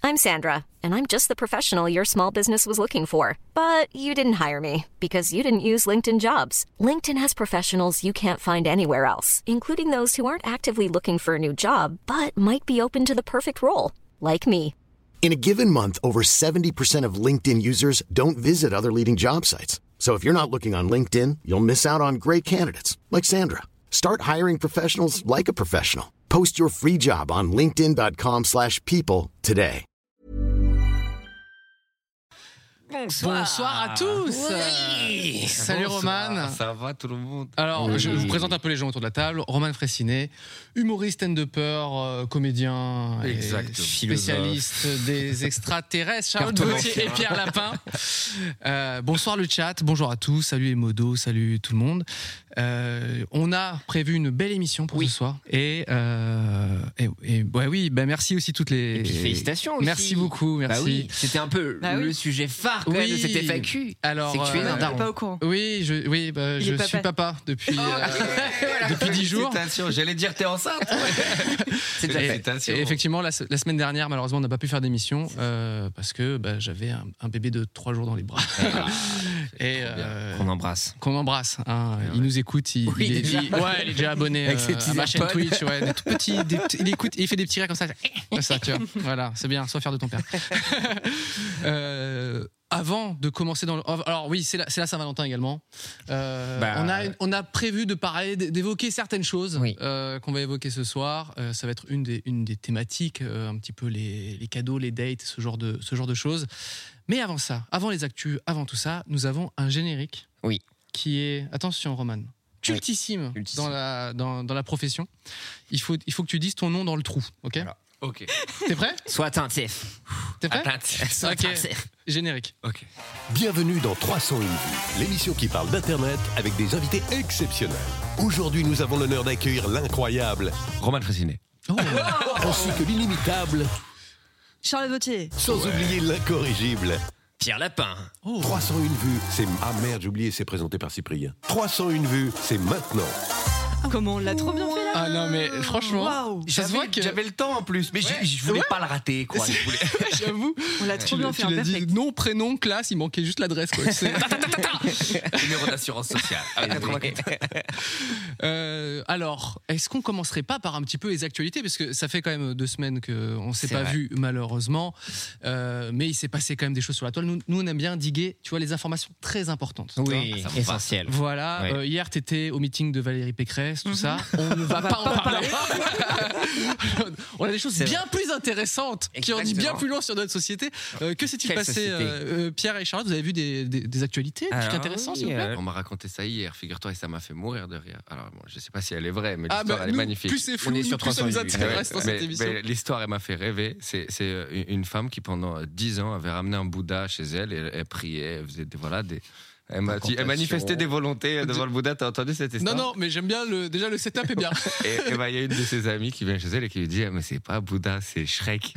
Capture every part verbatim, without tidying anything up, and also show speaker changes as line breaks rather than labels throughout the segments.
I'm Sandra, and I'm just the professional your small business was looking for. But you didn't hire me because you didn't use LinkedIn Jobs. LinkedIn has professionals you can't find anywhere else, including those who aren't actively looking for a new job, but might be open to the perfect role, like me.
In a given month, over seventy percent of LinkedIn users don't visit other leading job sites. So if you're not looking on LinkedIn, you'll miss out on great candidates like Sandra. Start hiring professionals like a professional. Post your free job on linkedin.com slash people today.
Bonsoir. Bonsoir à tous. Oui. Salut
Bonsoir.
Roman.
Ça va tout le monde?
Alors,
oui.
je vous présente un peu les gens autour de la table. Roman Fraissinet, humoriste, stand-upper, euh, comédien, et spécialiste des extraterrestres. Charlotte Gauthier et Pierre Lapin. Euh, bonsoir le chat, bonjour à tous. Salut Emodo, salut tout le monde. Euh, on a prévu une belle émission pour oui. ce soir. Et, euh, et, et ouais, oui, bah merci aussi toutes les.
Et puis félicitations aussi.
Merci beaucoup, merci.
Bah oui, c'était un peu bah le oui. sujet phare quand même de cette F A Q.
Alors,
c'est que tu es
euh,
un daron.
Pas au courant.
Oui, je, oui, bah, je suis papa depuis
oh,
euh,
voilà.
depuis dix jours.
J'allais dire t'es enceinte.
C'est déjà fait.
Et effectivement, la, la semaine dernière, malheureusement, on n'a pas pu faire d'émission euh, parce que bah, j'avais un, un bébé de trois jours dans les bras. Et
euh, qu'on embrasse.
Qu'on embrasse. Hein. Il nous écoute. Il,
oui,
il, est,
déjà.
il, ouais, il est déjà abonné euh, à ma chaîne Twitch. Ouais, des tout petits, des, il écoute, il fait des petits rires comme ça. Comme ça, tu vois. Voilà, c'est bien. Sois fier de ton père. euh, Avant de commencer dans le... Alors oui, c'est la, c'est la Saint-Valentin également. Euh, bah, on, a, on a prévu de parler, d'évoquer certaines choses oui. euh, qu'on va évoquer ce soir. Euh, ça va être une des, une des thématiques, euh, un petit peu les, les cadeaux, les dates, ce genre, de, ce genre de choses. Mais avant ça, avant les actus, avant tout ça, nous avons un générique
oui.
qui est, attention Roman, cultissime,
oui.
dans, la, dans, dans la profession. Il faut, il faut que tu dises ton nom dans le trou, ok voilà.
Ok.
T'es prêt?
Sois attentif.
T'es prêt?
Attentif. Sois
ok.
attentif.
Générique.
Ok.
Bienvenue dans trois cent une vues, l'émission qui parle d'Internet avec des invités exceptionnels. Aujourd'hui, nous avons l'honneur d'accueillir l'incroyable
Roman Fraissinet.
Oh. Ainsi que l'inimitable
Charlotte Gauthier.
Sans ouais. oublier l'incorrigible
Pierre Lapin.
Oh. trois cent une vues, c'est... Ah merde, j'ai oublié, c'est présenté par Cyprien. trois cent une vues, c'est maintenant.
Comment on l'a trop bien fait là.
Ah non mais franchement,
wow.
ça se voit que
j'avais le temps en plus, mais ouais. je, je voulais ouais. pas le rater quoi. Je voulais...
J'avoue,
on l'a trop
tu
bien fait.
Tu l'as dit nom, prénom, classe, il manquait juste l'adresse quoi. C'est...
Numéro d'assurance sociale.
euh, alors, est-ce qu'on commencerait pas par un petit peu les actualités parce que ça fait quand même deux semaines qu'on s'est c'est pas vrai. vu malheureusement, euh, mais il s'est passé quand même des choses sur la toile. Nous, nous on aime bien diguer, tu vois, les informations très importantes.
Oui, essentielles.
Voilà. Oui. Euh, hier, t'étais au meeting de Valérie Pécresse. Tout mm-hmm. ça, on ne va, va pas, pas en parler. On a des choses c'est bien vrai. plus intéressantes Exactement. qui en disent bien plus loin sur notre société. Euh, que s'est-il Quelle passé, euh, Pierre et Charlotte? Vous avez vu des, des, des actualités, des trucs intéressants, oui, s'il vous plaît?
On m'a raconté ça hier, figure-toi, et ça m'a fait mourir de rire. Alors, bon, je sais pas si elle est vraie, mais
ah
l'histoire
bah,
elle est
nous,
magnifique.
Plus c'est flou, on est sur plus ça nous intéresse dans
mais,
cette émission.
Mais l'histoire, elle m'a fait rêver. C'est, c'est une femme qui, pendant dix ans, avait ramené un Bouddha chez elle et elle, elle priait, elle faisait des, voilà, des. Elle, m'a dit, elle manifestait des volontés devant le Bouddha. T'as entendu cette histoire?
Non, non, mais j'aime bien le. Déjà, le setup est bien.
Et il bah, y a une de ses amies qui vient chez elle et qui lui dit ah, mais c'est pas Bouddha, c'est Shrek.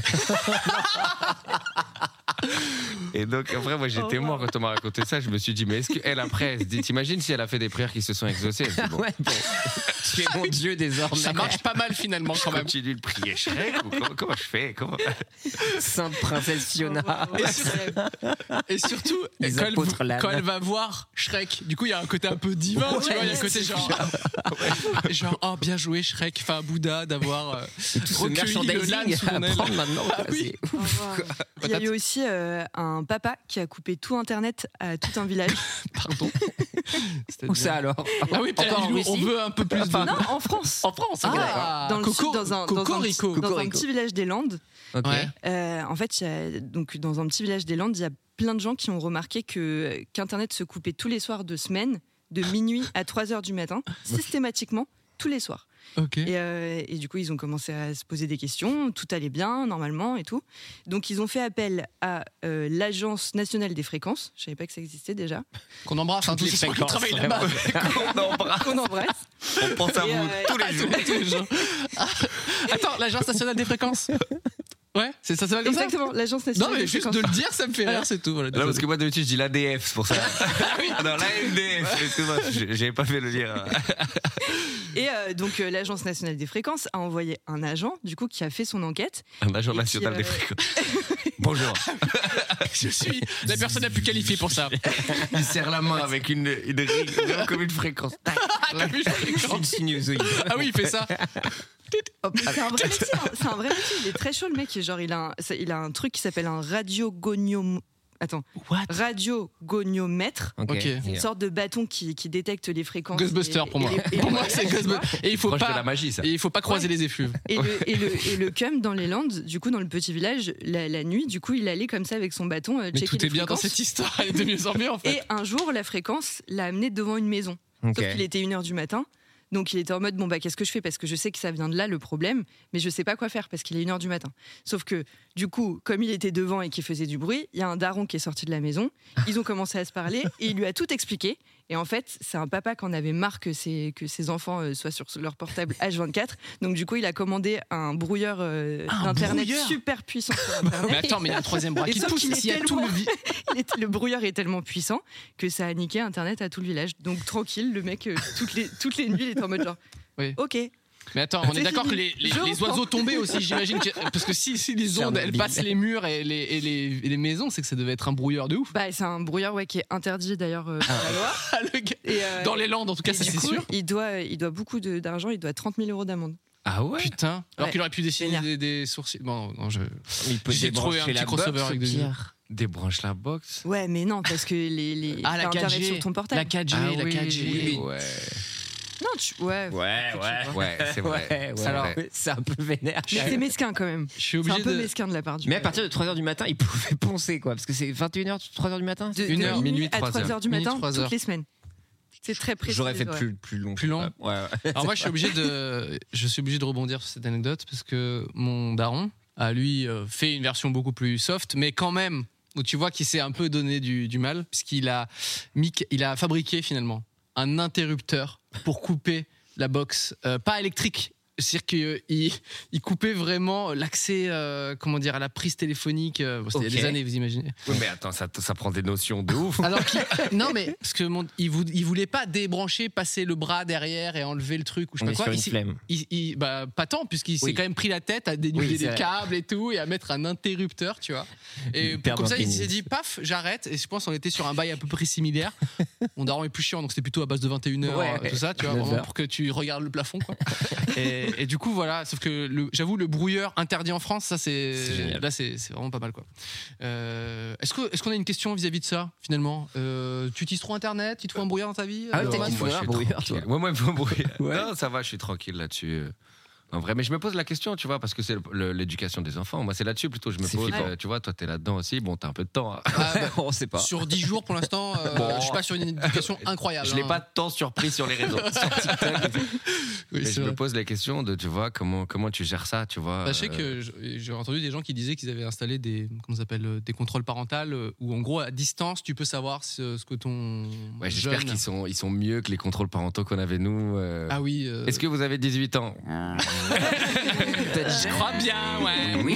Et donc après moi j'étais oh, mort quand on m'a raconté ça. Je me suis dit mais est-ce qu'elle après elle se dit t'imagines si elle a fait des prières qui se sont exaucées? Elle se dit, bon,
ouais, bon. Tu es mon Dieu désormais.
Ça marche pas mal finalement quand même.
Je continue de prier Shrek ou comment, comment je fais comment...
Sainte princesse Fiona.
Et, sur... et surtout et quand, elle, quand elle va voir Shrek, du coup il y a un côté un peu divin, ouais, tu vois, il y a un côté genre ouais. genre oh bien joué Shrek, enfin Bouddha d'avoir euh, recueilli le l'âne sous ton aile.
Maintenant,
ah, oui.
Oh, wow. Il y a eu aussi euh, un papa qui a coupé tout Internet à tout un village.
Pardon.
Où ça alors?
Ah oui, encore on, on veut un peu plus de...
Non, en France.
En France,
ah, dans le
Coco,
sud, dans un, dans, un,
Cocorico.
dans un petit village des Landes.
Okay.
Euh, en fait, y a, donc, dans un petit village des Landes, il y a plein de gens qui ont remarqué que, qu'Internet se coupait tous les soirs de semaine, de minuit à trois heures du matin, systématiquement, tous les soirs.
Okay.
Et, euh, et du coup, ils ont commencé à se poser des questions. Tout allait bien, normalement, et tout. Donc, ils ont fait appel à euh, l'Agence nationale des fréquences. Je savais pas que ça existait déjà.
Qu'on embrasse, hein, tous les gens qui travaillent là-bas.
Qu'on embrasse.
Qu'on embrasse.
On pense à et vous euh, tous les jours. Tous les jours.
Ah, attends, l'Agence nationale des fréquences. Ouais, c'est ça, ça va comme ça.
Exactement, l'Agence nationale.
Non, mais
des
juste
fréquences.
de le dire, ça me fait rire, c'est tout. Voilà,
non, parce que moi d'habitude je dis l'A D F, c'est pour ça.
Ah oui.
Non, l'A M D F. Excuse-moi, j'avais pas fait le lire.
Et euh, donc euh, l'Agence nationale des fréquences a envoyé un agent, du coup, qui a fait son enquête.
Un agent
et
national
qui, euh...
des fréquences. Bonjour.
Je suis la personne la plus qualifiée pour ça.
Il serre la main avec une, une règle comme une fréquence.
Comme une fréquence.
Une sinusoïde.
Ah oui, il fait ça.
C'est un vrai métier, hein. C'est un vrai métier. Il est très chaud, le mec. Genre, il a un, il a un truc qui s'appelle un radiogoniom... Attends.
What?
Radiogoniomètre.
Ok.
C'est une sorte de bâton qui, qui détecte les fréquences.
Ghostbuster
et-
pour
et
moi.
les- et
Pour
les-
moi, c'est Ghostbuster. Et il faut
Proche
pas.
de la magie, ça.
Et il faut pas croiser
Ouais.
les effluves.
Et le, et, le, et le cum dans les Landes, du coup, dans le petit village, la, la nuit, du coup, il allait comme ça avec son bâton euh,
Mais
checker
tout est
les
bien dans
fréquences.
cette histoire. Elle est de mieux en mieux en fait.
Et un jour, la fréquence l'a amené devant une maison.
Ok.
Sauf qu'il était une heure du matin. Donc il était en mode, bon bah qu'est-ce que je fais? Parce que je sais que ça vient de là le problème, mais je sais pas quoi faire parce qu'il est une heure du matin. Sauf que du coup, comme il était devant et qu'il faisait du bruit, il y a un daron qui est sorti de la maison. Ils ont commencé à se parler et il lui a tout expliqué. Et en fait, c'est un papa qui en avait marre que ses, que ses enfants euh, soient sur leur portable H vingt-quatre. Donc du coup, il a commandé un brouilleur euh,
Un
d'internet
brouilleur
super puissant sur Internet.
Mais attends, mais il y a un troisième bras
Et
qui
sauf
pousse.
qu'il est
S'il y a tout
tellement-
le vi-
Il est- le brouilleur est tellement puissant que ça a niqué Internet à tout le village. Donc tranquille, le mec, euh, toutes, les, toutes les nuits, il est en mode genre,
Oui.
ok.
Mais attends, on est
C'est
d'accord que
fini.
les, les,
Je
les
reprends.
oiseaux tombaient aussi, j'imagine. Que, parce que si, si les ondes elles
Tchernobyl.
passent les murs et les, et les, et les maisons, c'est que ça devait être un brouilleur de ouf.
Bah, c'est un brouilleur ouais, qui est interdit d'ailleurs euh, par la loi.
Ah, le gars-
Et, euh,
Dans les Landes, en tout cas,
et
ça
du
c'est
coup,
sûr.
Il doit, il doit beaucoup de- d'argent, il doit trente mille euros d'amende.
Ah ouais?
Putain. Alors
Ouais.
qu'il aurait pu dessiner
Génial.
des, des sourcils. Bon, non, je.
Il peut
J'ai trouvé un
débrancher
petit
la
crossover
box,
avec des
Pierre.
Débranche la box.
Ouais, mais non, parce que les, les,
Ah, la
t'as
quatre
Internet
G.
sur ton portable.
La quatre G,
Ah
la
oui,
quatre G.
oui, ouais.
Non, tu... ouais.
Ouais, ouais.
Ouais, c'est vrai.
Ouais, ouais.
Alors,
ouais. C'est un peu vénère.
Mais c'est mesquin quand même.
Je suis
C'est un
obligé
peu
de.
mesquin de la part du.
Mais à partir de trois heures du matin, il pouvait poncer, quoi. Parce que c'est vingt et une heures, trois heures du matin.
de,
une
de
heure,
minuit
minuit,
à
trois
trois
heures.
heures du
Minuit,
matin,
trois heures.
toutes les semaines. C'est très précis.
J'aurais fait
ouais.
plus, plus long.
Plus long.
Ouais, ouais.
Alors moi, je suis obligé de, je suis obligé de rebondir sur cette anecdote parce que mon daron a lui euh, fait une version beaucoup plus soft, mais quand même où tu vois qu'il s'est un peu donné du, du mal puisqu'il a mis, il a fabriqué finalement un interrupteur pour couper la box, euh, pas électrique. C'est-à-dire qu'il il coupait vraiment l'accès, euh, comment dire, à la prise téléphonique. Euh, bon, c'était il y a
Ok.
des années, vous imaginez.
Oui, mais attends, ça, ça prend des notions de ouf.
Alors qu'il- non mais parce que mon, il, vou- il voulait pas débrancher, passer le bras derrière et enlever le truc ou je
On
sais
est
pas
sur
quoi.
une
Il s'est-
flemme.
il- il- bah, pas tant puisqu'il s'est
Oui.
quand même pris la tête à dénuder
Oui, c'est
des
vrai.
câbles et tout et à mettre un interrupteur, tu vois. Et
Hyper
comme ça il
bien
s'est
fini.
dit paf, j'arrête. Et je pense qu'on était sur un bail à peu près similaire. Mon daron est plus chiant donc c'était plutôt à base de vingt et une heures
Ouais,
tout ça, tu vois,
neuf
vraiment
heures.
pour que tu regardes le plafond quoi. et, et du coup voilà, sauf que le- j'avoue le brouilleur interdit en France, ça c'est,
C'est génial.
là c'est, c'est vraiment pas mal quoi. Euh, est-ce que est-ce qu'on a une question vis-à-vis de ça finalement? Euh, tu utilises trop internet? Il te faut un brouilleur dans ta vie?
Ah ouais,
euh,
peut-être
Roman
qu'il faut
Moi, je
un
suis
brouilleur,
tranquille.
tu vois.
Ouais, moi, il me faut un brouilleur.
Ouais.
Non, ça va, je suis tranquille là-dessus. En vrai, mais je me pose la question, tu vois, parce que c'est le- le- l'éducation des enfants. Moi, c'est là-dessus plutôt. Je me
C'est
pose,
flippant.
euh, tu vois, toi, t'es là-dedans aussi. Bon, t'as un peu de temps. hein.
Ah, bah,
On sait pas.
sur dix jours pour l'instant, euh,
Bon.
je suis pas sur une éducation incroyable.
Je l'ai
hein.
pas tant surpris sur les réseaux. Sur TikTok.
Oui,
Mais
c'est
je me
vrai.
pose les questions de, tu vois, comment, comment tu gères ça, tu vois.
Bah, je sais
euh,
que je- j'ai entendu des gens qui disaient qu'ils avaient installé des, comment ça s'appelle, euh, des contrôles parentaux euh, où en gros à distance tu peux savoir ce, ce que ton
Ouais, j'espère
jeune-
qu'ils sont, ils sont mieux que les contrôles parentaux qu'on avait nous. euh.
Ah oui. euh,
Est-ce que vous avez dix-huit ans?
je crois bien, ouais.
Oui.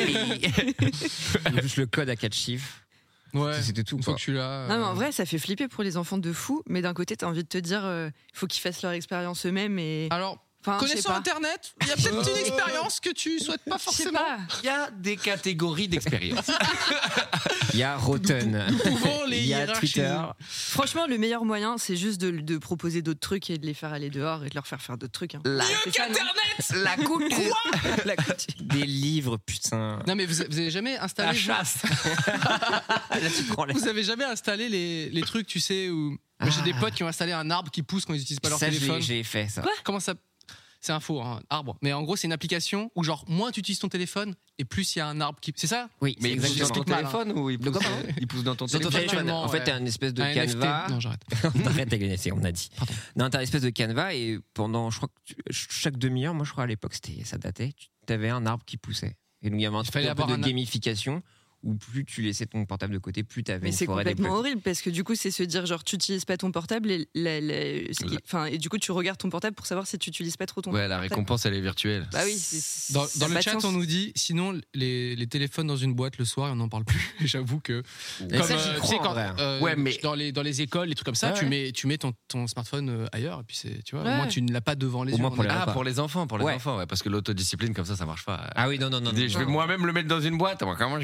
Juste le code à quatre chiffres.
Ouais.
C'était tout,
Une fois
quoi.
que je suis là.
Non, mais
euh,
en vrai, ça fait flipper pour les enfants de fou, mais d'un côté, t'as envie de te dire, il faut qu'ils fassent leur expérience eux-mêmes et.
Alors,
Enfin, je sais
connaissant
pas.
Internet, il y a peut-être une expérience que tu souhaites pas
Je sais
forcément.
pas.
Il y a des catégories d'expérience.
Il y a Rotten.
Nous pouvons les
Il y a
hiérarchiser.
Twitter.
Franchement, le meilleur moyen, c'est juste de, de proposer d'autres trucs et de les faire aller dehors et de leur faire faire d'autres trucs. hein.
La,
C'est ça, non
la couture.
La couture.
Des livres, putain.
Non mais vous, vous avez jamais installé
La chasse.
Là, tu prends les...
Vous avez jamais installé les, les trucs, tu sais, où moi, j'ai
Ah.
des potes qui ont installé un arbre qui pousse quand ils utilisent pas leur
Ça,
téléphone.
j'ai j'ai fait ça.
Comment ça? C'est un faux, un arbre. Mais en gros, c'est une application où genre moins tu utilises ton téléphone et plus il y a un arbre qui. C'est ça?
Oui,
Mais
c'est
il pousse dans
exactement.
ton
mal, hein.
téléphone ou il pousse,
quoi, pardon
il pousse dans ton
Dans ton
téléphone?
téléphone.
En fait, t'as une espèce de
Un N F T.
canevas.
Non, j'arrête.
Arrête de gagner, on a dit. Non, t'as une espèce de canevas et pendant, je crois que tu- chaque demi-heure, moi je crois à l'époque, c'était, ça datait, tu avais un arbre qui poussait. Et donc il y avait un,
Il
truc
fallait
un peu
avoir
de
un-
gamification où plus tu laissais ton portable de côté, plus t'avais
Mais
une
c'est
forêt
complètement
d'Apple.
horrible parce que du coup, c'est se dire genre tu utilises pas ton portable et, la- la- ce qui- enfin, et du coup, tu regardes ton portable pour savoir si tu utilises pas trop ton
Ouais, la récompense, elle est virtuelle.
Bah oui. c'est-
Dans,
ça
dans
a
le
pas de
chat,
sens.
on nous dit sinon les, les téléphones dans une boîte le soir, on n'en parle plus. Et j'avoue que.
Et ça, j'y
tu
crois,
sais,
en
quand,
vrai.
euh,
Ouais, mais-
dans, les, dans les écoles, les trucs comme ça,
Ouais,
tu,
ouais.
mets, tu mets ton, ton smartphone euh, ailleurs et puis c'est, tu vois,
Ouais.
au moins tu ne l'as pas devant les
Au
yeux.
moins
on
pour
est-
les
Ah,
repas.
pour les enfants, pour les
Ouais.
enfants, ouais, parce que l'autodiscipline, comme ça, ça marche pas.
Ah oui, non, non, non.
Je dis,
non,
je vais
non.
moi-même le mettre dans une boîte. Moi, comment je vais faire pour le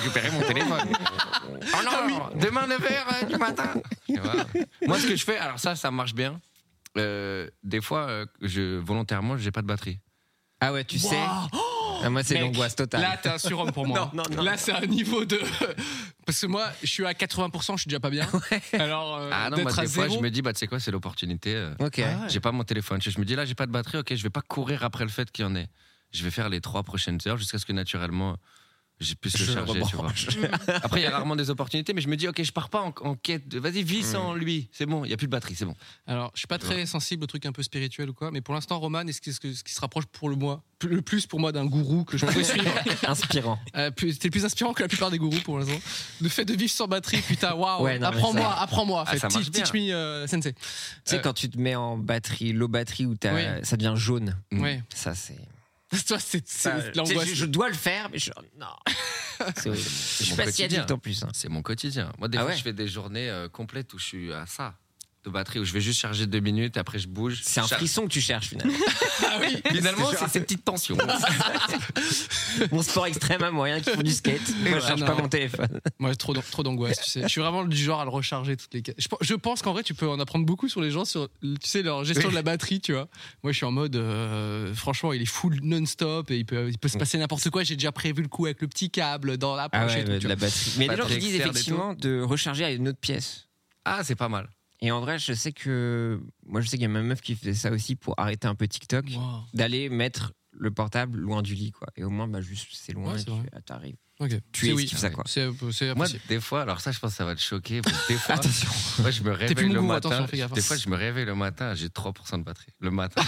récupérer mon téléphone. Oh non, ah oui. Demain neuf heures du matin. Voilà. Moi, ce que je fais, alors ça, ça marche bien. Euh, des fois, euh, je, volontairement, j'ai pas de batterie.
Ah ouais, tu wow. sais ah, moi, c'est Mec, l'angoisse totale.
Là, t'es un surhomme pour moi. non, non, non. Là, c'est un niveau de... Parce que moi, je suis à quatre-vingts pour cent, je suis déjà pas bien. Ouais. Alors, euh,
ah non,
d'être
bah,
à
des
zéro...
fois, je me dis, bah, tu sais quoi, c'est l'opportunité. Euh,
okay. ah ouais.
J'ai pas mon téléphone. Je me dis, là, j'ai pas de batterie, ok, je vais pas courir après le fait qu'il y en ait. Je vais faire les trois prochaines heures jusqu'à ce que naturellement... j'ai pu le charger, tu vois. Après, il y a rarement des opportunités, mais je me dis, ok, je pars pas en, en quête de. Vas-y, vis sans lui, c'est bon, il y a plus de batterie, c'est bon.
Alors, je suis pas très sensible aux trucs un peu spirituels ou quoi, mais pour l'instant, Roman est ce qui, ce qui se rapproche pour le moi, le plus pour moi d'un gourou que je pourrais suivre.
Inspirant.
Euh, plus, t'es plus inspirant que la plupart des gourous pour l'instant. Le fait de vivre sans batterie, putain, waouh.
Ouais,
apprends-moi,
ça...
apprends-moi.
Ah,
fait, teach, teach me, uh, sensei.
Tu sais, euh... quand tu te mets en batterie, low batterie, où oui. ça devient jaune.
Oui.
Ça, c'est.
Toi, c'est, c'est
bah,
l'angoisse.
Je, je dois le faire, mais je. Non. C'est, c'est je suis pas si addict en plus. Hein.
C'est mon quotidien. Moi, des ah fois, ouais. je fais des journées euh, complètes où je suis à ça, de batterie, où je vais juste charger deux minutes et après je bouge.
C'est un
Char...
frisson que tu cherches finalement.
Ah oui,
finalement, c'est, c'est ces petites tensions.
Mon sport extrême à moyen qui font du skate. Moi, je cherche non. pas mon téléphone.
Moi, trop, trop d'angoisse, tu sais. Je suis vraiment du genre à le recharger toutes les. Je, je pense qu'en vrai, tu peux en apprendre beaucoup sur les gens, sur, tu sais, leur gestion de la batterie, tu vois. Moi, je suis en mode, euh, franchement, il est full non-stop et il peut, il peut se passer n'importe quoi. J'ai déjà prévu le coup avec le petit câble dans la poche
ah ouais,
et tout.
De la batterie. Mais les gens qui disent effectivement de recharger à une autre pièce.
Ah, c'est pas mal.
Et en vrai, je sais que moi, je sais qu'il y a ma meuf qui faisait ça aussi pour arrêter un peu TikTok, wow. d'aller mettre le portable loin du lit, quoi. Et au moins, bah, juste c'est loin, ouais, c'est et tu, ah, t'arrives.
Okay.
Tu es oui. ça, quoi.
C'est, c'est
moi, des fois, alors ça, je pense que ça va te choquer. Des fois,
attention.
Moi, je me réveille le
goût,
matin.
Attention, fais gaffe.
Des fois, je me réveille le matin, j'ai trois pour cent de batterie. Le matin.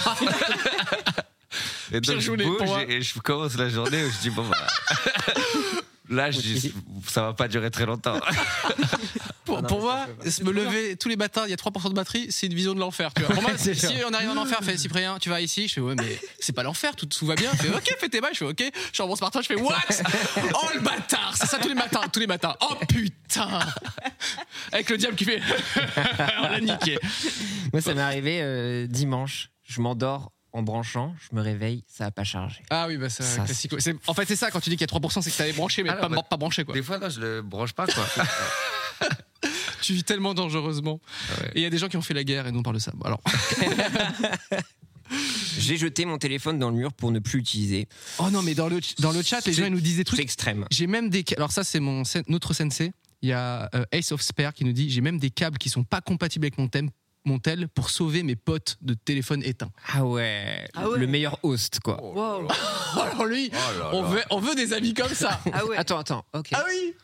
Et donc, je bouge et, et je commence la journée où je dis, bon, bah. Là, je dis, ça va pas durer très longtemps.
Pour, pour moi, me lever tous les matins, il y a trois pour cent de batterie, c'est une vision de l'enfer. Tu vois. Pour moi, si on arrive en enfer, fait Cyprien, tu vas ici. Je fais ouais, mais c'est pas l'enfer, tout, tout va bien. Je fais ok, fais tes bails. Je fais ok, je suis en bon smartphone. Je fais what? Oh le bâtard, c'est ça tous les matins, tous les matins. Oh putain, avec le diable qui fait, on l'a niqué.
Moi, ça m'est arrivé euh, dimanche. Je m'endors. En branchant, je me réveille, ça n'a pas chargé.
Ah oui, bah c'est ça, classique. C'est, en fait, c'est ça, quand tu dis qu'il y a trois pour cent, c'est que tu avais branché, mais ah, pas, bah, pas branché, quoi.
Des fois, là, je le branche pas, quoi.
Tu vis tellement dangereusement. Ah ouais. Et il y a des gens qui ont fait la guerre et nous on parle de ça. Bon, alors.
J'ai jeté mon téléphone dans le mur pour ne plus l'utiliser.
Oh non, mais dans le, dans le chat, les gens ils nous disent des trucs.
C'est extrême.
J'ai même des. Alors, ça, c'est mon, notre sensei. Il y a euh, Ace of Spare qui nous dit j'ai même des câbles qui sont pas compatibles avec mon thème. Mon tel pour sauver mes potes de téléphone éteint.
Ah ouais, ah ouais. Le meilleur host, quoi.
Oh, wow. Alors lui, oh là on, là. Veut, on veut des amis comme ça.
Ah ouais. Attends, attends, ok.
Ah oui.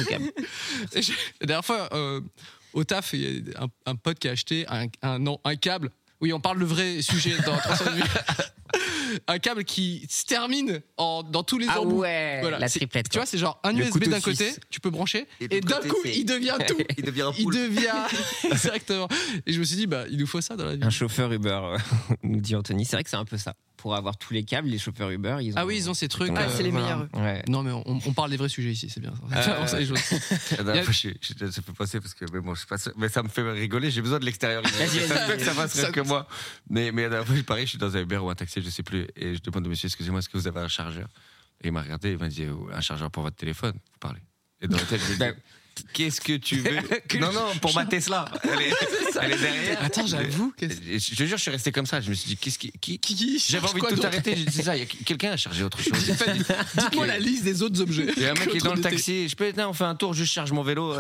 La dernière fois, euh, au taf, il y a un, un pote qui a acheté un, un, non, un câble. Oui, on parle le vrai sujet dans trois cents minutes. Un câble qui se termine en, dans tous les
ah
embouts.
Ouais,
voilà.
La triplette.
Tu vois, c'est genre un le U S B d'un côté, suisse. Tu peux brancher, et, et d'un coup, c'est... il devient tout.
Il devient un
Il devient. Exactement. Et je me suis dit, bah, il nous faut ça dans la vie.
Un chauffeur Uber, euh, nous dit Anthony. C'est vrai que c'est un peu ça. Pour avoir tous les câbles, les chauffeurs Uber, ils ont.
Ah oui, ils ont ces trucs.
Ah, euh, c'est les meilleurs.
Ouais.
Non, mais on, on parle des vrais sujets ici, c'est bien. Euh... ça, les choses.
La fois, je, je, je, je peux passer parce que mais bon, je passe, mais ça me fait rigoler. J'ai besoin de l'extérieur. Ça se fait que ça fasse rire que moi. Mais mais la dernière fois, pareil, je suis dans un Uber ou un taxi, je sais plus, et je demande au monsieur, excusez-moi, est-ce que vous avez un chargeur? Et il m'a regardé, il m'a dit, un chargeur pour votre téléphone. Vous parlez. Et dans la tête, je dis, qu'est-ce que tu veux? Non, non, pour ma Tesla. Elle est, elle est derrière.
Attends, j'avoue.
Je te jure, je suis resté comme ça. Je me suis dit, qu'est-ce qui. qui, qui J'avais envie de tout arrêter. J'ai dit, c'est ça, il y a quelqu'un a chargé autre chose.
Dites-moi la liste des autres objets.
Il y a un mec qui est dans le taxi. Je peux, on fait un tour, je charge mon vélo.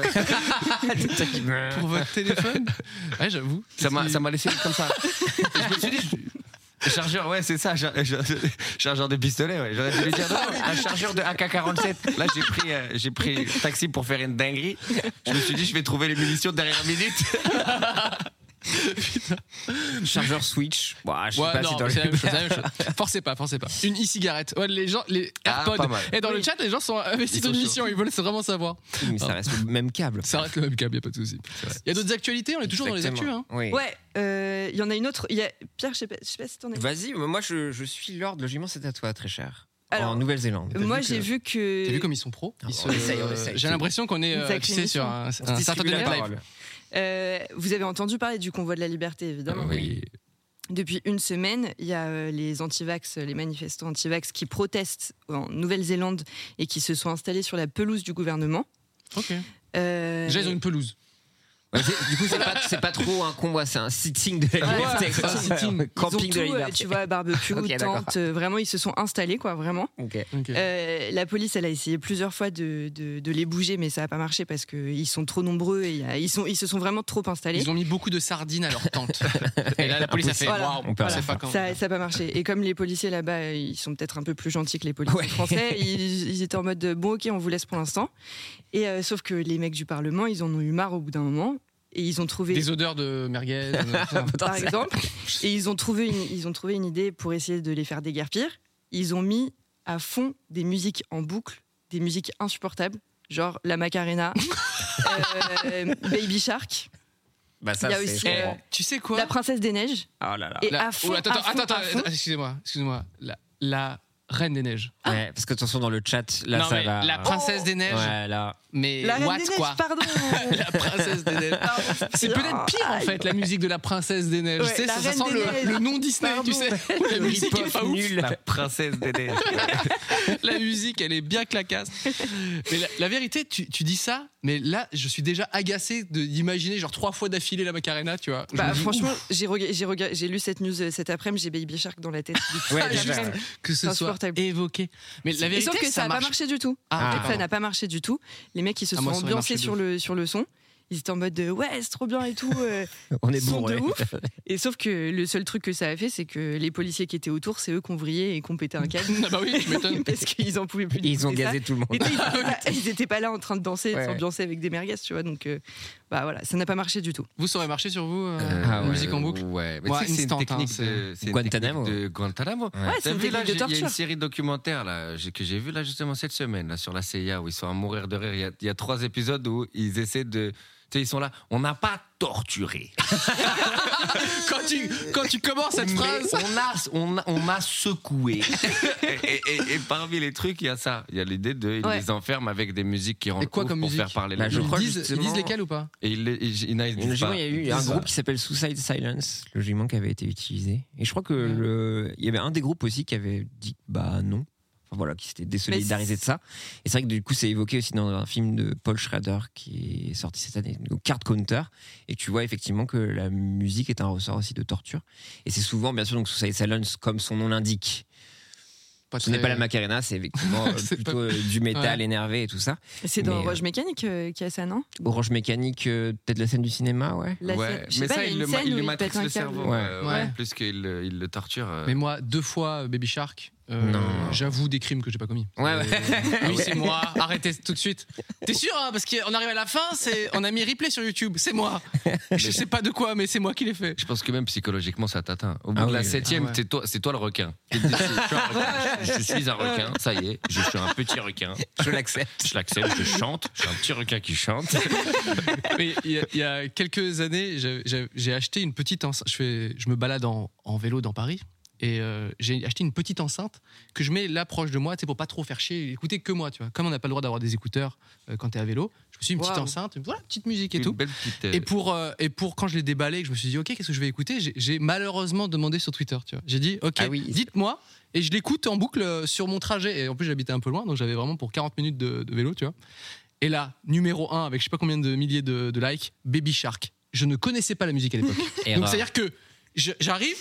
Pour votre téléphone? Ouais, j'avoue.
Ça m'a, ça m'a laissé comme ça. Et je me suis dit, chargeur, ouais, c'est ça, chargeur de pistolet, ouais. J'aurais dû lui dire non, un chargeur de A K quarante-sept. Là, j'ai pris, euh, j'ai pris taxi pour faire une dinguerie. Je me suis dit, je vais trouver les munitions derrière minute.
Putain.
Chargeur Switch. Bon, je sais
ouais,
pas
non,
si dans
c'est
les...
la même chose, la même chose. Forcez pas, forcez pas. Une e-cigarette. Ouais, les gens, les AirPods. Ah, et dans oui. le chat, les gens sont investis dans l'émission. Ils veulent vraiment savoir.
Oui, mais ça reste le même câble.
Ça reste le même câble, y a pas de souci. Il y a d'autres actualités. On est toujours Exactement. Dans les actus. Hein.
Oui. Ouais. Il euh, y en a une autre. Y a... Pierre, je sais pas, je sais pas si t'en es.
Vas-y. Moi, je, je suis l'ordre. Logiquement, c'est à toi, très cher. Alors, en Nouvelle-Zélande.
Moi, vu j'ai que... vu que.
T'as vu comme ils sont pros ils
se... on essaye, on essaye.
J'ai l'impression qu'on est euh, tu sais, sur un, un certain live.
Euh, vous avez entendu parler du convoi de la liberté, évidemment.
Oui.
depuis une semaine, il y a euh, les anti-vax, les manifestants anti-vax qui protestent en Nouvelle-Zélande et qui se sont installés sur la pelouse du gouvernement.
Ok.
Euh,
Déjà, ils ont une pelouse.
Ouais, du coup, c'est pas, c'est pas trop un combat, c'est un sitting de la liberté.
Ouais,
un sitting, camping
tout,
de la liberté.
Tu vois, barbecue, okay, tente, euh, vraiment, ils se sont installés, quoi, vraiment.
Okay.
Okay.
Euh, la police, elle a essayé plusieurs fois de, de, de les bouger, mais ça n'a pas marché parce qu'ils sont trop nombreux et ils, sont, ils se sont vraiment trop installés.
Ils ont mis beaucoup de sardines à leur tente. Et là, la police a fait
voilà.
waouh, on peut voilà. pas quand.
Ça n'a pas marché. Et comme les policiers là-bas, ils sont peut-être un peu plus gentils que les policiers ouais. français, ils, ils étaient en mode bon, ok, on vous laisse pour l'instant. Et euh, sauf que les mecs du Parlement, ils en ont eu marre au bout d'un moment. Et ils ont trouvé
des odeurs de merguez
par exemple, et ils ont trouvé une, ils ont trouvé une idée pour essayer de les faire déguerpir. Ils ont mis à fond des musiques en boucle, des musiques insupportables, genre la Macarena, euh, Baby Shark.
Bah ça,
il y a aussi euh,
tu sais quoi,
la Princesse des Neiges.
Oh là là.
Et
la,
à fond,
oh, attends,
à fond,
attends,
à fond.
excusez-moi, excusez-moi, la, la Reine des Neiges.
Ah. Ouais, parce que attention dans le chat, là
non,
ça va.
La Princesse oh des Neiges.
Ouais, là.
Mais
la
what
Reine des Neiges,
quoi
pardon.
La Princesse des Neiges. Pardon, c'est peut-être pire en fait la musique de la Princesse des Neiges.
Ouais,
tu sais, ça, ça sent le, le nom Disney, pardon. Tu sais. La musique est pas
nul.
ouf.
La Princesse des Neiges.
La musique, elle est bien clacasse. Mais la, la vérité, tu, tu dis ça, mais là, je suis déjà agacé de, d'imaginer genre trois fois d'affilée la Macarena, tu vois.
Bah, franchement, j'ai, rega- j'ai, rega- j'ai lu cette news euh, cet après-midi, j'ai Baby Shark dans la tête.
Ouais,
juste que ce soit évoqué. Mais la vérité,
sauf que ça n'a pas marché du tout.
Ah,
en fait, ça n'a pas marché du tout. Les mecs, ils se
ah,
sont
moi,
ambiancés sur le, sur le son. Ils étaient en mode de, ouais, c'est trop bien et tout. Euh,
On est
son
bourré.
de ouf. Et sauf que le seul truc que ça a fait, c'est que les policiers qui étaient autour, c'est eux qui ont vrillé et qui ont pété un câble.
Ah bah oui, je m'étonne.
Parce qu'ils en pouvaient plus.
Ils ont gazé
ça.
tout le monde.
Et ils, étaient pas, ils étaient pas là en train de danser,
ouais.
de s'ambiancer avec des merguez, tu vois. Donc, euh, bah voilà, ça n'a pas marché du tout.
Vous, ça aurait marché sur vous, euh,
euh,
la
ouais,
musique en boucle?
Ouais, mais
ouais,
tu sais, c'est une technique
hein,
de, c'est une
Guantanamo.
technique de Guantanamo.
Ouais, ouais c'est une
vu, là,
technique de torture.
Il y a une série documentaire là, que j'ai vue là justement cette semaine là, sur la C I A où ils sont à mourir de rire. Il y a, il y a trois épisodes où ils essaient de... Tu sais, ils sont là, on n'a pas torturé.
quand, tu, quand tu commences cette
mais
phrase.
On a, on a, on a secoué. et, et, et, et parmi les trucs, il y a ça. Il y a l'idée de. Ils ouais. les enferment avec des musiques qui rendent
quoi,
ouf
comme
pour
musique
faire parler
bah,
les
gens.
Ils disent, ils disent lesquels ou pas?
Et ils, ils, ils, ils, ils disent pas.
Il y a eu un groupe qui s'appelle Suicide Silence, logiquement, qui avait été utilisé. Et je crois que ouais. le, il y avait un des groupes aussi qui avait dit bah non. Enfin, voilà, qui s'était désolidarisé de ça. Et c'est vrai que du coup, c'est évoqué aussi dans un film de Paul Schrader qui est sorti cette année, au Card Counter. Et tu vois effectivement que la musique est un ressort aussi de torture. Et c'est souvent, bien sûr, donc Suicide Silence, comme son nom l'indique. Pas Ce très... n'est pas la Macarena, c'est effectivement c'est plutôt pas... du métal ouais. énervé et tout ça.
C'est dans
mais,
Orange Mécanique euh, qu'il y a ça, non?
Orange Mécanique, euh, peut-être la scène du cinéma, ouais.
La
ouais.
Scène,
mais
pas,
ça, il, le, il le matrixe le cerveau.
Ouais.
Euh, ouais. Ouais. Plus qu'il il le torture. Euh...
Mais moi, deux fois Baby Shark. Euh, non. J'avoue des crimes que j'ai pas commis.
Ouais, ouais.
Euh, oui, c'est moi. Arrêtez tout de suite. T'es sûr hein, parce qu'on arrive à la fin, c'est on a mis replay sur YouTube. C'est moi. Je sais pas de quoi, mais c'est moi qui l'ai fait.
Je pense que même psychologiquement, ça t'atteint. Au bout
ah
de
oui,
la septième, ah ouais. c'est toi, c'est toi le requin. Je suis un requin. Je suis un requin. Ça y est, je suis un petit requin.
Je l'accepte.
Je l'accepte. Je chante. Je suis un petit requin qui chante.
Mais il y, y a quelques années, j'ai, j'ai, j'ai acheté une petite enceinte. Je fais, je me balade en, en vélo dans Paris. Et euh, j'ai acheté une petite enceinte que je mets là proche de moi, tu sais, pour pas trop faire chier, écouter que moi, tu vois. Comme on n'a pas le droit d'avoir des écouteurs euh, quand t'es à vélo, je me suis mis une wow. petite enceinte, voilà, petite musique et
une
tout.
Belle petite, euh...
Et pour euh, et pour quand je l'ai déballé, que je me suis dit ok, qu'est-ce que je vais écouter, j'ai, j'ai malheureusement demandé sur Twitter, tu vois. J'ai dit ok, ah oui. dites-moi, et je l'écoute en boucle sur mon trajet. Et en plus j'habitais un peu loin, donc j'avais vraiment pour quarante minutes de, de vélo, tu vois. Et là, numéro un avec je sais pas combien de milliers de, de likes, Baby Shark. Je ne connaissais pas la musique à l'époque. Donc c'est à dire que je, j'arrive.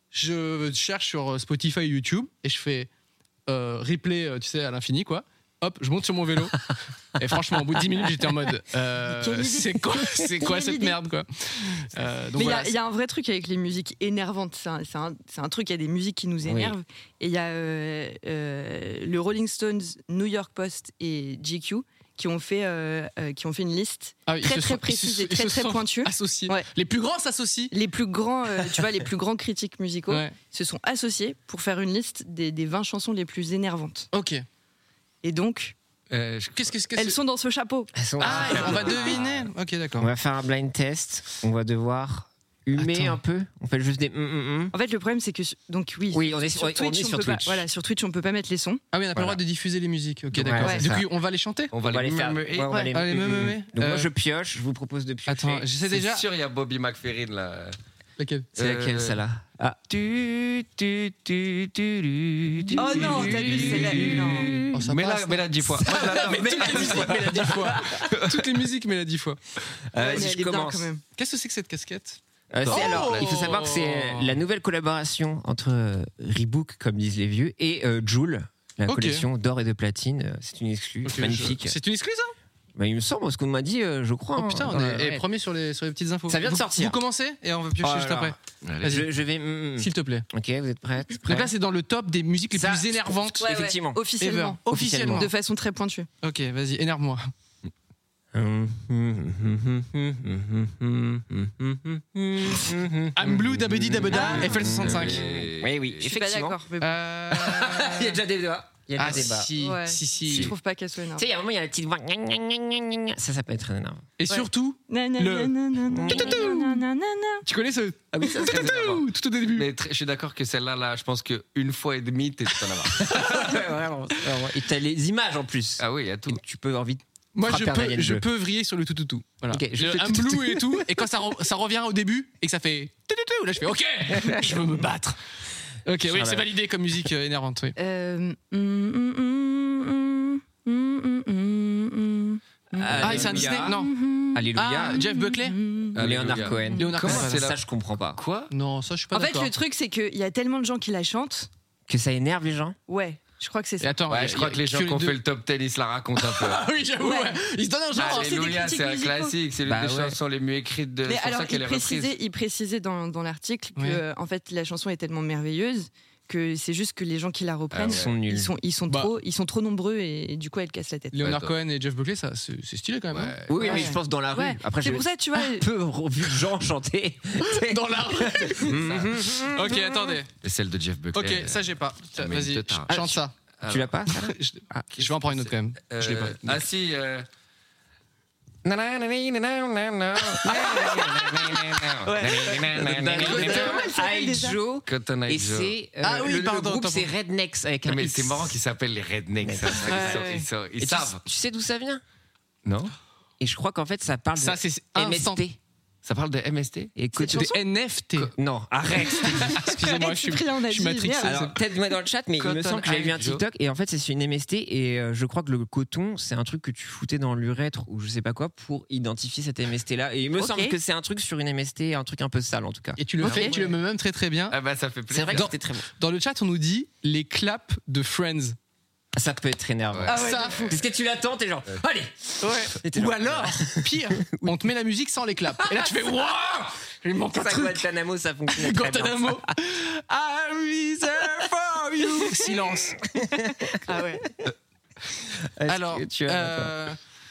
Je cherche sur Spotify, YouTube et je fais euh, replay, tu sais, à l'infini, quoi. Hop, je monte sur mon vélo. Et franchement, au bout de dix minutes, j'étais en mode euh, c'est quoi, c'est quoi cette merde, quoi. Euh, donc
Mais il
voilà,
y, y a un vrai truc avec les musiques énervantes. C'est un, c'est un, c'est un truc, il y a des musiques qui nous énervent. Oui. Et il y a euh, euh, le Rolling Stones, New York Post et G Q qui ont fait euh, euh, qui ont fait une liste ah oui, très très sont, précise et très très pointue.
Associés. Ouais. Les plus grands s'associent.
Les plus grands, euh, tu vois, les plus grands critiques musicaux ouais. se sont associés pour faire une liste des, des vingt chansons les plus énervantes.
Ok.
Et donc,
euh, qu'est-ce, qu'est-ce, qu'est-ce
elles sont dans ce chapeau.
Elles sont
ah, on va deviner. Ok, d'accord.
On va faire un blind test. On va devoir humer Attends. un peu. On fait juste des. Mm, mm, mm.
En fait, le problème, c'est que donc oui.
Oui, on est sur,
sur Twitch.
On est sur
on
Twitch.
Pas, voilà, sur Twitch, on peut pas mettre les sons.
Ah oui, on n'a pas voilà. le droit de diffuser les musiques. Ok, d'accord.
Ouais,
Depuis, on va les chanter.
On va, on va les faire. Ouais, on va les
me me.
Donc moi, je pioche. Je vous propose de piocher.
Attends, je sais déjà.
C'est sûr, il y a Bobby McFerrin là.
Laquelle?
C'est euh... laquelle, celle-là? Ah. Tu, tu, tu, tu, tu,
oh non, t'as vu, c'est la non.
Oh, mais là, mais là dix fois.
mais toutes les musiques, mais là dix fois. Toutes les musiques, mais là dix fois.
Euh, si je commence.
Qu'est-ce que c'est que cette casquette?
Euh, c'est oh alors, il faut savoir que c'est la nouvelle collaboration entre euh, Reebok, comme disent les vieux, et euh, Joule, la okay. collection d'or et de platine. C'est une exclue, okay, magnifique.
Je... C'est une exclue, ça?
Bah, il me semble, ce qu'on m'a dit, euh, je crois.
Oh putain, on est ouais. premier sur les, sur les petites infos.
Ça vient de
vous,
sortir.
Vous commencez et on va piocher oh juste après.
Allez. Je, je vais. Mm,
S'il te plaît.
Ok, vous êtes prêts?
Donc là, c'est dans le top des musiques les ça, plus énervantes.
Ouais, ouais.
Effectivement.
Officiellement.
Officiellement.
De façon très pointue.
Ok, vas-y, énerve-moi. I'm Blue, Dabedi, Dabeda, F L soixante-cinq.
Oui, oui,
je suis pas d'accord. Mais...
Euh... il y a déjà des débats. Il y a
ah,
des débats.
Si,
ouais.
si, si.
Je trouve pas qu'elle soit énorme.
Tu sais, il y a un moment, il y a la petite voix. Ça, ça peut être très énorme.
Et ouais. surtout, le. Tu connais ce.
Ah oui, ça c'est
tout au début. Mais je suis d'accord que celle-là, là, je pense qu'une fois et demie, t'es tout en avoir.
Vraiment. Et t'as les images en plus.
Ah oui, il y a tout.
Tu peux envie de.
Moi, je peux, je peux vriller sur le tout tout tout. Voilà. Okay, je un blue et tout. Et quand ça, re, ça revient au début et que ça fait tout tout tout, là, je fais OK, je veux me battre. Ok, oui, c'est validé comme musique euh, énervante. Oui. Euh, mm, mm, mm, mm, mm, ah, c'est un Disney? Non.
Alléluia.
Ah, Jeff Buckley?
Léonard Cohen.
Léonard Cohen.
Ça, ça, je comprends pas.
Quoi? Non, ça, je suis pas
en
d'accord.
En fait, le truc, c'est qu'il y a tellement de gens qui la chantent.
Que ça énerve les gens?
Ouais. Je crois que c'est ça.
Et attends, ouais, je crois que les gens qui ont fait le top dix, ils se la racontent un peu.
Ah oui, j'avoue, ouais. Ils se donnent un genre.
Alléluia, c'est un classique, c'est l'une bah, des ouais. chansons les mieux écrites de.
Mais alors, ça qu'elle il, précisait, il précisait dans, dans l'article que, ouais. en fait, la chanson est tellement merveilleuse que c'est juste que les gens qui la reprennent, ah ouais. ils sont, ils sont
bah.
trop, ils sont trop nombreux et, et du coup, elle casse la tête.
Léonard ouais, Cohen et Jeff Buckley, ça, c'est, c'est stylé quand même. Ouais.
Hein. Oui, oui, ouais. mais je pense dans la rue.
Ouais.
Après,
c'est
j'ai
pour ça, tu vois,
un peu vu de gens chanter
dans la rue. Ok, attendez.
Et celle de Jeff Buckley.
Ok, ça j'ai pas. Vas-y, chante ça.
Ah, tu l'as pas ça
je, ah, je vais en prendre une autre quand même.
Euh,
je l'ai pas.
Ah si. Euh...
Avec Joe. Et c'est euh,
ah oui,
le,
pardon,
le groupe
pardon.
c'est Rednecks avec un
mais
X.
c'est marrant qu'ils s'appellent les Rednecks. Ouais, ils, sont, ils, sont, ils savent.
Tu, tu sais d'où ça vient?
Non.
Et je crois qu'en fait ça parle
ça,
de
c'est
M S T.
Ça parle de M S T?
Et
de N F T.
Co- non, arrête.
Excusez-moi, je suis, je suis matrixé.
Alors, peut-être dans le chat, mais
Cotton
il me semble que j'avais vu un TikTok et en fait, c'est sur une M S T et euh, je crois que le coton, c'est un truc que tu foutais dans l'urètre ou je sais pas quoi pour identifier cette M S T-là. Et il me okay. semble que c'est un truc sur une M S T, un truc un peu sale en tout cas.
Et tu le okay. fais, tu le mets même très très bien.
Ah bah ça fait plaisir.
C'est vrai que c'était très bon.
Dans le chat, on nous dit les claps de Friends.
Ça peut être énervant.
Ouais. Ah ouais,
ça, parce que tu l'attends, t'es genre, ouais. allez.
Ouais. Ou alors, pire, on te met la musique sans les claps. Et là, tu fais, waouh, il manque un
ça,
truc.
Guantanamo, ça fonctionne.
Guantanamo. I reserve for you. Silence.
Ah ouais.
Alors, tu as. Euh...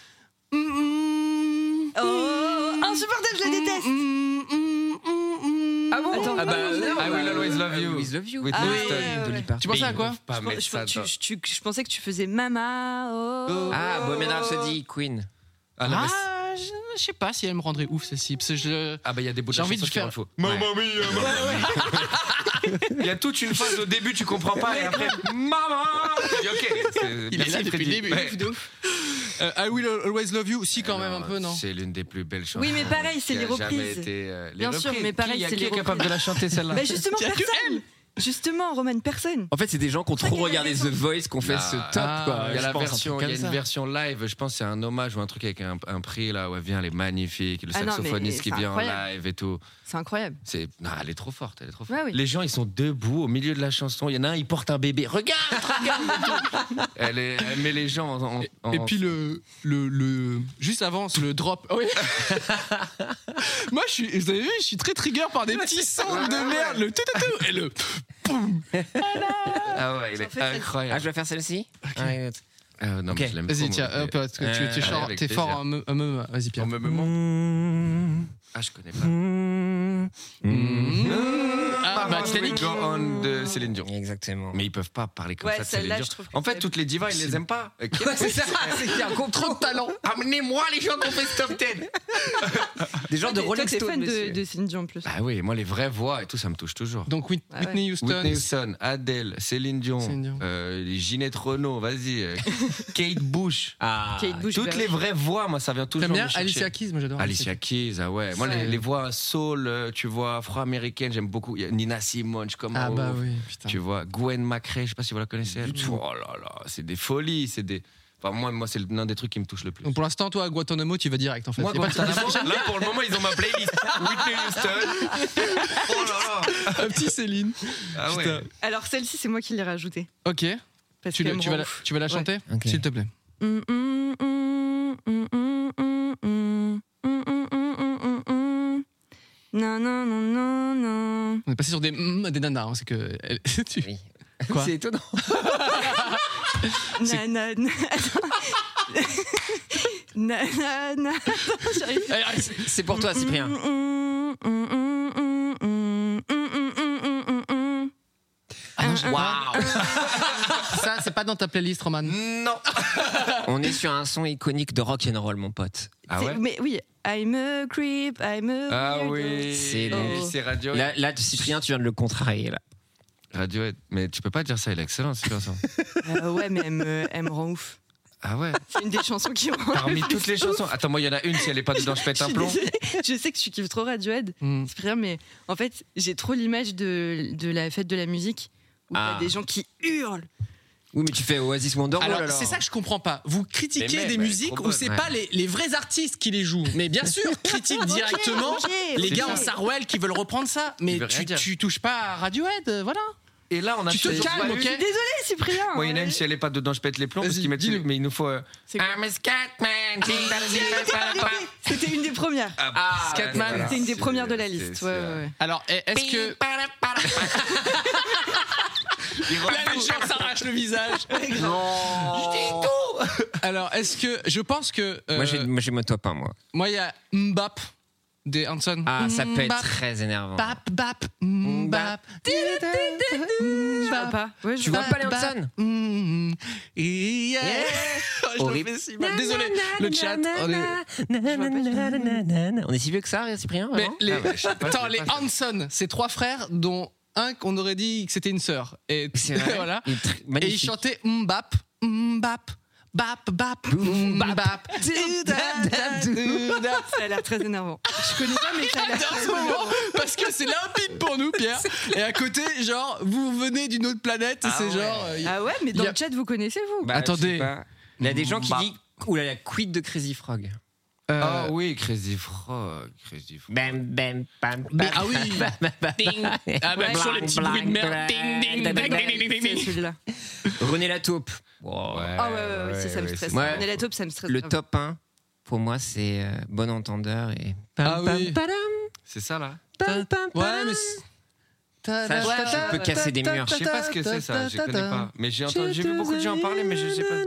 Oh, insupportable, je la déteste.
Ah bon?
Attends,
ah bah,
non, I will always love you.
Always love you.
Ah, ouais, ouais, ouais.
Tu pensais à quoi?
Pas
je, je, tu, tu, je pensais que tu faisais Mama. Oh,
ah, Bohemian Rhapsody, Queen.
Ah, ah je, je sais pas si elle me rendrait ouf celle-ci. Parce que je,
ah bah il y a des bouts de
j'ai envie de faire.
Mamma mia, mamma mia. Il y a toute une phase au début tu comprends pas et après Maman. Ok.
Il est là depuis le début. Euh, I Will Always Love You aussi quand même un peu, non?
C'est l'une des plus belles chansons.
Oui, mais pareil, c'est les reprises.
Été, euh, les
Bien
reprises.
sûr, mais pareil,
qui,
c'est
qui
les
est capable
reprises.
de la chanter celle-là?
Bah justement personne. Justement, Roman, personne.
En fait, c'est des gens qui ont trop regardé The Voice, qui ont fait ah, ce top.
Ah,
quoi.
Il y a, la
pense,
version, il y a une version live, je pense que c'est un hommage ou un truc avec un, un prix là où elle vient, elle est magnifique, le ah saxophoniste non, qui vient incroyable. En live et tout.
C'est incroyable.
C'est, non, elle est trop forte, elle est trop forte.
Ouais, oui.
Les gens, ils sont debout au milieu de la chanson. Il y en a un, il porte un bébé. Regarde, regarde. elle, est, elle met les gens en. en
et, et puis le, le, le, juste avant, le drop. Oui. Moi, je suis, vous avez vu, je suis très trigger par des petits sons de merde. Le tout, tout, tout, et le. Boum.
Ah ouais, il est incroyable.
Ah, je vais faire celle-ci.
Euh, non, okay. mais je l'aime
Vas-y, tiens, hop, parce que tu, tu, tu euh, t'es fort en me, me, vas-y, Pierre.
En me, me, me. Ah, je connais pas.
Mmh. Mmh. Ah, Ah, bah, Titanic.
Go On de Céline Dion.
Exactement.
Mais ils peuvent pas parler comme
Ouais,
ça de Céline Dion. En fait, toutes les divas, ils les aiment pas.
Ouais, c'est ça, c'est qu'il y a un trop de talent.
Amenez-moi les gens qui ont fait ce top dix.
Des gens de Rolling
Stone. T'es fan
Stone,
de, de Céline Dion en plus.
Ah oui, moi les vraies voix et tout, ça me touche toujours.
Donc Whit-
Ah ouais.
Whitney Houston.
Whitney Houston, Adele, Céline Dion,
Céline Dion.
Euh, Ginette Renault, vas-y, euh, Kate Bush.
Ah,
Kate Bush,
Toutes
bah
les
oui.
vraies voix, moi ça vient toujours
T'aimes
me
bien
chercher.
Alicia Keys? Moi j'adore.
Alicia Keys, ah ouais. Moi,
Ouais.
les, les voix soul, euh, tu vois, afro-américaines, j'aime beaucoup. Il y a Nina Simone, je commence.
Ah bah oui, putain.
Tu vois, Gwen McRae, je sais pas si vous la connaissez. Elle. Oh là là, c'est des folies, c'est des. Enfin, moi, moi c'est l'un des trucs qui me touche le plus.
Donc pour l'instant, toi, à Guantanamo, tu vas direct en fait.
Moi,
Y a pas de-
Guantanamo, là, pour le moment, ils ont ma playlist. Whitney Houston. Oh là là.
Un petit Céline.
Ah ouais.
Putain.
Alors celle-ci, c'est moi qui l'ai rajoutée.
Ok.
Parce
Tu,
qu'elle
le-
me
tu
rend
vas la,
ouf.
tu vas la
Ouais.
chanter,
Ok.
s'il te plaît.
Mm, mm, mm, mm, mm, mm, mm, mm, mm, mm, mm. Non, non, non, non, non.
On est passé sur des mm, des nanas. Hein, c'est que. elle- tu-
Oui.
Quoi
C'est étonnant.
Na, na, na. Attends. Na, na, na. Attends, j'arrive plus.
Allez, arrête.
C'est pour toi, Cyprien.
Mm, mm, mm, mm, mm, mm, mm, mm, mm, mm.
Ah non, je-
Waouh.
Ça, c'est pas dans ta playlist, Roman.
Non.
On est sur un son iconique de rock'n'roll, mon pote.
Ah
C'est-
ouais.
Mais oui, I'm a creep, I'm a
Ah
weirdo.
oui.
C'est
Et
donc-
puis c'est Radiohead.
Là, là, Cyprien, tu viens de le contrarier, là.
Radiohead. Mais tu peux pas dire ça, il est excellent, cette chanson.
Euh, ouais, mais elle me, elle me rend ouf.
Ah ouais.
C'est une des chansons qui me rend
Parmi
le plus
toutes les
ouf.
chansons. Attends, moi, il y en a une, si elle est pas dedans, je pète
Je
un
suis
plomb.
désolée. Je sais que tu kiffes trop Radiohead,
Mm.
Cyprien, mais en fait, j'ai trop l'image de, de la fête de la musique où
Ah.
t'as des gens qui hurlent.
Oui, mais tu fais Oasis Wonderwall,
Alors,
alors.
c'est ça que je comprends pas. Vous critiquez
Mais même,
des
elle est
musiques
trop
où
bonne,
c'est
ouais.
pas les, les vrais artistes qui les jouent. Mais bien sûr, critique directement
ok,
les
ok.
gars en Sarwell qui veulent reprendre ça. Mais
Tu veux rien
tu,
dire.
tu touches pas à Radiohead, euh, voilà.
Et là, on a
Tu te
fait-
calmes,
Ouais,
ok.
Je suis désolée, Cyprien.
Moi, il y en a
ouais.
une, si elle est pas dedans, je pète les plombs, parce
Vas-y,
qu'ils mettent.
dis-le.
Mais il nous faut. euh,
C'est quoi
I'm a Scatman.
C'était une des premières.
Ah,
Scatman.
voilà.
C'était une des
C'est-
premières de la
c'est-
liste.
c'est-
Ouais, ouais, ouais.
Alors, est- est-ce que. Là, les gens s'arrachent le visage.
Non.
Alors, est-ce que. Je pense que. euh,
Moi, j'ai, moi, j'ai mon top un, moi.
moi, il y a Mbap des Hanson.
Ah, ça peut être
Mbap,
très énervant.
Bap, bap, Mbap.
Je vois pas. Ouais, je
Tu
vois
vois pas les Hanson?
Mm, yeah. Oh, je le
Horrible.
fais si mal. Désolé, le chat. on est-
On est si vieux que ça, Cyprien?
Mais
vraiment
les...
Ah ouais, je sais pas,
Attends,
je
les
sais pas.
Hanson, c'est trois frères dont un qu'on aurait dit que c'était une sœur. Et
C'est vrai.
voilà.
Il est tr-
Et ils
magnifique.
chantaient Mbap, Mbap, Bap, Bap, Mbap.
Ça a l'air très énervant. Je connais pas, mais ça a l'air
J'adore
très
ce moment
énervant.
parce que c'est limpide pour nous, Pierre. Et à côté, genre, vous venez d'une autre planète.
Ah
c'est
ouais.
genre. euh,
Ah ouais, mais dans
Il y a-
le chat, vous connaissez, vous
Bah,
Attendez.
je sais pas. Il y a des gens qui
Bah.
disent. Ouh là là, quid de Crazy Frog?
euh,
Ah oui, Crazy Frog. Crazy Frog.
Bam, bam, bam,
Mais-
bam,
ah oui.
bam, bam, bam,
Ding. Ah bah,
bam,
sur les petits
blam,
bruits de merde.
blam,
Ding, ding,
blam,
ding,
blam,
ding, ding, ding,
C'est
ding.
celui-là.
René Lataupe. Wow.
Ah ouais, ouais, ouais, si, ça me stresse.
Ouais.
On est la taupe, ça me stresse.
Le
grave.
top un, pour moi, c'est euh, Bon Entendeur et.
Ah oui.
Padam,
C'est ça là.
pam, pam,
Ouais,
padam.
mais. c'est-
Ça, tu peux casser des murs.
Je sais pas ce que c'est ça, je connais pas. Mais j'ai entendu, j'ai vu beaucoup de gens en parler, mais je sais pas.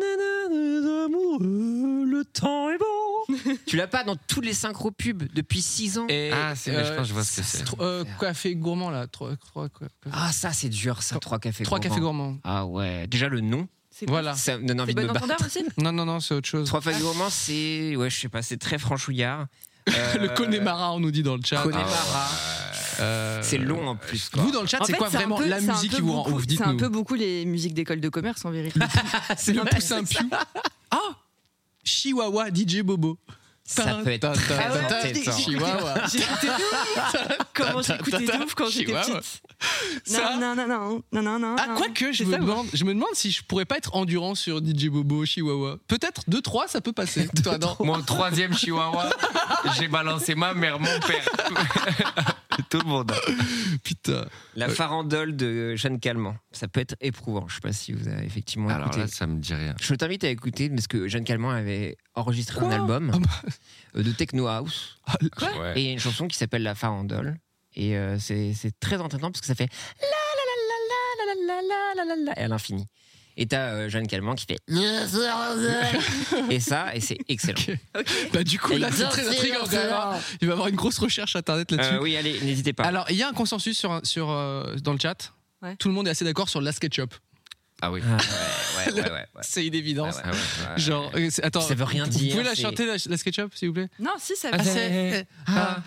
Le temps est bon. Tu l'as pas dans tous les synchro pubs depuis six ans.
Et,
Ah, c'est- mais je pense que je vois ce que c'est.
tro- euh, Café gourmand, là. Trois, trois, quoi- quoi-
Ah, ça, c'est dur, ça. Trois cafés
trois
gourmands.
cafés gourmands.
Ah ouais. Déjà, le nom,
C'est
Voilà.
ça me donne envie
C'est
de
bon
me battre.
entendeur aussi
Non, non, non, c'est autre chose.
Trois cafés gourmands, c'est. Ouais, je sais pas, c'est très franchouillard. Euh,
Le Connemara, on nous dit dans le chat.
Connemara.
Euh,
C'est long en plus. quoi.
Vous, dans le chat,
En
c'est
fait,
quoi
c'est un
vraiment
peu-
la
c'est un
musique
peu
qui vous rend
beaucoup-
ouf?
C'est un
Dites-nous.
peu beaucoup les musiques d'école de commerce en vérité.
C'est le
Ouais,
poussin
c'est
piou. Ah Chihuahua, D J Bobo.
Ça peut être très
Ah ouais,
entêtant.
Chihuahua.
J'écoutais Comment j'écoutais de ouf quand j'étais
Chihuahua.
petite.
Ça-
Non, non, non, non, non, non.
Ah, quoique, je
C'est
me,
ça,
demande, je me demande si je pourrais pas être endurant sur D J Bobo, Chihuahua. Peut-être deux trois, ça peut passer. Toi, non.
Mon troisième chihuahua, j'ai balancé ma mère, mon père. Tout le monde.
Putain.
La farandole de Jeanne Calment. Ça peut être éprouvant. Je sais pas si vous avez effectivement
Alors
écouté.
là, ça me dit rien.
Je t'invite à écouter parce que Jeanne Calment avait enregistré
Quoi
un album
Ah bah.
euh, de techno house
Ouais.
et il y a une chanson qui s'appelle La Farandole et euh, c'est c'est très entraînant parce que ça fait la la la la la la la la la la la à l'infini. Et t'as euh, Jeanne Calment qui fait et ça, et c'est excellent.
Okay. Okay. Bah du coup là c'est très intriguant. Il va y avoir une grosse recherche internet là-dessus.
Euh, oui, allez, n'hésitez pas.
Alors il y a un consensus sur sur euh, dans le chat. Ouais. Tout le monde est assez d'accord sur Last Ketchup.
Ah oui.
Ah, ouais, ouais, ouais, ouais.
C'est une évidence.
Ouais, ouais, ouais, ouais.
Genre, euh, attends.
Ça veut rien dire.
Vous pouvez la
c'est...
chanter, la, la SketchUp, s'il vous plaît?
Non, si, ça
veut dire. Ah,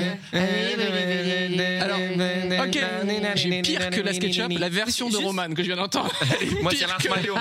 alors, ok, j'ai pire que la SketchUp, la version de Roman que je viens d'entendre.
Moi, c'est Marc Mario.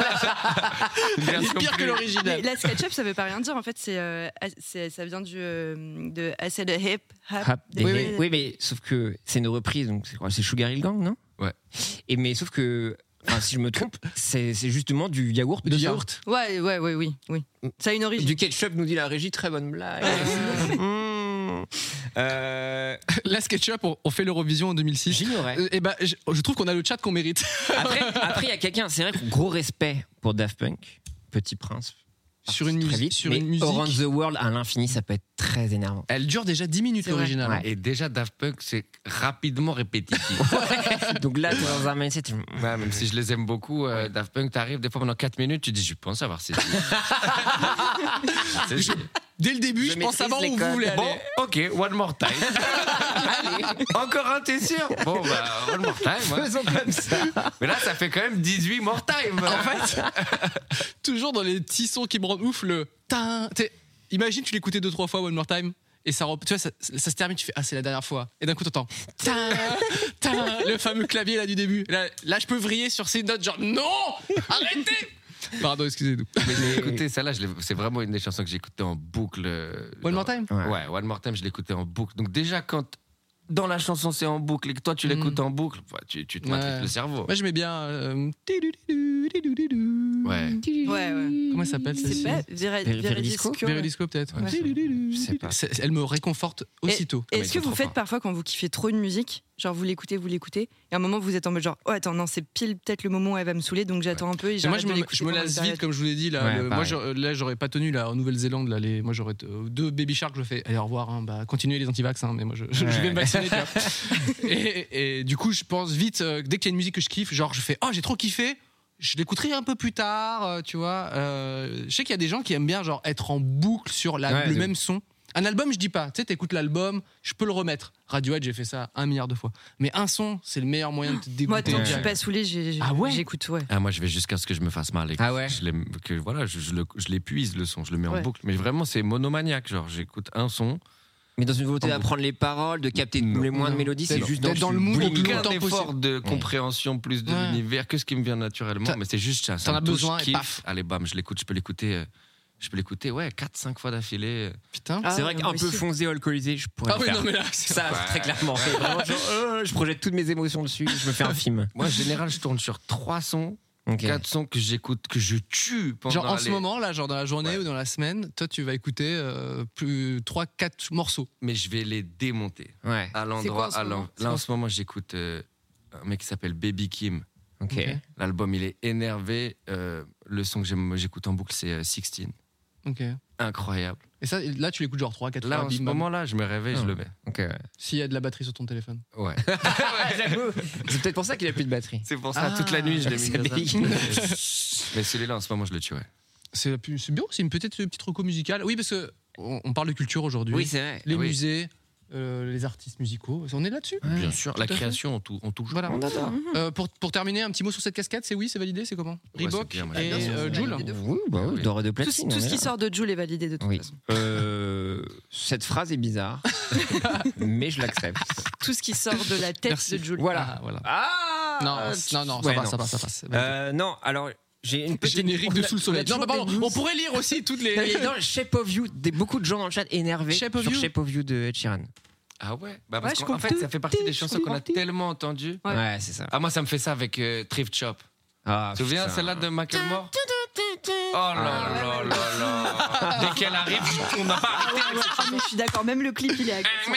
Pire que l'original.
La SketchUp, ça veut pas rien dire. En fait, c'est, euh, c'est ça vient du euh, de I said a hip hop.
Oui, oui, oui, mais sauf que c'est une reprise, donc c'est quoi? C'est Sugar Hill Gang, non?
Ouais.
Et mais sauf que. Enfin, si je me trompe, c'est, c'est justement du yaourt.
Du yaourt.
Ouais, ouais, ouais, oui, oui. Ça a une origine.
Du ketchup, nous dit la régie, très bonne blague. mmh. euh...
La SketchUp, on, on fait l'Eurovision en deux mille six.
J'ignorais.
Euh, et ben, je, je trouve qu'on a le chat qu'on mérite.
Après, après, il y a quelqu'un. C'est vrai que gros respect pour Daft Punk, Petit Prince.
Sur une, musique, sur une musique.
Around the World à l'infini, ça peut être très énervant.
Elle dure déjà dix minutes l'original.
Ouais.
Et déjà Daft Punk, c'est rapidement répétitif.
Ouais. Donc là, t'es dans un mindset.
Ouais, même si je les aime beaucoup, euh, ouais. Daft Punk, t'arrives des fois pendant quatre minutes, tu dis, je pense avoir saisi.
je, dès le début, je, je pense savoir où vous voulez aller.
Bon, ok, one more time. Allez, encore un, t'es sûr? Bon, bah, one more time. Ouais.
Faisons comme ça.
Mais là, ça fait quand même dix-huit more time.
En fait, toujours dans les petits sons qui me rendent ouf, le tin. Imagine, tu l'écoutais deux, trois fois, one more time. Et ça, tu vois, ça, ça se termine, tu fais ah, c'est la dernière fois. Et d'un coup, t'entends tin, tin, le fameux clavier là du début. Là, là, je peux vriller sur ces notes, genre non, arrêtez. Pardon, excusez-nous.
Mais écoutez, celle-là, je c'est vraiment une des chansons que j'écoutais en boucle.
One More Time.
Ouais. ouais, One More Time, je l'écoutais en boucle. Donc déjà, quand dans la chanson c'est en boucle et que toi tu l'écoutes mmh. en boucle, tu, tu te matriques ouais. le cerveau.
Moi, j'aimais bien. Euh...
Ouais.
Ouais, ouais.
Comment elle s'appelle?
C'est pas Veridisco.
Veridisco peut-être. Ouais. Ouais. Je sais pas. Elle me réconforte aussitôt.
Et, est-ce que vous faites parfois quand vous kiffez trop une musique, genre vous l'écoutez, vous l'écoutez, et à un moment vous êtes en mode genre oh attends non c'est pile peut-être le moment où elle va me saouler donc j'attends ouais. un peu et
moi je me, je me lasse vite comme je vous l'ai dit là.
Ouais,
le, moi je, là j'aurais pas tenu là en Nouvelle-Zélande là les, moi j'aurais euh, deux Baby Shark je fais allez au revoir hein, bah continuez les anti-vax hein, mais moi je, ouais. je vais me vacciner. et, et du coup je pense vite euh, dès qu'il y a une musique que je kiffe genre je fais oh j'ai trop kiffé. Je l'écouterai un peu plus tard, euh, tu vois. Euh, je sais qu'il y a des gens qui aiment bien genre être en boucle sur la, ouais, le même son. Un album, je dis pas. Tu sais, t'écoutes l'album, je peux le remettre. Radiohead, j'ai fait ça un milliard de fois. Mais un son, c'est le meilleur moyen de te dégoûter.
Moi, tant que je suis pas saoulé, j'ai, j'ai, ah ouais j'écoute. Ouais.
Ah, moi, je vais jusqu'à ce que je me fasse mal.
Ah ouais.
Je que voilà, je, je, le, je l'épuise le son, je le mets ouais. en boucle. Mais vraiment, c'est monomaniaque. Genre, j'écoute un son.
Mais dans une volonté d'apprendre les paroles, de capter non, les moins de mélodies, c'est, c'est juste dans,
dans le mood.
Aucun effort de compréhension plus de ouais. l'univers que ce qui me vient naturellement. T'as, mais c'est juste ça.
T'en as besoin et
paf. Allez, bam, je l'écoute, je peux l'écouter. Je peux l'écouter, ouais, quatre cinq fois d'affilée.
Putain.
Ah, c'est vrai qu'un peu foncé, alcoolisé, je pourrais ah le oui, faire. Non, mais là, c'est ça, ouais. très clairement. Vraiment, genre, euh, je projette toutes mes émotions dessus, je me fais un film.
Moi, en général, je tourne sur trois sons. Okay. Quatre sons que j'écoute, que je tue pendant
genre en
les...
ce moment là, genre dans la journée ouais. ou dans la semaine, toi tu vas écouter euh, plus trois quatre morceaux.
Mais je vais les démonter.
Ouais.
À l'endroit, à l'endroit. Là en ce moment j'écoute euh, un mec qui s'appelle Baby Kim.
Ok. okay.
L'album il est énervé. Euh, le son que j'aime, j'écoute en boucle c'est euh, sixteen.
Ok.
Incroyable.
Et ça, là, tu l'écoutes genre trois quatre fois.
Là, en ce moment-là, je me réveille, oh. je le mets.
Ok. Ouais.
S'il y a de la batterie sur ton téléphone.
Ouais.
ouais, j'avoue. C'est peut-être pour ça qu'il a plus de batterie.
C'est pour ça, ah, toute la nuit, je l'ai mis comme ça. Mais celui-là, en ce moment, je le tue, ouais.
C'est, c'est bien, c'est une petite, petite reco musicale. Oui, parce que on, on parle de culture aujourd'hui.
Oui, c'est vrai.
Les
oui.
musées. Euh, les artistes musicaux, on est là-dessus.
Ouais, bien sûr, la création, on, on touche.
Voilà. On adore. Euh, pour, pour terminer, un petit mot sur cette casquette, c'est oui, c'est validé, c'est comment Reebok
ouais,
et euh, Joule.
Oui, bah oui, d'or et de platine.
Tout, tout ce qui sort de Joule est validé de toute
oui.
façon.
Euh, cette phrase est bizarre, mais je l'accepte.
Tout ce qui sort de la tête
Merci.
de Joule.
Voilà,
ah, voilà.
Ah
non, non, non, ça
ouais,
passe,
non.
ça passe, ça passe.
Euh, non, alors. J'ai une petite
générique de Sous le Soleil. Non, pardon, on pourrait lire aussi toutes les.
Dans Shape of You, des, beaucoup de gens dans le chat énervés
Shape of
sur
You.
Shape of You de Ed Sheeran.
Ah ouais, bah parce
ouais,
qu'en fait ça fait partie des chansons qu'on a tellement entendues.
Ouais, ouais c'est ça.
Ah moi ça me fait ça avec euh, Thrift Shop.
Ah,
tu te souviens celle-là de Macklemore? Oh là là là là. Dès qu'elle arrive, on n'a pas arrêté avec cette chanson.
Je suis d'accord, même le clip il est agressif.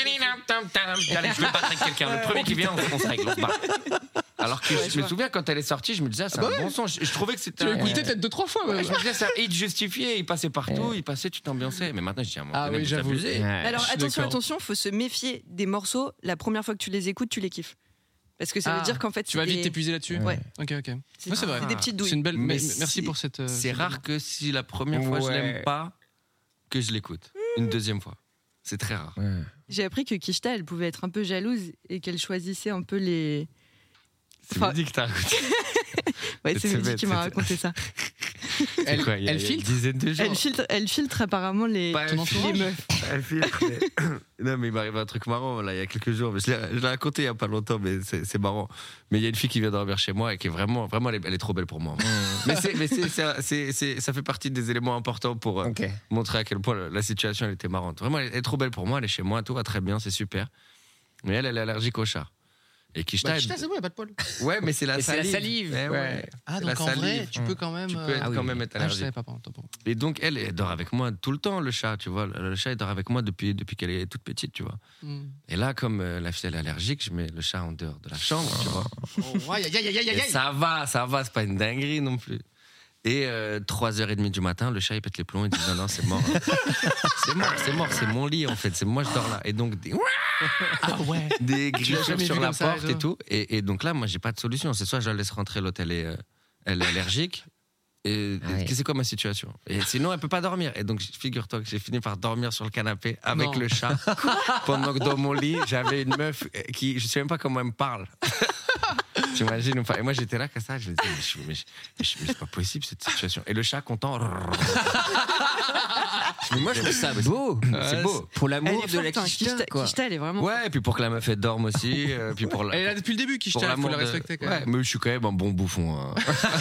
Allez, je vais battre avec quelqu'un. Le premier qui vient, on se règle, on se bat. Alors que ouais, je, je me souviens quand elle est sortie, je me disais, ah, c'est ah bah un ouais. bon son. Je, je trouvais que c'était.
Tu l'as écouté euh... peut-être deux, trois fois. Ouais.
Je me disais, c'est un hit justifié. Il passait partout, il passait, tu t'ambiançais. Mais maintenant, je dis, ah,
ah oui, j'avoue.
Ouais. Alors attention, attention, faut se méfier des morceaux. La première fois que tu les écoutes, tu les kiffes. Parce que ça veut
Ah,
dire qu'en fait.
Tu vas
c'est
vite
des-
t'épuiser là-dessus.
Ouais.
Ok, ok.
C'est,
Ouais, c'est vrai.
c'est des petites douilles.
C'est une belle.
Mais
mais- Merci
si-
pour cette. euh,
C'est
cette
rare que si la première fois je
Ouais.
l'aime pas, que je l'écoute. Une deuxième fois. C'est très rare.
Ouais.
J'ai appris que Kishta, elle pouvait être un peu jalouse et qu'elle choisissait un peu les.
C'est
Enfin-
Mehdi que t'as raconté.
Ouais, c'est
C'est
Mehdi
bête,
qui m'a
c'est-
raconté ça.
Elle,
Quoi, il y a-
elle
il y a une
filtre.
dizaine de jours.
Elle filtre, elle filtre apparemment les,
Pas
ton
elle
entourage.
les meufs.
Elle filtre, mais- Non, mais il m'arrive un truc marrant là, il y a quelques jours. Mais je, l'ai, je l'ai raconté il n'y a pas longtemps, mais c'est, c'est marrant. Mais il y a une fille qui vient dormir chez moi et qui est vraiment, vraiment elle est, elle est trop belle pour moi. mais c'est, mais c'est, c'est, c'est- c'est- ça fait partie des éléments importants pour euh,
Ok.
montrer à quel point la, la situation elle était marrante. Vraiment, elle est trop belle pour moi, elle est chez moi, tout va très bien, c'est super. Mais elle, elle est allergique aux chats. Et Kishta,
Bah,
elle-
Kishta, c'est bon, y a pas de poil.
ouais, mais c'est la
Et c'est la
salive.
salive,
Eh ouais.
ouais.
Ah,
C'est
donc
la
en vrai,
salive.
tu peux quand même.
Tu peux
euh,
être,
Ah oui.
quand même être
Ah, je
allergique.
savais pas, pardon. pardon.
Et donc, elle, elle dort avec moi tout le temps, le chat, tu vois. Le, le chat, il dort avec moi depuis, depuis qu'elle est toute petite, tu vois.
Hmm.
Et là, comme euh, la fille, elle est allergique, je mets le chat en dehors de la chambre, tu vois.
Oh, aïe, aïe, aïe, aïe, aïe,
Et
aïe.
ça va, ça va, c'est pas une dinguerie non plus. Et euh, trois heures trente du matin, le chat, il pète les plombs, il dit non, non, c'est mort. c'est mort, c'est mort, c'est mon lit, en fait. C'est moi, je dors là. Et donc, des,
Ah ouais.
des
l'as
griffures
jamais
sur
vu
la
comme ça,
porte
déjà
et tout. Et, et donc là, moi, j'ai pas de solution. C'est soit je la laisse rentrer, l'autre, elle est, euh, elle est allergique. Et
Ah ouais.
et c'est quoi ma situation? Et sinon, elle peut pas dormir. Et donc, figure-toi que j'ai fini par dormir sur le canapé avec
Non.
le chat. Pendant que dans mon lit, j'avais une meuf qui, je sais même pas comment elle me parle. T'imagines ou pas? Et moi, j'étais là comme ça. Je me disais, mais, je- mais je- mais je- mais c'est pas possible cette situation. Et le chat content.
Mais moi, je trouve ça beau.
C'est beau.
Pour
Elle
l'amour
est
de
forte,
la
hein,
Kishta,
Kishta,
quoi.
Kishta, elle est vraiment.
Ouais, et puis pour que la meuf elle dorme aussi. euh, puis pour la,
Elle est là depuis le début,
pour
Kishta. Il faut
l'amour
la
de-
respecter quand
Ouais,
même.
mais je suis quand même un bon bouffon. hein.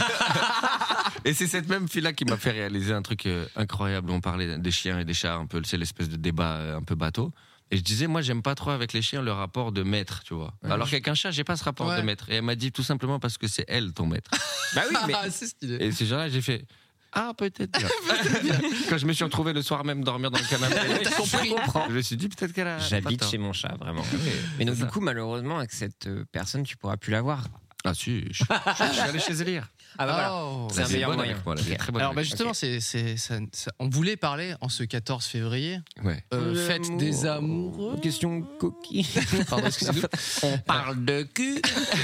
Et c'est cette même fille-là qui m'a fait réaliser un truc euh, incroyable. On parlait des chiens et des chats, un peu, c'est l'espèce de débat euh, un peu bateau. Et je disais, moi, j'aime pas trop avec les chiens le rapport de maître, tu vois. Alors qu'avec un chat, j'ai pas ce rapport
Ouais.
de maître. Et elle m'a dit tout simplement parce que c'est elle ton maître.
Bah oui, mais
Ah, c'est stylé.
Et ces gens-là, j'ai fait. Ah, peut-être bien. Quand je me suis retrouvé le soir même dormir dans le canapé,
T'as compris.
je me suis dit peut-être qu'elle a. pas
J'habite
tort.
chez mon chat, vraiment. Mais donc,
c'est
du
ça.
coup, malheureusement, avec cette euh, personne, tu pourras plus la voir.
Ah, si, je, je suis allé chez Elire.
Ah bah voilà.
Oh.
C'est un
Elle est
meilleur
bonne
moyen.
avec moi, elle est
Ok.
très bonne
Alors bah
avec
justement,
Ok.
c'est, c'est, ça- ça- on voulait parler en ce quatorze février,
moi. Ouais.
euh, fête
L'amour.
des amoureux.
Question coquille.
Pardon, excusez-nous.
On parle de cul.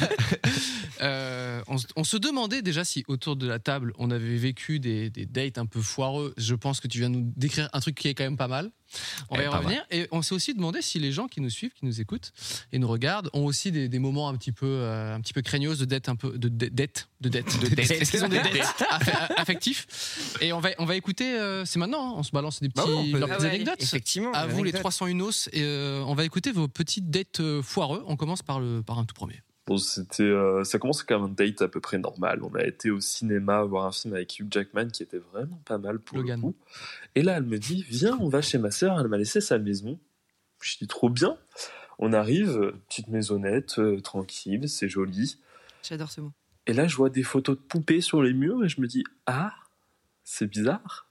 Euh, on, se- on se demandait déjà si autour de la table on avait vécu des, des dates un peu foireux. Je pense que tu viens de nous décrire un truc qui est quand même pas mal. On va
Eh,
y
pas
revenir. Et on s'est aussi demandé si les gens qui nous suivent, qui nous écoutent et nous regardent ont aussi des, des moments un petit peu, euh, un petit peu craignos de dette, un peu de de- dette, de dette, de dette. Est-ce qu'ils ont des dettes aff- affectifs? Et on va, on va écouter. euh, c'est maintenant. hein, on se balance des petits,
Bah oui, on peut-
leurs
Ah
petites
ouais,
anecdotes.
Effectivement.
À vous les
l'anecdote.
trois cents unos. Et euh, on va écouter vos petites dettes euh, foireux. On commence par le, par un tout premier.
Bon, c'était, euh, ça commence comme un date à peu près normal. On a été au cinéma voir un film avec Hugh Jackman qui était vraiment pas mal pour
Logan.
le coup. Et là, elle me dit, viens, on va chez ma sœur. Elle m'a laissé sa maison. Je dis, trop bien. On arrive, euh, petite maisonnette, euh, tranquille, c'est joli.
J'adore ce mot.
Et là, je vois des photos de poupées sur les murs et je me dis, ah, c'est bizarre.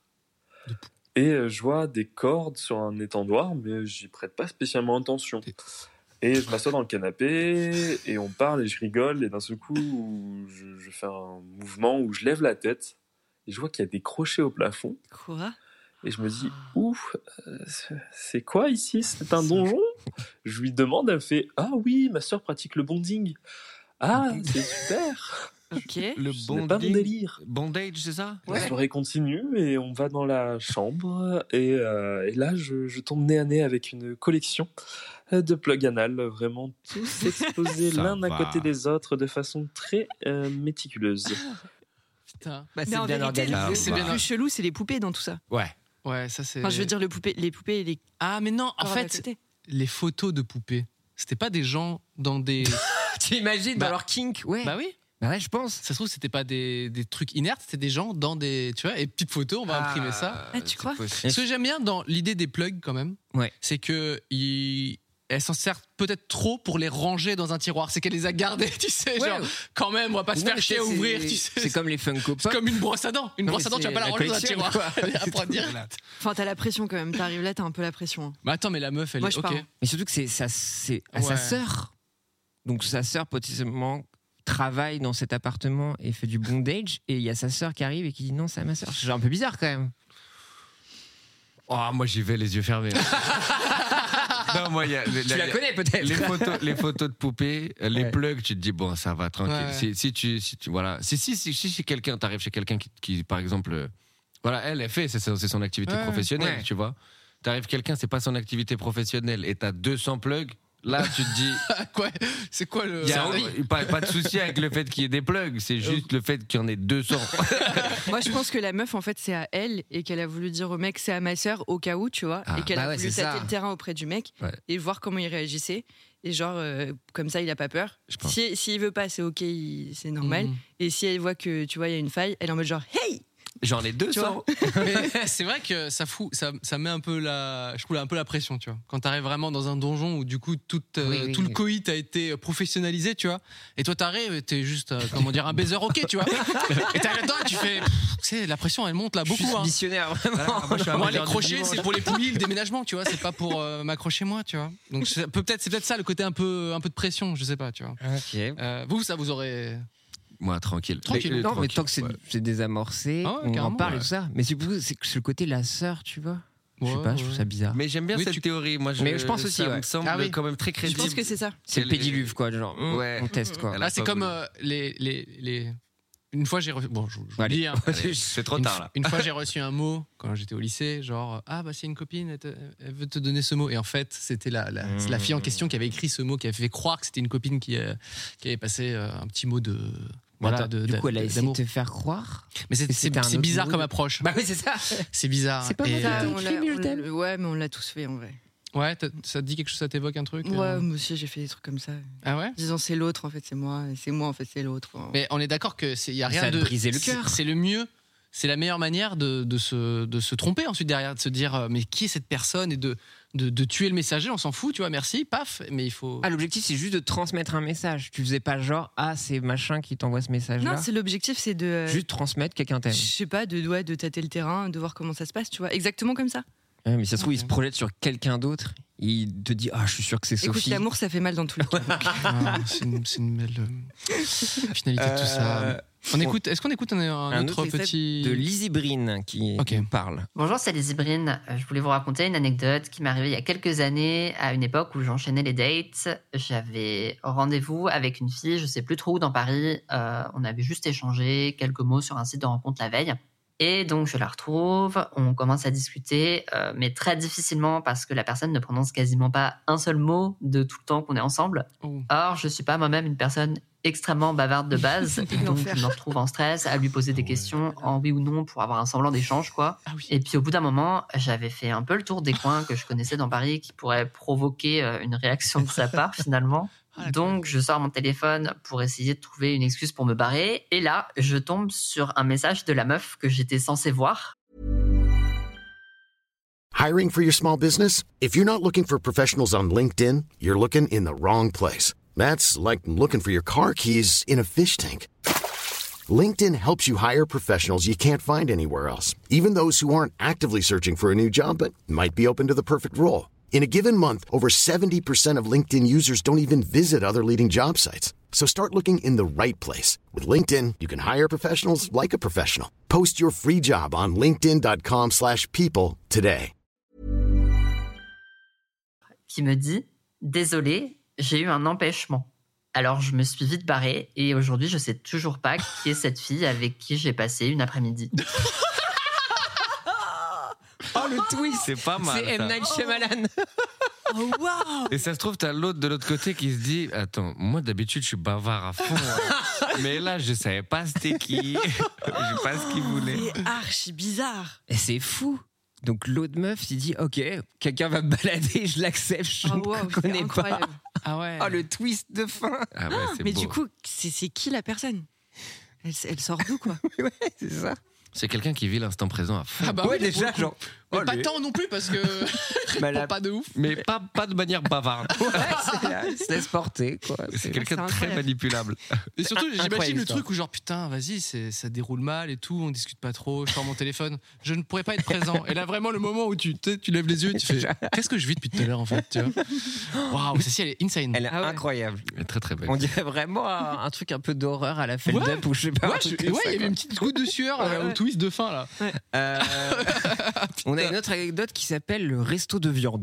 Et euh, je vois des cordes sur un étendoir, mais j'y prête pas spécialement attention. Et je m'assois dans le canapé et on parle et je rigole et d'un seul coup je, je fais un mouvement où je lève la tête et je vois qu'il y a des crochets au plafond
Quoi?
et je me dis ouf, euh, c'est quoi ici? C'est un donjon? Je lui demande, elle fait ah oui, ma sœur pratique le bonding. Ah, c'est super.
Ok.
Le
Ce n'est pas mon délire.
Bondage, c'est ça?
La soirée continue et on va dans la chambre et, euh, et là je, je tombe nez à nez avec une collection de plugs anal, vraiment tous exposés
Ça
l'un à
va.
côté des autres de façon très euh, méticuleuse.
Putain.
Bah,
Mais
c'est
en
bien
vérité,
organisé.
le,
C'est
le
bien.
plus chelou, c'est les poupées dans tout ça.
Ouais.
Ouais, ça c'est.
Enfin, je veux dire, le poupée, les poupées et les
Ah, mais non, en
corps d'à
fait,
côté.
les photos de poupées, c'était pas des gens dans des.
Tu imagines
Bah-
dans leur kink? Ouais.
bah oui,
Bah ouais, je pense.
ça se trouve, c'était pas des, des trucs inertes, c'était des gens dans des. Tu vois, et petite photo, on va imprimer ça.
Ah, tu crois?
Ce que j'aime bien dans l'idée des plugs, quand même,
Ouais.
c'est que. ils- Elle s'en sert peut-être trop pour les ranger dans un tiroir. C'est qu'elle les a gardés, tu sais.
Ouais.
Genre, quand même, on va pas se
Non,
faire
mais
chier
ça,
à
c'est-
ouvrir, tu sais.
C'est comme les Funko
C'est
Pop.
comme une brosse à dents. Une
Non,
brosse
mais
à dents, tu vas
c'est
pas la
la
ranger dans un
collection,
tiroir.
quoi.
Elle est à prendre direct.
Enfin, t'as la pression quand même. T'arrives là, t'as un peu la pression. hein.
Mais attends, mais la meuf, elle
Moi,
est
je
ok.
pars.
Mais surtout que c'est sa, c'est à
Ouais.
sa sœur. Donc sa sœur potentiellement travaille dans cet appartement et fait du bondage et il y a sa sœur qui arrive et qui dit non, c'est à ma sœur. C'est un peu bizarre quand même.
Oh, moi j'y vais les yeux fermés. non, moi, y a,
tu la, la connais peut-être.
Les photos, les photos de poupées, les ouais. plugs, tu te dis bon, ça va tranquille. Ouais. Si, si tu, si tu, voilà, si si si, si, si quelqu'un, t'arrives chez quelqu'un qui, qui, par exemple, voilà, elle, elle fait, c'est, c'est son activité ouais. professionnelle, ouais. tu vois. T'arrives quelqu'un, c'est pas son activité professionnelle, et t'as deux cents plugs. Là, tu te dis.
Quoi c'est quoi le.
Y a pas, pas de souci avec le fait qu'il y ait des plugs, c'est juste le fait qu'il y en ait deux cents.
Moi, je pense que la meuf, en fait, c'est à elle et qu'elle a voulu dire au mec, c'est à ma sœur, au cas où, tu vois, ah, et qu'elle bah a ouais, voulu tâter le terrain auprès du mec ouais. et voir comment il réagissait. Et genre, euh, comme ça, il a pas peur. Si, s'il veut pas, c'est ok, il, c'est normal. Mmh. Et si elle voit que, tu vois, il y a une faille, elle est en mode genre, hey!
J'en ai deux cents.
Mais c'est vrai que ça fout, ça, ça met un peu la, je trouve un peu la pression, tu vois. Quand t'arrives vraiment dans un donjon où du coup tout, euh, oui, oui, tout oui. le coït a été professionnalisé, tu vois. Et toi t'arrives, t'es juste, euh, comment dire, un baiser ok, tu vois. Et t'arrives là-dedans et tu fais, tu sais, la pression elle monte là beaucoup. Je suis
hein. missionnaire vraiment.
Ah, moi, je suis moi les crochets c'est pour les poulies, le déménagement, tu vois. C'est pas pour euh, m'accrocher moi, tu vois. Donc c'est peut-être, c'est peut-être ça le côté un peu, un peu de pression, je sais pas, tu vois.
Ok.
Euh, vous, ça vous aurez.
Moi, tranquille.
Tranquille.
Mais,
non,
tranquille,
mais tant que c'est,
ouais.
c'est désamorcé, ah ouais, on en parle ouais. et tout ça. Mais c'est, c'est, c'est le côté la sœur, tu vois. Je sais ouais, pas, ouais. je trouve ça bizarre.
Mais j'aime bien oui, cette tu... théorie. Moi, je,
mais je pense aussi,
ça
ouais.
me semble
ah oui.
quand même très crédible.
Je pense que c'est ça.
C'est le pédiluve, quoi. Genre,
ouais.
on teste, quoi.
Là, c'est comme euh, les, les, les. Une fois, j'ai reçu. Bon, je, je vous
dis,
hein.
Allez, c'est trop
une,
tard, là.
Une fois, j'ai reçu un mot quand j'étais au lycée, genre ah bah c'est une copine, elle, te, elle veut te donner ce mot. Et en fait, c'était la, la, mmh. la fille en question qui avait écrit ce mot, qui avait fait croire que c'était une copine qui, euh, qui avait passé euh, un petit mot de.
Voilà, Attends, de, du coup, elle a essayé de te faire croire.
Mais c'est, c'est, c'est bizarre comme approche.
Bah oui, c'est ça.
C'est bizarre.
C'est pas moi
ça. On l'a, on l'a, ouais, mais on l'a tous fait en vrai.
Ouais, ça te dit quelque chose, ça t'évoque un truc
Ouais, euh... moi aussi j'ai fait des trucs comme ça.
Ah ouais.
Disons c'est l'autre en fait, c'est moi, et c'est moi en fait, c'est l'autre.
Mais on est d'accord que c'est, y a rien
ça
de
briser le cœur.
C'est, c'est le mieux. C'est la meilleure manière de, de, se, de se tromper ensuite derrière, de se dire mais qui est cette personne et de, de, de tuer le messager, on s'en fout, tu vois, merci, paf, mais il faut...
Ah, l'objectif c'est juste de transmettre un message. Tu faisais pas genre, ah c'est machin qui t'envoie ce message-là.
Non, c'est l'objectif, c'est de...
Juste transmettre, quelqu'un t'aime.
Je sais pas, de, ouais, de tâter le terrain, de voir comment ça se passe, tu vois, exactement comme ça.
Ouais, mais ça se trouve, okay. il se projette sur quelqu'un d'autre. Il te dit ah, je suis sûr que c'est Sophie.
Écoute, l'amour, ça fait mal dans tous les cas.
ah, c'est, une, c'est une belle euh, finalité de tout ça. On écoute, est-ce qu'on écoute un, un, un autre, autre petit
de Lizzie Brine qui okay. parle.
Bonjour, c'est Lizzie Brine. Je voulais vous raconter une anecdote qui m'est arrivée il y a quelques années, à une époque où j'enchaînais les dates. J'avais rendez-vous avec une fille, je sais plus trop où dans Paris. Euh, on avait juste échangé quelques mots sur un site de rencontre la veille. Et donc, je la retrouve, on commence à discuter, euh, mais très difficilement parce que la personne ne prononce quasiment pas un seul mot de tout le temps qu'on est ensemble. Oh. Or, je ne suis pas moi-même une personne extrêmement bavarde de base, et donc je me retrouve en stress à lui poser des questions en oui ou non pour avoir un semblant d'échange, quoi. Ah oui. Et puis, au bout d'un moment, j'avais fait un peu le tour des coins que je connaissais dans Paris qui pourraient provoquer une réaction de sa part, finalement. Donc, je sors mon téléphone pour essayer de trouver une excuse pour me barrer. Et là, je tombe sur un message de la meuf que j'étais censé voir.
Hiring for your small business? If you're not looking for professionals on LinkedIn, you're looking in the wrong place. That's like looking for your car keys in a fish tank. LinkedIn helps you hire professionals you can't find anywhere else, even those who aren't actively searching for a new job but might be open to the perfect role. In a given month, over seventy percent of LinkedIn users don't even visit other leading job sites. So start looking in the right place. With LinkedIn, you can hire professionals like a professional. Post your free job on linkedin dot com slash people today.
Qui me dit « Désolé, j'ai eu un empêchement ». Alors je me suis vite barrée et aujourd'hui je sais toujours pas qui est cette fille avec qui j'ai passé une après-midi.
Oh le twist,
c'est pas mal.
C'est M. Night Shyamalan.
Oh wow.
Et ça se trouve, t'as l'autre de l'autre côté qui se dit attends, moi d'habitude je suis bavard à fond, hein. Mais là je savais pas c'était qui, je sais pas ce qu'il voulait.
C'est archi bizarre.
Et c'est fou. Donc l'autre meuf, il dit ok, quelqu'un va me balader, je l'accepte, je
oh,
ne
wow,
connais pas.
Ah ouais.
Oh le twist de fin.
Ah ouais, c'est
mais
beau.
Du coup, c'est, c'est qui la personne? elle, elle sort d'où quoi?
Ouais, c'est ça.
C'est quelqu'un qui vit l'instant présent à fond.
Ah bah
ouais,
oui,
déjà, genre.
Mais
oh,
pas
les...
tant non plus parce que.
bah, la...
Pas de ouf.
Mais pas, pas de manière bavarde.
Ouais, c'est, il se laisse porter, quoi.
C'est,
c'est
quelqu'un de très manipulable.
Et surtout, j'imagine le truc où, genre, putain, vas-y, c'est, ça déroule mal et tout, on discute pas trop, je sors mon téléphone, je ne pourrais pas être présent. Et là, vraiment, le moment où tu, tu lèves les yeux et tu fais qu'est-ce que je vis depuis tout à l'heure, en fait, tu vois. Waouh, celle-ci, elle est insane.
Elle est ah ouais. incroyable.
Elle est très, très belle.
On dirait vraiment un, un truc un peu d'horreur à la Feld
ouais.
Up ou je sais pas.
Ouais, je, ouais, il y avait une petite goutte de sueur ouais, ouais. au twist de fin, là.
Ouais. Euh, on a une autre anecdote qui s'appelle le resto de viande.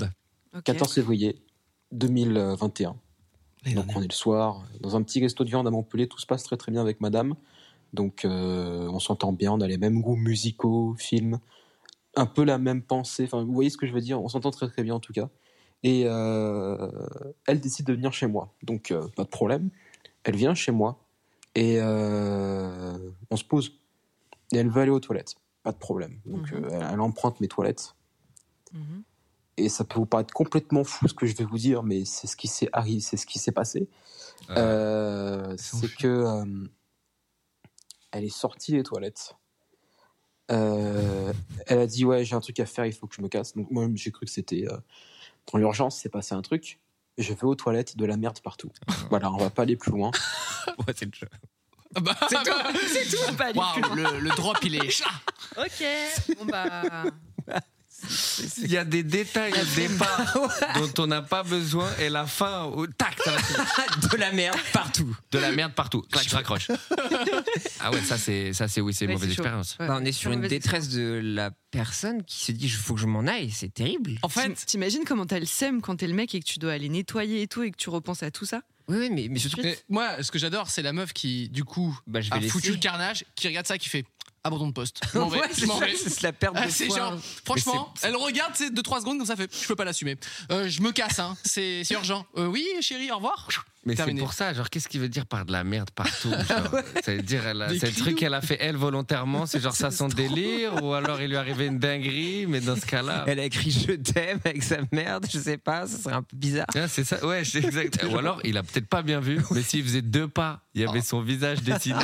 Okay.
quatorze février deux mille vingt et un. Et donc on est le soir, dans un petit resto de viande à Montpellier, tout se passe très très bien avec madame. Donc euh, on s'entend bien, on a les mêmes goûts musicaux, films, un peu la même pensée, enfin vous voyez ce que je veux dire, on s'entend très très bien en tout cas. Et euh, elle décide de venir chez moi, donc euh, pas de problème. Elle vient chez moi et euh, on se pose. Et elle veut aller aux toilettes, pas de problème. Donc mmh. euh, elle, elle emprunte mes toilettes. Mmh. Et ça peut vous paraître complètement fou ce que je vais vous dire, mais c'est ce qui s'est arrivé, c'est ce qui s'est passé. Euh, euh, c'est que euh, elle est sortie des toilettes. Euh, elle a dit ouais, j'ai un truc à faire, il faut que je me casse. Donc moi j'ai cru que c'était euh, dans l'urgence, c'est passé un truc. Je vais aux toilettes, de la merde partout. Voilà, on va pas aller plus loin.
Ouais, c'est le jeu.
Bah,
c'est tout,
bah,
c'est tout. On va aller
wow,
plus loin.
Le, le drop il est chat.
Ok, bon bah.
Il y a des détails au départ dont on n'a pas besoin et la fin, au tac, ça va
de la merde partout.
De la merde partout. Clac, je raccroche. Ah ouais, ça c'est, ça c'est oui, c'est une
ouais,
mauvaise
c'est
expérience.
Ouais. Bah, on est sur une détresse de la personne qui se dit il faut que je m'en aille, c'est terrible.
En fait, t'imagines comment t'as le seum quand t'es le mec et que tu dois aller nettoyer et tout et que tu repenses à tout ça.
Oui, oui, mais, mais surtout.
Mais moi, ce que j'adore, c'est la meuf qui, du coup,
bah, je vais
a
laisser.
foutu le carnage, qui regarde ça, qui fait abandon de poste. Je m'en vais,
ouais,
je m'en
c'est,
vais.
Ça, c'est la perte de
ah, c'est
foi.
genre, franchement, c'est, c'est... elle regarde deux trois secondes comme ça, fait je peux pas l'assumer. Euh, je me casse, hein, c'est, c'est urgent. Euh, oui, chérie, au revoir.
Mais
terminé.
C'est pour ça, genre, qu'est-ce qu'il veut dire par de la merde partout genre, ouais. Ça veut dire, elle a, c'est le truc qu'elle a fait elle volontairement, c'est genre c'est ça son délire, ou alors il lui est arrivé une dinguerie, mais dans ce cas-là.
Elle a écrit je t'aime avec sa merde, je sais pas, ça serait un peu bizarre.
Ah, c'est ça, ouais, c'est exact. Ou alors il a peut-être pas bien vu, mais s'il faisait deux pas, il y avait son visage dessiné.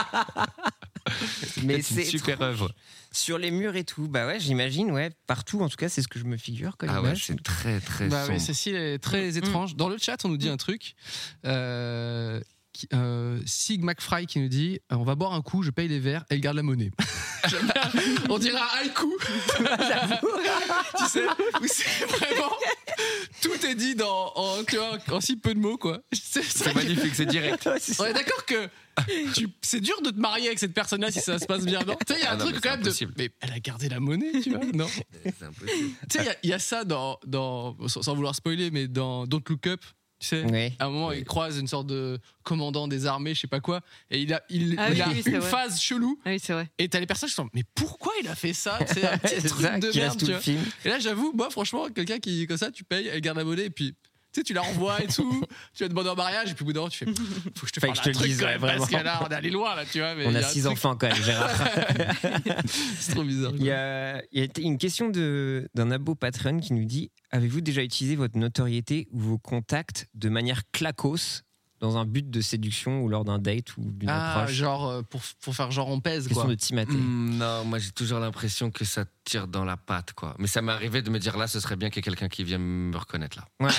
Mais
c'est
une
une super
trop...
œuvre.
Sur les murs et tout, bah ouais, j'imagine, ouais, partout, en tout cas, c'est ce que je me figure comme
ah
image.
Ouais, c'est très très
bah
sombre.
Ouais, Cécile est très mmh. étrange. Dans le chat, on nous dit un truc. Euh, qui, euh, Sig McFry qui nous dit on va boire un coup, je paye les verres, elle garde la monnaie. On dira haïku. Tu sais, c'est vraiment tout est dit dans en, tu vois, en si peu de mots quoi.
C'est, c'est magnifique, c'est direct.
On est d'accord que tu, c'est dur de te marier avec cette personne-là si ça se passe bien. Non, tu sais, il y a un ah non, truc quand même impossible. de. Mais elle a gardé la monnaie, tu vois. Non.
C'est impossible.
Tu sais, il y, y a ça dans, dans sans, sans vouloir spoiler, mais dans Don't Look Up. Tu sais,
oui.
à un moment, oui. il croise une sorte de commandant des armées, je sais pas quoi, et il a, il,
ah
il
oui,
a
oui,
une
vrai.
phase chelou.
Ah oui, c'est vrai.
Et t'as les personnes qui sont, mais pourquoi il a fait ça? C'est un petit truc
ça,
de merde. Tu vois.
Film.
Et là, j'avoue, moi, franchement, quelqu'un qui, comme ça, tu payes, elle garde la monnaie, et puis. Tu sais, tu la renvoies et tout, tu vas demander en mariage, et puis au bout d'un moment, tu fais faut que je te fasse un truc,
dise,
quand même,
ouais,
parce que là, on est allé loin, là, tu vois. Mais
on a six truc... enfants quand même, Gérard.
C'est trop bizarre.
Il y a, il y a une question de, d'un abo Patreon qui nous dit avez-vous déjà utilisé votre notoriété ou vos contacts de manière claquos dans un but de séduction ou lors d'un date ou d'une
ah,
approche
genre euh, pour, pour faire genre on pèse
question
quoi.
de timater.
Mmh, non, moi j'ai toujours l'impression que ça tire dans la patte quoi. Mais ça m'est arrivé de me dire là ce serait bien qu'il y ait quelqu'un qui vienne me reconnaître là.
Ouais.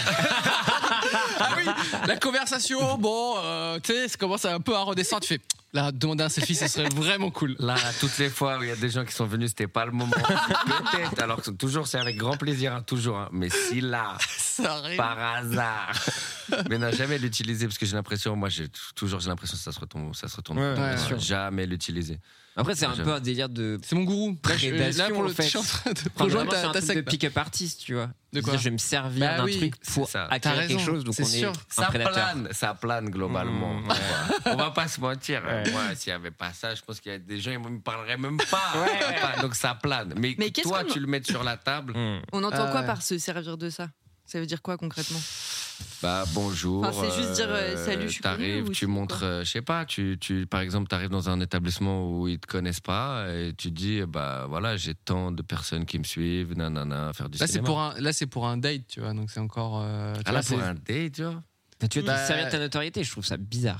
Ah oui, la conversation, bon, euh, tu sais, ça commence un peu à redescendre. Tu fais, là, demander un selfie, ce serait vraiment cool.
Là, toutes les fois où il y a des gens qui sont venus, c'était pas le moment. Peut-être, alors que toujours, c'est avec grand plaisir, hein, toujours. Hein. Mais si là, par hasard, mais non, jamais l'utiliser parce que j'ai l'impression, moi, j'ai toujours, j'ai l'impression que ça se retourne, ça se retourne.
Ouais,
ouais,
sûr.
Jamais l'utiliser.
Après, c'est un
jamais.
peu un délire de.
C'est mon gourou. Là, je, là pour le,
en fait.
je suis en train de
enfin,
rejoindre ta,
c'est un
ta
truc
secte.
de pick-up artist, tu vois.
De quoi
dire, je vais me servir
bah
d'un
oui,
truc pour acquérir quelque chose, donc
c'est
on
sûr.
est
ça
un prédateur.
plane, ça plane globalement.
Mmh.
Ouais. On va pas se mentir.
Ouais.
Moi, s'il y avait pas ça, je pense qu'il y a des gens, ils me parleraient même pas.
Ouais.
Pas, donc ça plane. Mais,
Mais
que toi,
qu'on...
tu le mettes sur la table.
Mmh.
On entend
euh...
quoi par se servir de ça? Ça veut dire quoi concrètement?
Bah bonjour.
Enfin, c'est juste dire euh, salut, je suis
T'arrives,
connu,
tu montres, euh, je sais pas, tu, tu, par exemple, t'arrives dans un établissement où ils te connaissent pas et tu dis, bah voilà, j'ai tant de personnes qui me suivent, nanana, faire du
là,
cinéma.
C'est pour un, là, c'est pour un date, tu vois, donc c'est encore. Euh,
ah là,
vois,
pour
c'est...
un date, tu vois.
Bah, tu veux
bah...
te servir de ta notoriété, je trouve ça bizarre.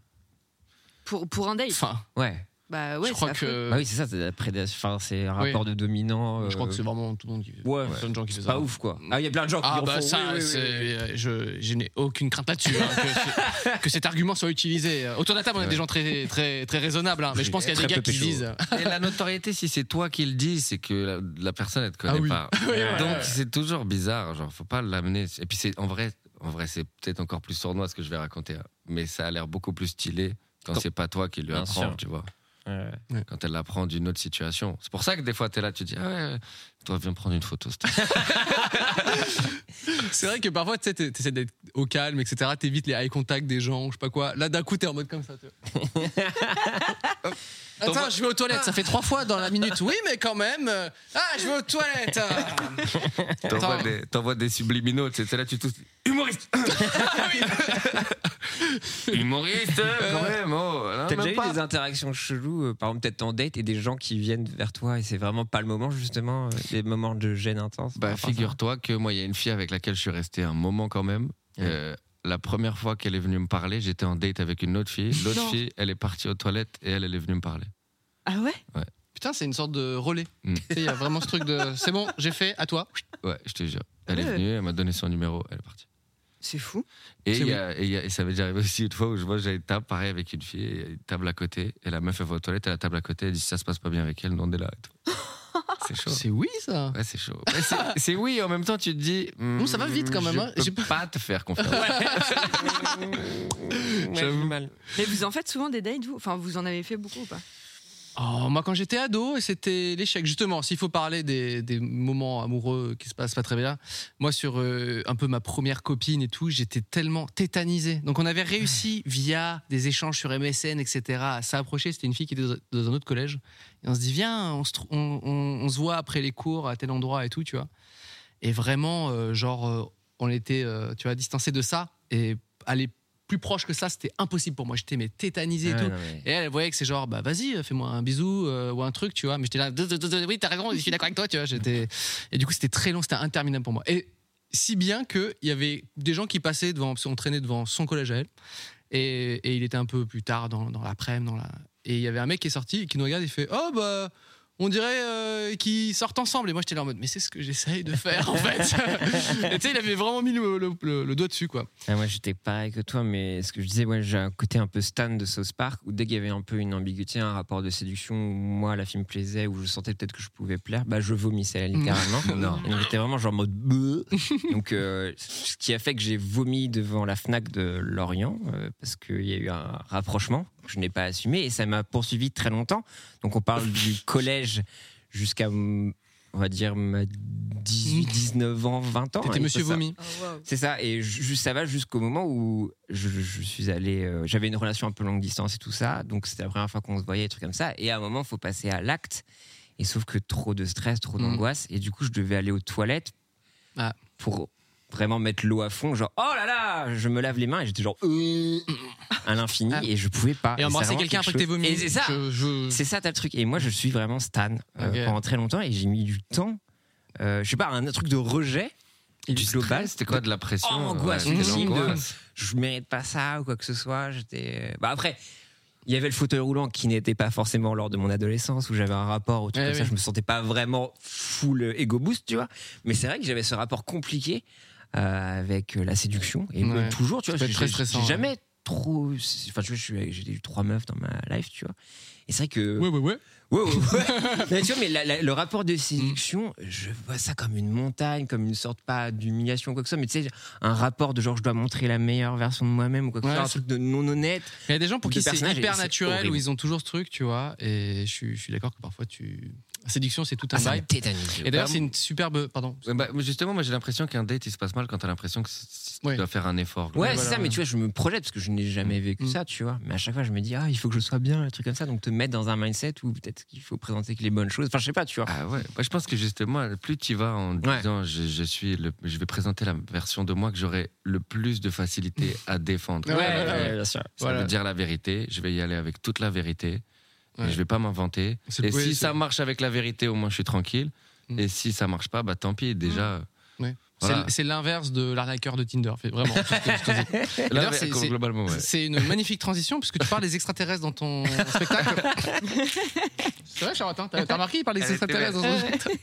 Pour, pour un date
enfin,
ouais.
Bah ouais,
je crois
c'est
que.
Bah oui, c'est ça, c'est, la prédation, enfin, c'est un rapport oui. de dominant. Euh...
Je crois que c'est vraiment tout le monde qui fait.
Ouais,
plein de gens qui
c'est
font
pas
ça.
ouf quoi. Ah, il y a plein de gens qui
ah,
en
bah
font.
ça,
oui, oui,
c'est,
oui.
Je, je n'ai aucune crainte là-dessus hein, que, que cet argument soit utilisé. Autour de la table, on a ouais. des gens très, très, très raisonnables, hein, mais je pense qu'il y a des gars qui disent.
Et la notoriété, si c'est toi qui le dis, c'est que la, la personne elle te connaît
ah, oui.
pas.
Oui, ouais.
Donc c'est toujours bizarre. Genre, faut pas l'amener. Et puis c'est en vrai, en vrai, c'est peut-être encore plus sournois ce que je vais raconter, hein, mais ça a l'air beaucoup plus stylé quand, quand... c'est pas toi qui lui apprends, tu vois. Ouais. Quand elle l'apprend d'une autre situation. C'est pour ça que des fois t'es là, tu dis ah ouais, toi viens prendre une photo.
C'est vrai que parfois, tu sais, t'essaies d'être au calme, et cetera. T'évites les eye contact des gens, je sais pas quoi. Là, d'un coup, t'es en mode comme ça. Tu vois. Attends, je vais aux toilettes. Ça fait trois fois dans la minute. Oui, mais quand même. Ah, je vais aux toilettes.
T'envoies des, t'envoies des subliminaux. Tu sais, là, tu tousses. Humoriste. Humoriste, quand même. Oh, là,
T'as
même
déjà
pas.
eu des interactions cheloues, euh, par exemple peut-être en date, et des gens qui viennent vers toi et c'est vraiment pas le moment, justement, euh, des moments de gêne intense.
Bah, figure-toi que moi, il y a une fille avec laquelle je suis resté un moment quand même. Ouais. Euh, la première fois qu'elle est venue me parler, j'étais en date avec une autre fille. L'autre non. fille, elle est partie aux toilettes et elle, elle est venue me parler.
Ah ouais?
Ouais.
Putain, c'est une sorte de relais. Mm. Tu sais, il y a vraiment ce truc de c'est bon, j'ai fait, à toi.
Ouais, je te jure. Elle ouais. est venue, elle m'a donné son numéro, elle est partie.
C'est fou.
Et, y a, et, y a, et ça m'est déjà arrivé aussi une fois où je vois, j'ai une table pareil avec une fille, il y a une table à côté, et la meuf elle va aux toilettes, et la table à côté, elle dit si ça se passe pas bien avec elle, non, on est là et tout. C'est chaud.
C'est oui ça.
Ouais, c'est chaud. Ouais, c'est, c'est oui, en même temps tu te dis.
Bon, ça va vite quand même.
Je
hein.
peux
J'ai
pas te faire confiance.
Ouais. J'avoue mal. Mais vous en faites souvent des dates, vous? Enfin, vous en avez fait beaucoup ou pas?
Oh, moi, quand j'étais ado, c'était l'échec. Justement, s'il faut parler des, des moments amoureux qui se passent pas très bien, moi, sur euh, un peu ma première copine et tout, j'étais tellement tétanisé. Donc, on avait réussi via des échanges sur M S N, et cetera, à s'approcher. C'était une fille qui était dans un autre collège. Et on se dit, viens, on se, on, on, on se voit après les cours à tel endroit et tout, tu vois. Et vraiment, euh, genre, euh, on était, euh, tu vois, distancés de ça. Et aller plus proche que ça, c'était impossible pour moi. J'étais mais tétanisé et ah, tout. Non, mais... Et elle, elle voyait que c'est genre, bah vas-y, fais-moi un bisou euh, ou un truc, tu vois. Mais j'étais là, oui, t'as raison, je suis d'accord avec toi, tu vois. J'étais... Et du coup, c'était très long, c'était interminable pour moi. Et si bien qu'il y avait des gens qui passaient devant, on traînait devant son collège à elle. Et, et il était un peu plus tard dans, dans l'après-midi. Dans la... Et il y avait un mec qui est sorti et qui nous regarde et fait, oh bah. On dirait euh, qu'ils sortent ensemble. Et moi, j'étais là en mode, mais c'est ce que j'essaye de faire, en fait. Et tu sais, il avait vraiment mis le, le, le, le doigt dessus, quoi.
Ah, moi, j'étais pareil que toi, mais ce que je disais, ouais, j'ai un côté un peu stan de South Park, où dès qu'il y avait un peu une ambiguïté, un rapport de séduction, où moi, la fille me plaisait, où je sentais peut-être que je pouvais plaire, bah, je vomissais, littéralement. Non. Et donc, j'étais vraiment genre en mode, bleu. Donc, euh, ce qui a fait que j'ai vomi devant la Fnac de Lorient, euh, parce qu'il y a eu un rapprochement que je n'ai pas assumé, et ça m'a poursuivi très longtemps. Donc on parle du collège jusqu'à, on va dire, dix-huit, dix-neuf ans, vingt ans.
T'étais monsieur vomi.
Oh, wow. C'est ça, et juste, ça va jusqu'au moment où je, je suis allé, euh, j'avais une relation un peu longue distance et tout ça, donc c'était la première fois qu'on se voyait, des trucs comme ça, et à un moment il faut passer à l'acte, et sauf que trop de stress, trop mmh. d'angoisse, et du coup je devais aller aux toilettes ah. pour vraiment mettre l'eau à fond, genre oh là là, je me lave les mains, et j'étais genre euh, à l'infini, ah. et je pouvais pas.
Et embrasser quelqu'un après que t'es vomi.
Et c'est ça, je, je... c'est ça, t'as le truc. Et moi, je suis vraiment stan euh, okay. pendant très longtemps, et j'ai mis du temps. Euh, je sais pas, un truc de rejet.
Et du global, c'était quoi, de la pression?
Oh, angoisse, ouais, ultime de, je mérite pas ça ou quoi que ce soit. J'étais. Bah après. Il y avait le fauteuil roulant qui n'était pas forcément lors de mon adolescence, où j'avais un rapport ou tout ouais, comme oui. ça, je me sentais pas vraiment full ego boost, tu vois. Mais c'est vrai que j'avais ce rapport compliqué euh, avec la séduction, et ouais. même toujours, tu vois. J'ai,
très stressant,
j'ai jamais ouais. trop. Enfin, tu vois, j'ai eu trois meufs dans ma life, tu vois. Et c'est vrai que.
Ouais, ouais, ouais.
Ouais, ouais, ouais. mais tu vois, mais la, la, le rapport de séduction, je vois ça comme une montagne, comme une sorte, pas d'humiliation ou quoi que ce soit, mais tu sais, un rapport de genre, je dois montrer la meilleure version de moi-même ou quoi que ce ouais, soit, un truc de non honnête.
Il y a des gens pour qui c'est hyper naturel, où ils ont toujours ce truc, tu vois, et je suis, je suis d'accord que parfois tu. La séduction, c'est tout un
ah,
bail. Et d'ailleurs, c'est une superbe. Pardon.
Bah, justement, moi, j'ai l'impression qu'un date, il se passe mal quand t'as l'impression que tu ouais. dois faire un effort.
Ouais, ouais, c'est voilà, ça, ouais. mais tu vois, je me projette parce que je n'ai jamais vécu mmh. ça, tu vois. Mais à chaque fois, je me dis, ah, il faut que je sois bien, un truc comme ça. Donc, te mettre dans un mindset où peut-être qu'il faut présenter que les bonnes choses. Enfin, je sais pas, tu vois.
Ah ouais. Bah, je pense que justement, plus tu vas en ouais. disant, je, je, suis le, je vais présenter la version de moi que j'aurai le plus de facilité à défendre.
Ouais, ouais, ouais, ouais, bien sûr.
Ça
voilà.
veut dire la vérité. Je vais y aller avec toute la vérité. Ouais. Et je vais pas m'inventer. C'est et si c'est... ça marche avec la vérité, au moins je suis tranquille. Mmh. Et si ça marche pas, bah tant pis. Déjà.
Mmh. Ouais. Voilà. C'est, c'est l'inverse de l'arnaqueur de Tinder, vraiment.
Là, c'est, c'est, globalement, ouais.
c'est une magnifique transition puisque tu parles des extraterrestres dans ton spectacle. C'est vrai, Charlotte, hein, t'as, t'as remarqué, il parle des Elle extraterrestres dans ton spectacle.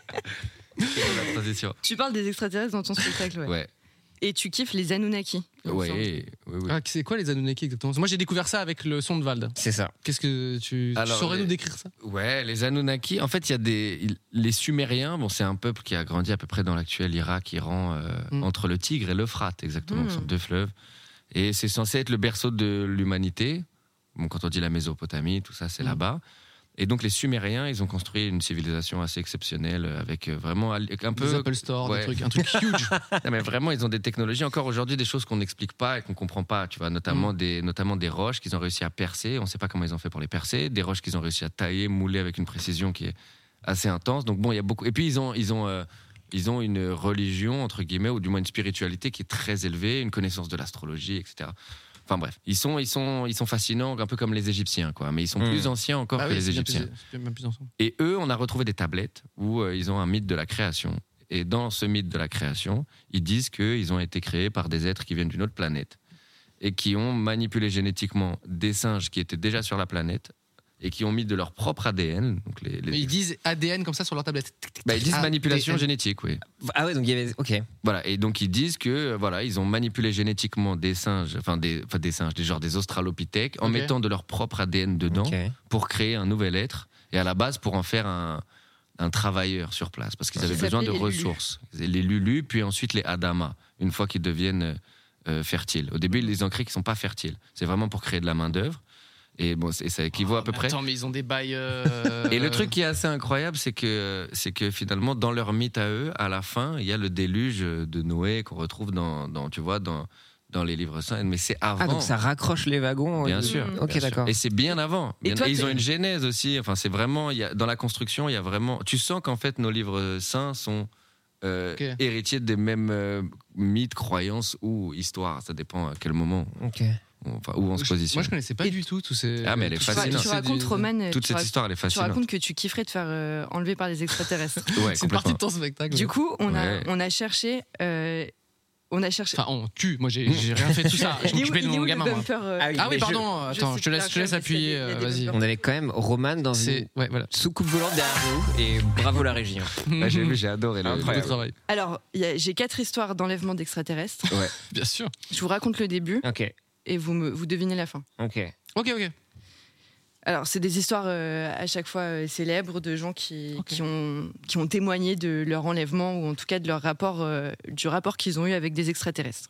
La transition.
Tu parles des extraterrestres dans ton spectacle, ouais.
Ouais.
Et tu kiffes les Anunnaki.
Oui, oui, oui.
Ah, c'est quoi les Anunnaki exactement? Moi, j'ai découvert ça avec le son de Vald.
C'est ça.
Qu'est-ce que tu, Alors, tu saurais les... nous décrire ça?
Ouais, les Anunnaki. En fait, il y a des les Sumériens. Bon, c'est un peuple qui a grandi à peu près dans l'actuel Irak, Iran, euh, mm. entre le Tigre et l'Euphrate, exactement. Mm. Ce sont deux fleuves. Et c'est censé être le berceau de l'humanité. Bon, quand on dit la Mésopotamie, tout ça, c'est mm. là-bas. Et donc les Sumériens, ils ont construit une civilisation assez exceptionnelle avec vraiment un peu...
Des Apple Store, ouais. des trucs, un truc huge.
Non, mais vraiment, ils ont des technologies, encore aujourd'hui, des choses qu'on n'explique pas et qu'on ne comprend pas. Tu vois, notamment, mm. des, notamment des roches qu'ils ont réussi à percer. On ne sait pas comment ils ont fait pour les percer. Des roches qu'ils ont réussi à tailler, mouler avec une précision qui est assez intense. Donc bon, il y a beaucoup... Et puis ils ont... Ils ont euh, Ils ont une religion, entre guillemets, ou du moins une spiritualité qui est très élevée, une connaissance de l'astrologie, et cetera. Enfin bref, ils sont, ils sont, ils sont fascinants, un peu comme les Égyptiens, quoi. Mais ils sont mmh. plus anciens encore ah que oui, les Égyptiens.
Plus, même plus
Et eux, on a retrouvé des tablettes où euh, ils ont un mythe de la création. Et dans ce mythe de la création, ils disent qu'ils ont été créés par des êtres qui viennent d'une autre planète et qui ont manipulé génétiquement des singes qui étaient déjà sur la planète et qui ont mis de leur propre A D N. Donc les, les...
Ils disent A D N comme ça sur leur tablette.
Bah, ils disent ah, manipulation A D N. Génétique, oui.
Ah ouais, donc il y avait... Ok.
Voilà, et donc ils disent que voilà, ils ont manipulé génétiquement des singes, enfin des, enfin des singes, des genres des australopithèques, en okay. mettant de leur propre A D N dedans okay. pour créer un nouvel être, et à la base pour en faire un, un travailleur sur place, parce qu'ils avaient ça besoin de ressources. Les, les Lulus, puis ensuite les Adama, une fois qu'ils deviennent euh, fertiles. Au début, ils les ont créés qui ne sont pas fertiles. C'est vraiment pour créer de la main-d'œuvre. Et bon, c'est, ça équivaut
oh,
à peu près.
Attends, mais ils ont des bails. Euh...
Et le truc qui est assez incroyable, c'est que, c'est que finalement, dans leur mythe à eux, à la fin, il y a le déluge de Noé qu'on retrouve dans, dans tu vois, dans, dans les livres saints. Mais c'est avant.
Ah, donc ça raccroche les wagons.
Bien sûr.
Mmh. Ok,
bien
d'accord.
Sûr. Et c'est bien avant.
Et,
bien,
toi,
et ils ont une genèse aussi. Enfin, c'est vraiment. Il y a, dans la construction, il y a vraiment. Tu sens qu'en fait, nos livres saints sont. Euh, okay. héritiers des mêmes euh, mythes, croyances ou histoires. Ça dépend à quel moment.
Ok.
Enfin, où on se positionne.
Moi, je connaissais pas et du tout tous ces.
Ah, mais elle est fascinante.
Tu racontes, Roman,
toute cette
rac...
histoire, elle est fascinante.
Tu racontes que tu kifferais te faire euh, enlever par les extraterrestres.
Ouais,
c'est une partie de ton spectacle.
Du coup, on a,
ouais.
on a cherché. Euh, on a cherché.
Enfin, on tue. Moi, j'ai, j'ai rien fait de tout ça. Je m'occupais de mon gamin. Bumper, euh...
Ah
oui, ah oui pardon. Je, Attends, je te laisse, je te laisse appuyer. Euh, vas-y.
On avait quand même Roman dans
c'est...
une
ouais, voilà.
soucoupe volante derrière nous. Et bravo la régie.
Bah, j'ai vu, j'ai adoré le, le
travail.
Alors, y a, j'ai quatre histoires d'enlèvement d'extraterrestres.
Ouais,
bien sûr.
Je vous raconte le début.
Ok.
Et vous, me, vous devinez la fin.
Ok.
Ok, ok.
Alors, c'est des histoires euh, à chaque fois euh, célèbres de gens qui, okay. qui, ont, qui ont témoigné de leur enlèvement ou en tout cas de leur rapport, euh, du rapport qu'ils ont eu avec des extraterrestres.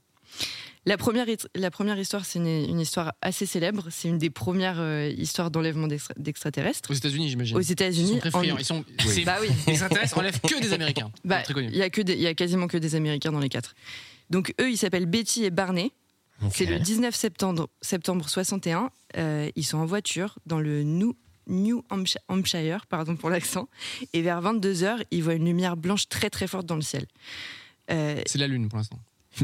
La première, la première histoire, c'est une, une histoire assez célèbre. C'est une des premières euh, histoires d'enlèvement d'extra, d'extraterrestres.
Aux États-Unis, j'imagine.
Aux États-Unis.
Ils sont très friands. En... Ils sont. Oui. C'est... Bah oui. Les extraterrestres enlèvent que des Américains.
Bah, il y a que des, il y a quasiment que des Américains dans les quatre. Donc eux, ils s'appellent Betty et Barney. Okay. C'est le dix-neuf septembre, septembre soixante et un. Euh, ils sont en voiture dans le New, New Hampshire, pardon pour l'accent. Et vers vingt-deux heures, ils voient une lumière blanche très très forte dans le ciel.
Euh, c'est la lune pour l'instant.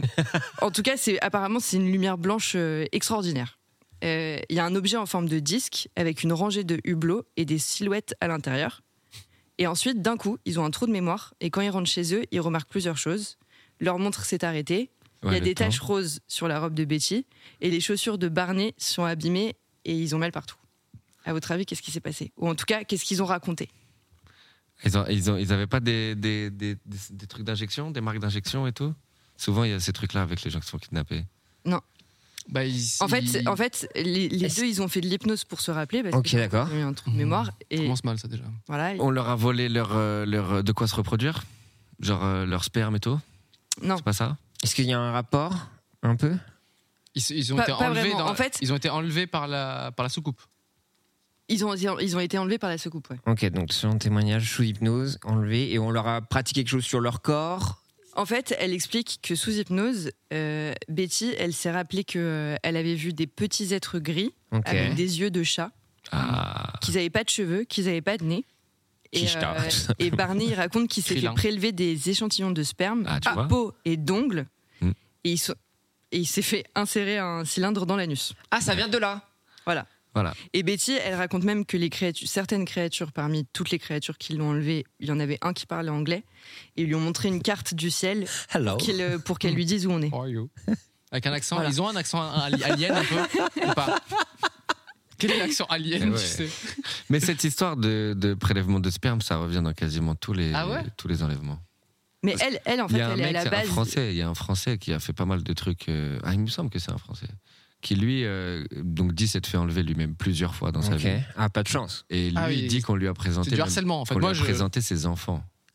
En tout cas, c'est, apparemment, c'est une lumière blanche euh, extraordinaire. Il euh, y a un objet en forme de disque avec une rangée de hublots et des silhouettes à l'intérieur. Et ensuite, d'un coup, ils ont un trou de mémoire. Et quand ils rentrent chez eux, ils remarquent plusieurs choses. Leur montre s'est arrêtée. Il ouais, y a des temps. taches roses sur la robe de Betty. Et les chaussures de Barney sont abîmées et ils ont mal partout. À votre avis, qu'est-ce qui s'est passé ? Ou en tout cas, qu'est-ce qu'ils ont raconté ?
Ils n'avaient ils ont, ils ont, pas des, des, des, des, des trucs d'injection, des marques d'injection et tout ? Souvent, il y a ces trucs-là avec les gens qui se font kidnapper.
Non.
Bah, ils,
en, fait, en fait, les, les deux, ils ont fait de l'hypnose pour se rappeler parce
okay,
qu'ils
d'accord.
ont eu un trou de mémoire. Et
ça commence mal, ça, déjà.
Voilà,
on leur a volé leur, leur, de quoi se reproduire ? Genre euh, leur sperme et tout ?
Non.
C'est pas ça ?
Est-ce qu'il y a un rapport, un peu ?
Ils, ils, ont
pas,
été
pas
enlevés dans,
en fait,
ils ont été enlevés par la, par la soucoupe.
Ils ont, ils ont été enlevés par la soucoupe, ouais.
Ok, donc selon le témoignage, sous hypnose, enlevés, et on leur a pratiqué quelque chose sur leur corps.
En fait, elle explique que sous hypnose, euh, Betty, elle s'est rappelé qu'elle euh, avait vu des petits êtres gris okay. avec des yeux de chat,
ah.
qu'ils n'avaient pas de cheveux, qu'ils n'avaient pas de nez. Et, euh, et Barney, il raconte qu'il s'est fait prélever des échantillons de sperme
ah,
à peau et d'ongles, mm. et, il so- et il s'est fait insérer un cylindre dans l'anus.
Ah, ça vient de là.
Voilà.
Voilà.
Et Betty, elle raconte même que les créatures, certaines créatures, parmi toutes les créatures qui l'ont enlevé, il y en avait un qui parlait anglais, et ils lui ont montré une carte du ciel pour, qu'il, pour qu'elle lui dise où on est.
How are you? Avec un accent, voilà. Ils ont un accent alien un peu ou pas? Quel est l'accent alien, ouais. tu sais?
Mais cette histoire de, de prélèvement de sperme, ça revient dans quasiment tous les,
ah ouais
tous les enlèvements.
Mais elle, elle en fait, elle est à la base.
Il y a un Français, il y a un Français qui a fait pas mal de trucs. Euh, ah, il me semble que c'est un Français. Qui lui euh, donc dit s'être fait enlever lui-même plusieurs fois dans
okay.
sa vie.
Ah, pas de chance.
Et lui
ah oui,
dit qu'on lui a présenté.
C'est du harcèlement en fait.
Qu'on
Moi,
lui a
je...
présenté ses enfants.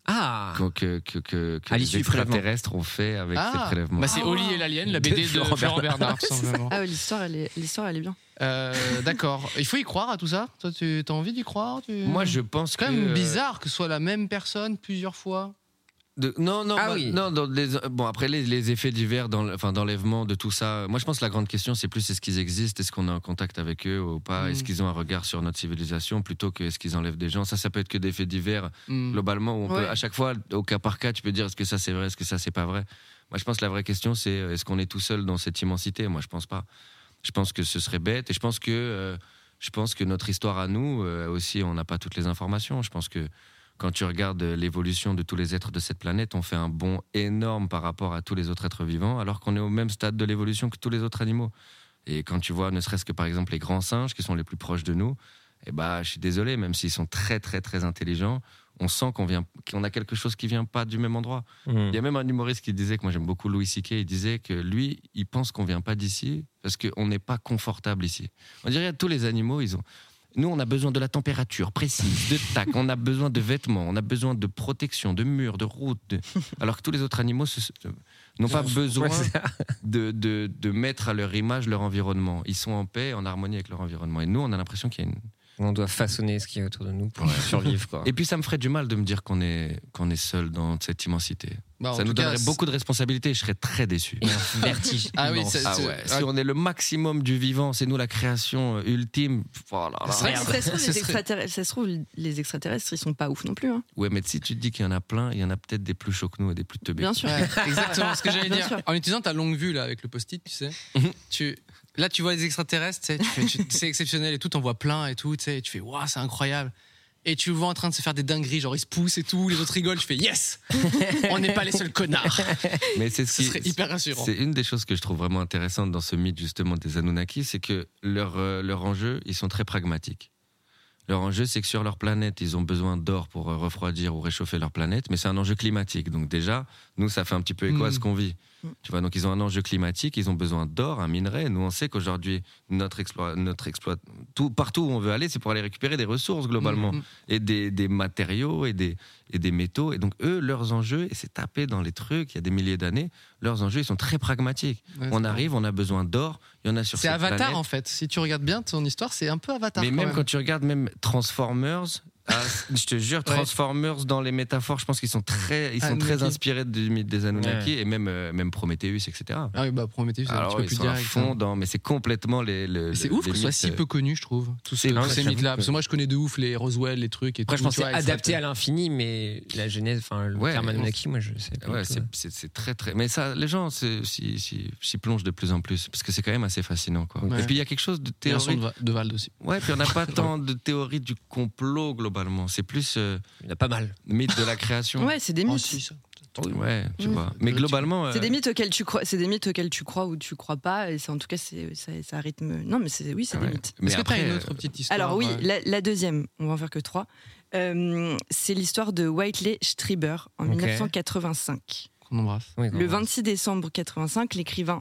Ah.
Que, que, que, que les extraterrestres ont fait avec
ah.
ces prélèvements.
Bah, c'est
oh.
Oli et l'Alien, la B D de Florent, Florent Bernard, tout simplement.
Ah, l'histoire, elle est, l'histoire, elle est bien.
Euh, d'accord. Il faut y croire à tout ça. Toi, tu as envie d'y croire tu...
Moi, je pense
c'est quand
que...
même bizarre que ce soit la même personne plusieurs fois.
De, non, non,
ah
bah,
oui.
non. Dans les, bon, après les, les effets divers, dans, enfin, d'enlèvement de tout ça. Moi, je pense que la grande question, c'est plus est-ce qu'ils existent, est-ce qu'on est en contact avec eux ou pas, mmh. est-ce qu'ils ont un regard sur notre civilisation plutôt que est-ce qu'ils enlèvent des gens. Ça, ça peut être que des faits divers mmh. globalement où on ouais. peut, à chaque fois, au cas par cas, tu peux dire est-ce que ça c'est vrai, est-ce que ça c'est pas vrai. Moi, je pense que la vraie question, c'est est-ce qu'on est tout seul dans cette immensité. Moi, je pense pas. Je pense que ce serait bête et je pense que, euh, je pense que notre histoire à nous euh, aussi, on n'a pas toutes les informations. Je pense que quand tu regardes l'évolution de tous les êtres de cette planète, on fait un bond énorme par rapport à tous les autres êtres vivants, alors qu'on est au même stade de l'évolution que tous les autres animaux. Et quand tu vois, ne serait-ce que par exemple les grands singes, qui sont les plus proches de nous, eh ben, je suis désolé, même s'ils sont très très très intelligents, on sent qu'on vient, qu'on a quelque chose qui vient pas du même endroit. Mmh. Il y a même un humoriste qui disait, que moi j'aime beaucoup Louis C K, il disait que lui, il pense qu'on vient pas d'ici parce qu'on n'est pas confortable ici. On dirait que tous les animaux, ils ont... Nous, on a besoin de la température précise, de tac, on a besoin de vêtements, on a besoin de protection, de murs, de routes. De... Alors que tous les autres animaux se... n'ont pas besoin de, de, de mettre à leur image leur environnement. Ils sont en paix, en harmonie avec leur environnement. Et nous, on a l'impression qu'il y a une...
On doit façonner ce qui est autour de nous pour survivre. Quoi.
Et puis, ça me ferait du mal de me dire qu'on est, qu'on est seul dans cette immensité.
Bah,
ça nous donnerait
cas,
beaucoup de responsabilités et je serais très déçu.
Et un vertige.
Ah oui, c'est,
ah ouais. Si on est le maximum du vivant, c'est nous la création ultime. Voilà.
Oh ça, ça, se trouve, les extraterrestres, ça se trouve, les extraterrestres, ils sont pas ouf non plus. Hein.
Ouais, mais si tu te dis qu'il y en a plein, il y en a peut-être des plus chauds que nous et des plus teubés.
Bien sûr.
Ouais, exactement ce que j'allais
Bien
dire.
sûr.
En utilisant ta longue vue là avec le post-it, tu sais, tu là tu vois les extraterrestres, tu sais, tu fais, tu, c'est exceptionnel et tout, t'en vois plein et tout, tu sais, et tu fais waouh, c'est incroyable. Et tu le vois en train de se faire des dingueries, genre ils se poussent et tout, les autres rigolent, tu fais yes, on n'est pas les seuls connards.
Mais c'est ce,
ce
qui,
serait hyper rassurant.
C'est une des choses que je trouve vraiment intéressante dans ce mythe justement des Anunnaki, c'est que leur, euh, leur enjeu, ils sont très pragmatiques. Leur enjeu, c'est que sur leur planète, ils ont besoin d'or pour euh, refroidir ou réchauffer leur planète, mais c'est un enjeu climatique. Donc déjà, nous, ça fait un petit peu écho mmh. à ce qu'on vit. Tu vois, donc ils ont un enjeu climatique, ils ont besoin d'or, un minerai. Nous, on sait qu'aujourd'hui, notre exploit, notre exploit, tout, partout où on veut aller, c'est pour aller récupérer des ressources globalement, mmh. et des, des matériaux et des, et des métaux. Et donc eux, leurs enjeux, et c'est tapé dans les trucs, il y a des milliers d'années, leurs enjeux, ils sont très pragmatiques. Ouais, on arrive, vrai. on a besoin d'or, il y en a sur
c'est
cette
Avatar
planète.
En fait. Si tu regardes bien ton histoire, c'est un peu Avatar.
Mais
quand
même,
même
quand tu regardes même Transformers. Ah, je te jure, Transformers ouais. dans les métaphores, je pense qu'ils sont très, ils sont
Anunnaki.
très inspirés du mythe des Anunnaki
ouais.
et même, euh, même Prometheus, et cetera.
Ah oui, bah Prometheus, c'est un petit peu plus direct.
Fond dans, mais c'est complètement les. les
c'est
les,
ouf
les
que ce soit si peu connu, je trouve. Tous ces, tous ces mythes-là. Parce que moi, je connais de ouf les Roswell, les trucs et
Après,
tout.
je pense que c'est adapté à l'infini, mais la genèse, enfin, le
ouais,
terme Anunnaki, moi, je sais pas.
Ouais, c'est, c'est, c'est très, très. Mais ça, les gens c'est, s'y, s'y, s'y plongent de plus en plus parce que c'est quand même assez fascinant, quoi. Ouais. Et puis il y a quelque chose de théorique.
De Vald aussi.
Ouais, puis on n'a pas tant de théorie du complot globalement. C'est plus. Euh,
il y en a pas mal.
Mythe de la création.
Ouais, c'est des mythes.
Oh, si, ça.
Ouais, tu mmh. vois. Mais globalement,
c'est euh... des mythes auxquels tu crois, c'est des mythes auxquels tu crois ou tu crois pas, et c'est en tout cas c'est ça, ça rythme. Non, mais c'est oui, c'est ouais. des mythes.
Mais est-ce après, que tu as une autre petite histoire?
Alors oui, ouais. la, la deuxième, on va en faire que trois. Euh, c'est l'histoire de Whiteley Strieber en okay. dix-neuf cent quatre-vingt-cinq.
Qu'on embrasse.
Oui, qu'on le vingt-six décembre quatre-vingt-cinq, l'écrivain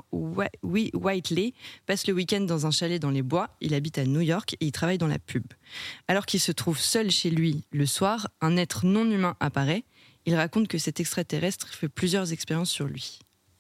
Whiteley passe le week-end dans un chalet dans les bois. Il habite à New York et il travaille dans la pub. Alors qu'il se trouve seul chez lui le soir, un être non humain apparaît. Il raconte que cet extraterrestre fait plusieurs expériences sur lui. Lesquelles ?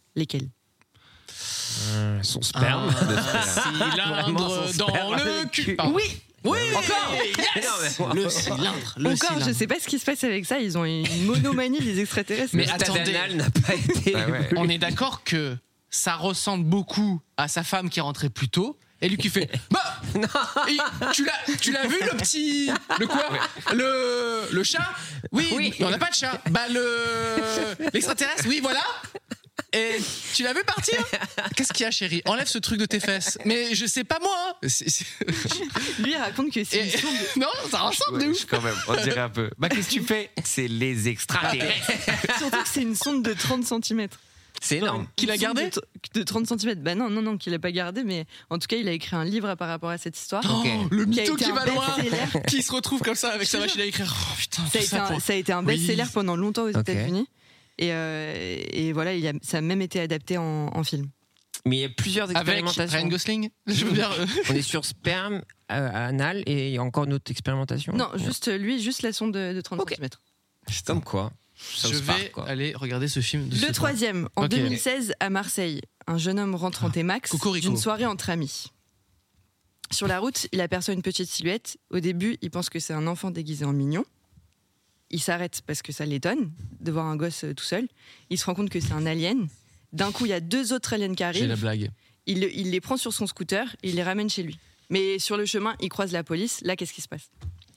euh, Son sperme.
Ah, cylindre dans le cul.
Ah. Oui.
Oui,
encore
yes le cylindre. Le
encore,
cylindre.
Je sais pas ce qui se passe avec ça. Ils ont une monomanie, les extraterrestres.
Mais attendez,
n'a pas été.
Ah ouais.
On est d'accord que ça ressemble beaucoup à sa femme qui rentrait plus tôt. Et lui qui fait bah il, tu l'as tu l'as vu le petit le quoi le le chat oui, oui. Mais on n'a pas de chat bah le l'extraterrestre oui voilà. Et tu l'as vu partir? Qu'est-ce qu'il y a, chérie? Enlève ce truc de tes fesses. Mais je sais pas moi. C'est, c'est...
Lui il raconte que c'est
Et...
une sonde. De...
Non, ça ressemble ouais, de ouf.
Quand même, on dirait un peu. Bah qu'est-ce que tu fais? C'est les extraterrestres.
Surtout que c'est une sonde de trente centimètres.
C'est énorme.
Qu'il a gardé de, de trente centimètres. Bah non, non, non, qu'il a pas gardé, mais en tout cas, il a écrit un livre par rapport à cette histoire.
Oh, okay. Le mytho qui, qui va loin,
best-seller.
Qui se retrouve comme ça avec sa machine à écrire. Oh putain,
ça, a
ça,
été
pour...
un, ça a été un best-seller oui. pendant longtemps aux
okay.
États-Unis. Et, euh, et voilà, il a, ça a même été adapté en, en film.
Mais il y a plusieurs expérimentations.
Avec Ryan Gosling. Je veux bien.
On est sur sperme, euh, anal, et il y a encore une autre expérimentation.
Non, juste lui, juste la sonde de, de trente okay. centimètres.
Comme quoi.
Je vais Park, aller regarder ce film. De
le
ce
troisième, en okay. deux mille seize, à Marseille, un jeune homme rentre en T-Max ah, d'une soirée entre amis. Sur la route, il aperçoit une petite silhouette. Au début, il pense que c'est un enfant déguisé en mignon. Il s'arrête parce que ça l'étonne de voir un gosse tout seul. Il se rend compte que c'est un alien. D'un coup, il y a deux autres aliens qui arrivent.
J'ai la blague.
Il, il les prend sur son scooter et il les ramène chez lui. Mais sur le chemin, il croise la police. Là, qu'est-ce qui se passe ?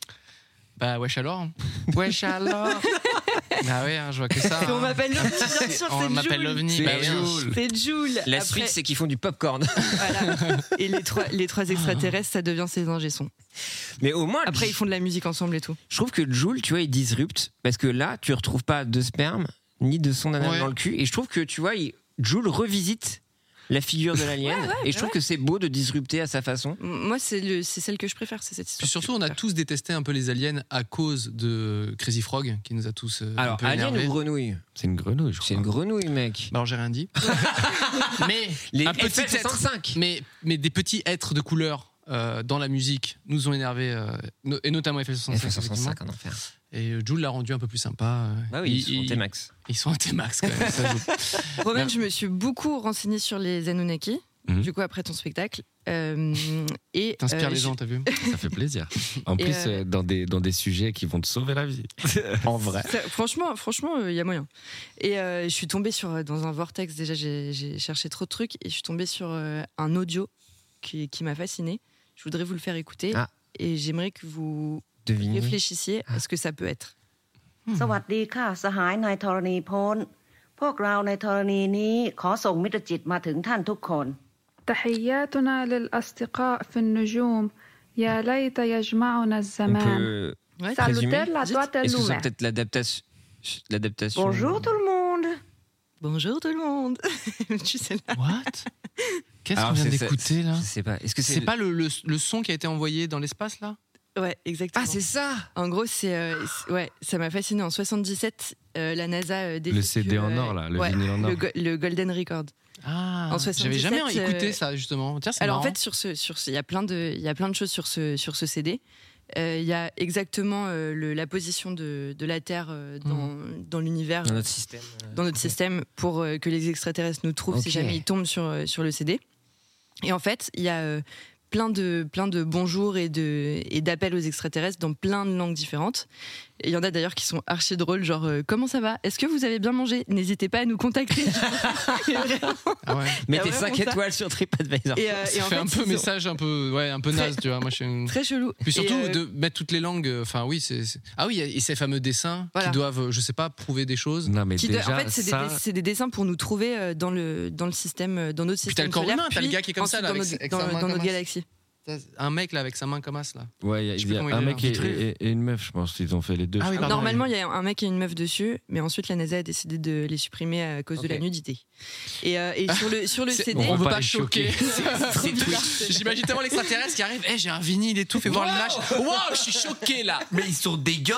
Bah, wesh alors. Wesh alors. Ah ouais, hein, je vois que ça.
Hein. On m'appelle l'OVNI, bien sûr,
on
c'est
m'appelle l'OVNI, bah
Joule. C'est Joule.
La Après... suite, c'est qu'ils font du popcorn.
Voilà. Et les trois, les trois extraterrestres, ça devient ses ingé sons.
Mais au moins.
Après, ils font de la musique ensemble et tout.
Je trouve que Joule, tu vois, il disrupte parce que là, tu retrouves pas de sperme ni de son anal ouais. dans le cul. Et je trouve que, tu vois, il... Joule revisite la figure de l'alien ouais, ouais, et je trouve ouais. que c'est beau de disrupter à sa façon.
Moi c'est, le, c'est celle que je préfère, c'est cette histoire.
Puis surtout on a tous détesté un peu les aliens à cause de Crazy Frog qui nous a tous euh,
alors
un peu
alien
énervés.
Ou grenouille?
C'est une grenouille je crois.
C'est une grenouille mec.
Bah alors j'ai rien dit. Mais
les
un petit être, mais, mais des petits êtres de couleur euh, dans la musique nous ont énervés euh, no, et notamment F F soixante-cinq.
F F soixante-cinq en enfer.
Et Joule l'a rendu un peu plus sympa.
Bah oui, ils, ils sont en T-Max.
Ils sont en T-Max quand même. Ça joue.
Romain, je me suis beaucoup renseignée sur les Anunnaki. Mmh. Du coup, après ton spectacle. Euh, et,
T'inspires
euh,
les
je...
gens, t'as vu ?
Ça fait plaisir. En et plus, euh... dans, des, dans des sujets qui vont te sauver la vie. En vrai.
Ça, franchement, franchement, il euh, y a moyen. Et euh, je suis tombée sur, dans un vortex, déjà, j'ai, j'ai cherché trop de trucs, et je suis tombée sur euh, un audio qui, qui m'a fascinée. Je voudrais vous le faire écouter, ah. et j'aimerais que vous Devinez. réfléchissiez à ce que ça peut être.
สวัสดีค่ะสหายนายธรณีพ้นพวกเราในธรณีนี้ขอส่งมิตรจิตมาถึงท่านทุกคน
تحياتنا للأصدقاء في النجوم يا ليت يجمعنا الزمان.
Salutaire à toi, Est-ce que c'est peut-être l'adaptation, l'adaptation
Bonjour tout le monde.
Bonjour tout le monde. Tu sais là.
What? Qu'est-ce Alors, qu'on vient d'écouter là?
Je sais pas. Est-ce que c'est,
c'est le... pas le, le, le son qui a été envoyé dans l'espace là?
Ouais, exactement.
Ah, c'est ça.
En gros, c'est, euh, c'est ouais, ça m'a fasciné. En soixante-dix-sept, euh, la NASA euh,
le C D en or là, le
ouais,
vinyle en or.
Le, go- le Golden Record.
Ah, en j'avais jamais écouté euh... ça justement. Tiens, c'est
Alors
marrant.
en fait, sur ce, sur ce, il y a plein de, il y a plein de choses sur ce, sur ce C D. Il euh, y a exactement euh, le, la position de, de la Terre euh, dans, mmh. dans l'univers,
dans notre système,
euh, dans notre okay. système, pour euh, que les extraterrestres nous trouvent okay. si jamais ils tombent sur sur le C D. Et en fait, il y a euh, plein de plein de bonjours et de et d'appels aux extraterrestres dans plein de langues différentes. Il y en a d'ailleurs qui sont archi drôles, genre euh, comment ça va ? Est-ce que vous avez bien mangé ? N'hésitez pas à nous contacter.
Ah ouais. Mettez cinq étoiles sur TripAdvisor.
Et, euh, et ça en fait, fait un peu message sont... un peu ouais un peu très, naze, tu vois. Moi je suis une...
très chelou.
Puis surtout euh... de mettre toutes les langues. Enfin oui c'est, c'est... ah oui et ces fameux dessins voilà. qui doivent je sais pas prouver des choses.
Non mais
qui
déjà
de... en fait c'est,
ça...
des, c'est des dessins pour nous trouver dans le dans le système dans notre système
puis t'as le
solaire.
Corps humain, t'as le gars qui est comme ça là,
dans,
avec,
notre,
avec
dans,
sa main
dans notre
comme
galaxie.
Un mec là avec sa main comme as là.
Ouais, il y a, y a un mec et, et, et une meuf, je pense. Ils ont fait les deux.
Ah oui, pardon,
Normalement, il
oui.
y a un mec et une meuf dessus, mais ensuite la NASA a décidé de les supprimer à cause okay. de la nudité. Et, euh, et sur le sur le C D,
on,
on
veut pas, pas choquer. C'est,
c'est
Twitch. J'imagine tellement l'extraterrestre qui arrive. Hey, j'ai un vinyle et tout, fais wow. voir l'image. Waouh, je suis choqué là.
Mais ils sont dégueulasses.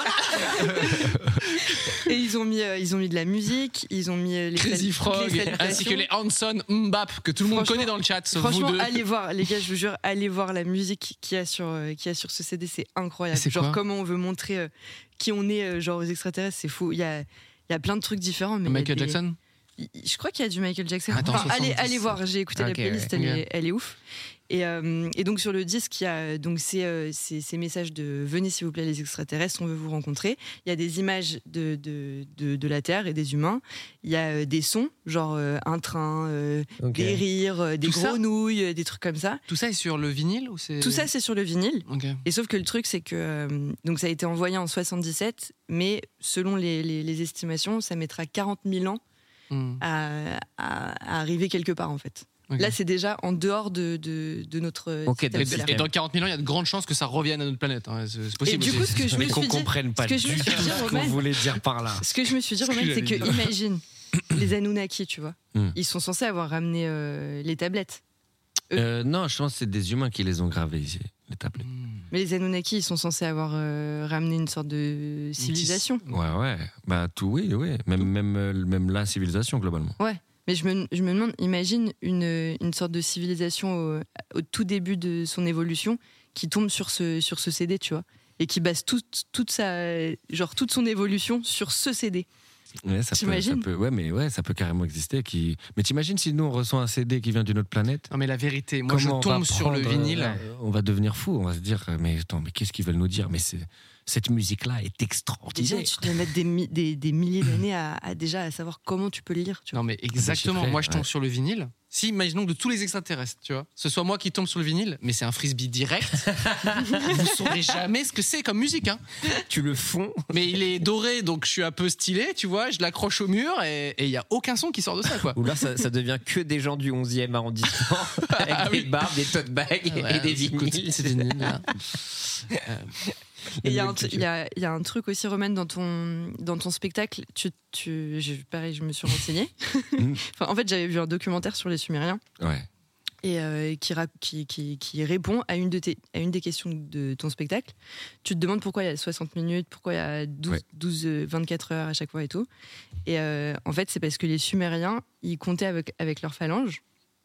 Et ils ont mis euh, ils ont mis de la musique, ils ont mis euh, les
Crazy Frog ainsi que les Hanson Mbap que tout le monde connaît dans le chat.
Franchement,
vous deux.
allez voir les gars, je vous jure, allez voir la musique qu'il y a sur euh, qu'il y a sur ce C D, c'est incroyable.
C'est
genre
quoi
comment on veut montrer euh, qui on est, euh, genre aux extraterrestres, c'est fou. Il y a, il y a plein de trucs différents. Mais
Michael
des...
Jackson.
Je crois qu'il y a du Michael Jackson.
Attends,
enfin, allez, allez voir. J'ai écouté okay, la playlist, ouais. elle,
okay.
est, elle est ouf. Et, euh, et donc sur le disque, il y a donc ces, euh, ces, ces messages de venez s'il vous plaît les extraterrestres, on veut vous rencontrer. Il y a des images de de, de, de la Terre et des humains. Il y a euh, des sons, genre euh, un train, euh, okay. des rires, euh, des Tout grenouilles, ça, des trucs comme ça.
Tout ça est sur le vinyle ou c'est...
Tout ça c'est sur le vinyle.
Okay. Et
sauf que le truc c'est que euh, donc ça a été envoyé en soixante-dix-sept, mais selon les, les, les estimations, ça mettra quarante mille ans mmh. à, à, à arriver quelque part en fait. Okay. Là, c'est déjà en dehors de, de, de notre
okay, système et, et dans quarante mille ans, il y a de grandes chances que ça revienne à notre planète. Hein. C'est, c'est possible.
Et du coup, ce que je me
mais qu'on
suis dit,
comprenne pas du tout ce qu'on voulait dire par là.
Ce que je me suis dit, Romain, c'est que imagine les Anunnaki, tu vois, mm. ils sont censés avoir ramené euh, les tablettes.
Euh, non, je pense que c'est des humains qui les ont gravées ici, les tablettes. Mm.
Mais les Anunnaki, ils sont censés avoir euh, ramené une sorte de civilisation.
Ouais, ouais. Bah tout, oui, oui. Même, même, même la civilisation globalement.
Ouais. Mais je me, je me demande, imagine une, une sorte de civilisation au, au tout début de son évolution qui tombe sur ce, sur ce C D, tu vois, et qui base toute, toute, sa, genre, toute son évolution sur ce C D.
Ouais, ça peut, ça peut, ouais, mais ouais, ça peut carrément exister. Qui... Mais t'imagines si nous on reçoit un C D qui vient d'une autre planète?
Non, mais la vérité, moi je tombe sur le vinyle.
Euh, on va devenir fou. On va se dire, mais attends, mais qu'est-ce qu'ils veulent nous dire? Mais c'est, cette musique-là est extraordinaire.
Déjà, tu dois mettre des, des, des milliers d'années à, à déjà à savoir comment tu peux le lire. Tu vois.
Non, mais exactement.
Chiffré,
moi je tombe
ouais.
sur le vinyle. Si, imaginons que de tous les extraterrestres, tu vois, ce soit moi qui tombe sur le vinyle, mais c'est un frisbee direct. Vous saurez jamais ce que c'est comme musique, hein.
Tu le fonds.
Mais il est doré, donc je suis un peu stylé, tu vois. Je l'accroche au mur et il y a aucun son qui sort de ça, quoi.
Ou là, ça, ça devient que des gens du onzième arrondissement avec
Ah,
des
oui.
barbes, des tote bags
Ouais,
et des vinyles.
C'est des vinyles, là. Euh,
Et il y, a un t- il y, a, il y a un truc aussi, Roman, dans ton, dans ton spectacle. Tu, tu, je, pareil, je me suis renseignée. Enfin, en fait, j'avais vu un documentaire sur les Sumériens.
Ouais.
Et euh, qui, ra- qui, qui, qui répond à une, de tes, à une des questions de ton spectacle. Tu te demandes pourquoi il y a soixante minutes, pourquoi il y a douze,
Ouais.
douze, vingt-quatre heures à chaque fois et tout. Et euh, en fait, c'est parce que les Sumériens, ils comptaient avec, avec leurs phalanges.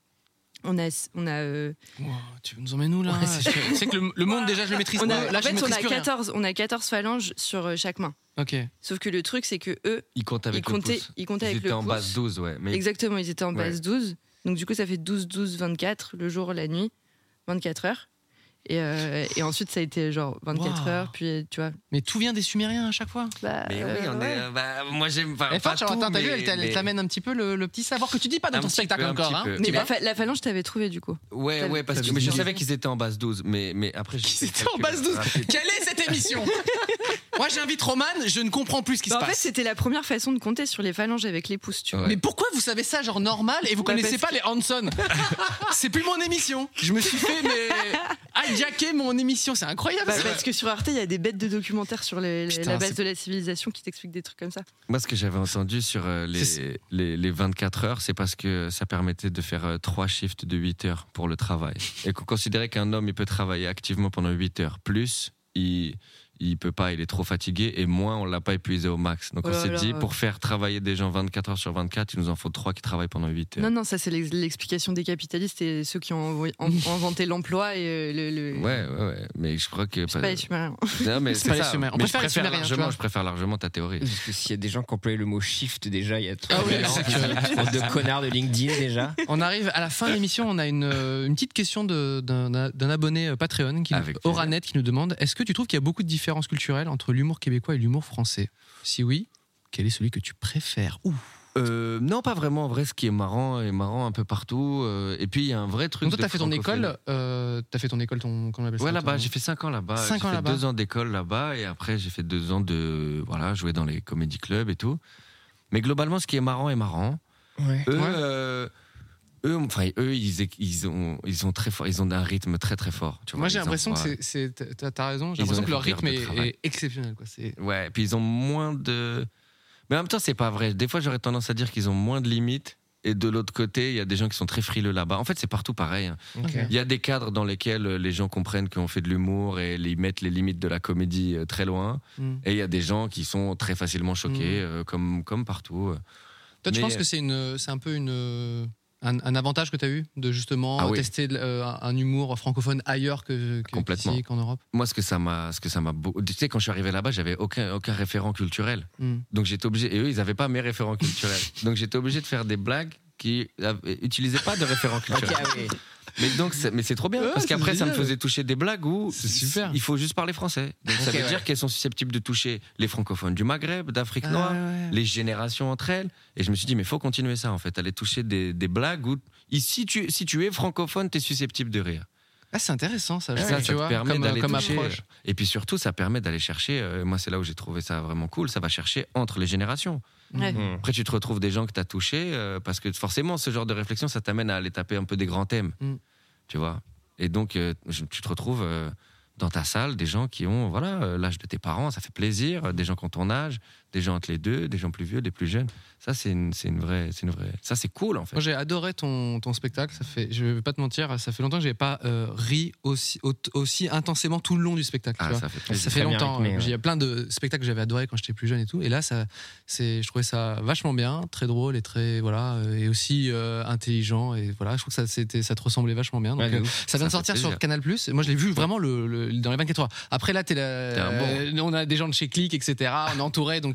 On a, on a, euh,
wow, tu nous emmènes où là?
Ouais,
c'est je sais que le, le monde déjà je le maîtrise
on
pas.
a,
Là,
en
je
fait, on
maîtrise
a,
plus rien.
quatorze, on a quatorze phalanges sur euh, chaque main.
Ok.
Sauf que le truc, c'est que eux,
Ils comptent avec
ils comptaient,
le pouce.
ils comptaient
Ils
avec
étaient
le
en
pouce.
base douze, ouais. Mais...
Exactement, ils étaient en base
Ouais.
douze. Donc du coup, ça fait douze, douze, vingt-quatre, le jour, la nuit, vingt-quatre heures. Et, euh, et ensuite, ça a été genre vingt-quatre
Wow.
heures, puis tu vois.
Mais tout vient des Sumériens à chaque fois.
Bah,
Mais oui, on
ouais.
est. euh, Bah, moi, j'aime pas.
Elle est
pas
forte,
tout,
Charlotte, t'as vu,
mais-
elle t'a- elle
mais-
t'amène un petit peu le, le petit savoir que tu dis pas dans
Un
ton
petit
spectacle
peu, un
encore.
petit
Hein.
peu.
Mais
Tu
la,
vois
pha- la phalange, t'avais trouvé du coup.
Ouais,
T'avais-
ouais, parce que
t'avais
mais je
dit.
savais qu'ils étaient en base douze, mais, mais après j'ai fait
C'était
le
en
calcul
base douze.
rapide.
Quelle est cette émission? Moi j'invite Roman, je ne comprends plus ce qui
Bah,
se
en fait,
passe.
c'était la première façon de compter sur les phalanges avec les pouces, tu vois.
Ouais.
Mais pourquoi vous savez ça genre normal et vous
Bah,
connaissez
parce
pas les Hanson? C'est plus mon émission. Je me suis fait mais hijacker mon émission, c'est incroyable.
Bah,
ça.
parce que sur Arte, il y a des bêtes de documentaires sur les- les-
Putain,
la base
c'est-
de la civilisation qui t'expliquent des trucs comme ça.
Moi, ce que j'avais entendu sur euh, les,
C'est-
les, les vingt-quatre heures, c'est parce que ça permettait de faire euh, trois shifts de huit heures pour le travail. Et qu'on considérait qu'un homme, il peut travailler activement pendant huit heures. Plus, il il peut pas, il est trop fatigué. Et moins, on l'a pas épuisé au max. Donc
Oh
on
là
s'est
là.
dit, pour faire travailler des gens vingt-quatre heures sur vingt-quatre, il nous en faut trois qui travaillent pendant huit heures.
Non, non, ça c'est l'ex- l'explication des capitalistes et ceux qui ont envoyé- en- inventé l'emploi et euh, le. le-
Ouais, ouais, ouais. Mais je crois que.
C'est pas les Sumériens.
Non, mais
C'est
c'est
pas les
ça.
Sumériens. On
Mais je
préfère les
préfère
Sumériens, tu
largement,
vois.
je préfère largement ta théorie.
Parce que s'il y a des gens qui employaient le mot shift déjà, il y a trop
Ah oui,
de
c'est que-
bande de connards de LinkedIn déjà.
On arrive à la fin de l'émission, on a une, euh, une petite question de- d'un d'un abonné euh, Patreon, qui,
Avec plaisir.
Oranet, qui nous demande: est-ce que tu trouves qu'il y a beaucoup de différences culturelles entre l'humour québécois et l'humour français? Si oui, quel est celui que tu préfères? Ouh.
Euh, non, pas vraiment. En vrai, ce qui est marrant est marrant un peu partout. Euh, et puis, il y a un vrai truc.
Donc toi,
de
t'as fait ton
francophonie.
école, euh, t'as fait ton école, ton, comment on appelle ça,
Ouais, là-bas,
ton-
j'ai fait cinq ans là-bas.
Cinq
J'ai
ans
fait
là-bas.
deux ans d'école là-bas. Et après, j'ai fait deux ans de. Voilà, jouer dans les comédie clubs et tout. Mais globalement, ce qui est marrant est marrant.
Ouais.
Eux.
Ouais.
euh, Eux, enfin, eux, ils, ils ont, ils ont très fort, ils ont un rythme très très fort. Tu vois,
Moi, j'ai
ils
l'impression que
envoient-
c'est, c'est- t'as, t'as raison. J'ai
Ils
l'impression
ont
que leur
des
rythme
heures de
est,
travail.
est exceptionnel, quoi. C'est...
Ouais, puis ils ont moins de. Mais en même temps, c'est pas vrai. Des fois, j'aurais tendance à dire qu'ils ont moins de limites. Et de l'autre côté, il y a des gens qui sont très frileux là-bas. En fait, c'est partout pareil. hein.
Ok.
Il y a des cadres dans lesquels les gens comprennent qu'on fait de l'humour et ils mettent les limites de la comédie euh, très loin.
Mm.
Et il y a des gens qui sont très facilement choqués,
Mm.
euh, comme, comme partout.
Toi, tu
Mais-
penses que c'est, une, c'est un peu une, un, un avantage que tu as eu de justement
Ah oui.
tester euh, un, un humour francophone ailleurs que, que
Complètement.
qu'ici, qu'en Europe?
Moi, ce que ça m'a, ce que ça m'a, beau- tu sais, quand je suis arrivé là-bas, j'avais aucun, aucun référent culturel.
Mm.
Donc j'étais obligé, et eux, ils n'avaient pas mes référents culturels. Donc j'étais obligé de faire des blagues qui n'utilisaient pas de référents culturels.
Ok, ah oui.
Mais donc, c'est, mais c'est trop bien,
Ouais,
parce
c'est
qu'après, ça me
génial.
faisait toucher des blagues où
C'est super.
il faut juste parler français. Donc ça
Ok,
veut
ouais.
dire qu'elles sont susceptibles de toucher les francophones du Maghreb, d'Afrique
Ah,
noire,
ouais, ouais.
les générations entre elles. Et je me suis dit, mais il faut continuer ça, en fait, aller toucher des, des blagues où, ici, tu, si tu es francophone, tu es susceptible de rire.
Ah, c'est intéressant ça, je
ça,
trouve,
ça
tu
te
vois,
permet
comme,
d'aller
comme
toucher.
approche.
Et puis surtout, ça permet d'aller chercher. euh, moi, c'est là où j'ai trouvé ça vraiment cool. Ça va chercher entre les générations.
Ouais.
Mm.
Après, tu te retrouves des gens que tu as touchés euh, parce que forcément, ce genre de réflexion, ça t'amène à aller taper un peu des grands thèmes.
Mm.
Tu vois. Et donc, euh, je- tu te retrouves euh, dans ta salle des gens qui ont voilà euh, l'âge de tes parents, ça fait plaisir. euh, Des gens qui ont ton âge, des gens entre les deux, des gens plus vieux, des plus jeunes. Ça, c'est une, c'est une vraie, c'est une vraie. Ça, c'est cool en fait.
Moi, j'ai adoré ton, ton spectacle. Ça fait, je vais pas te mentir, ça fait longtemps que j'ai pas euh, ri aussi, au- aussi intensément tout le long du spectacle.
Ah,
tu vois.
ça fait plaisir.
Ça fait
Très bien
longtemps.
rythmé,
Il
ouais.
y a plein de spectacles que j'avais adoré quand j'étais plus jeune et tout. Et là, ça, c'est, je trouvais ça vachement bien, très drôle et très voilà, euh, et aussi euh, intelligent. Et voilà, je trouve que ça, c'était, ça te ressemblait vachement bien. Donc,
Ouais, de
euh,
ouf.
ça vient de
Ça
sortir
fait
sur
plaisir.
Canal Plus. Moi, je l'ai vu vraiment le, le- dans les vingt-quatre heures. Après, là, t'es là,
T'es un bon.
euh, on a des gens de chez Click, et cetera. On est entouré, donc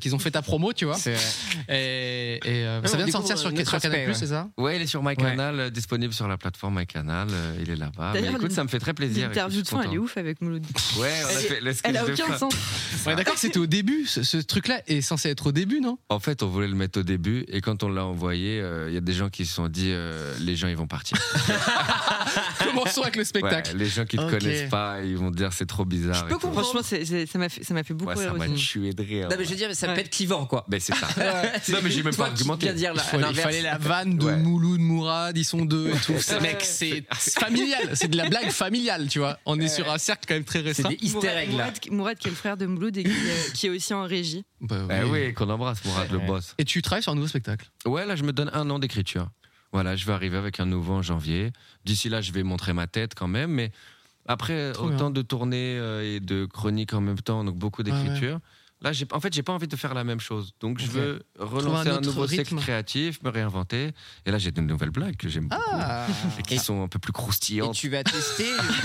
qu'ils ont fait ta promo, tu vois.
C'est vrai.
Et, et euh, ça vient de sortir sur, sur Canal+, ouais. c'est ça?
Ouais, il est sur MyCanal, ouais. disponible sur la plateforme MyCanal. Euh, il est là-bas. Mais écoute, ça me fait très plaisir.
L'interview de fin, elle est ouf avec Mouloud.
Ouais, on a fait le sketch
Elle a
de
aucun
fin.
sens.
Ouais, d'accord, c'était au début. Ce, ce truc-là est censé être au début, non?
En fait, on voulait le mettre au début, et quand on l'a envoyé, il euh, y a des gens qui se sont dit, euh, les gens, ils vont partir.
Commençons avec le spectacle.
Ouais, les gens qui ne te
okay.
connaissent pas, ils vont dire c'est trop bizarre.
Je peux comprendre. Franchement, c'est, c'est, ça m'a fait, ça m'a fait beaucoup
ouais,
rire.
Ça m'a tué de rire.
Non, mais je veux dire, ça ouais. peut être clivant, quoi.
Ben, c'est ça. Non, mais j'ai même pas argumenté.
Dire la,
il, faut, il fallait la vanne de ouais. Mouloud, Mourad, ils sont deux et tout. C'est, mec, c'est familial. C'est de la blague familiale, tu vois. On est sur un cercle quand même très restreint.
C'est des easter eggs, là.
Mourad, Mourad, qui est le frère de Mouloud et qui, euh, qui est aussi en régie.
Bah, oui. Eh oui, qu'on embrasse, Mourad, ouais. le boss.
Et tu travailles sur un nouveau spectacle?
Ouais, là, je me donne un an d'écriture. Voilà, je vais arriver avec un nouveau en janvier. D'ici là, je vais montrer ma tête quand même, mais après Trop autant bien. de tournées et de chroniques en même temps, donc beaucoup d'écriture. Ah ouais. Là, j'ai, en fait, j'ai pas envie de faire la même chose. Donc, okay. je veux relancer un, un nouveau rythme. Sexe créatif, me réinventer. Et là, j'ai de nouvelles blagues que j'aime beaucoup. Ah. Et qui et sont un peu plus croustillantes.
Et tu vas tester.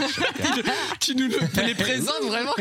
Tu nous les présentes vraiment.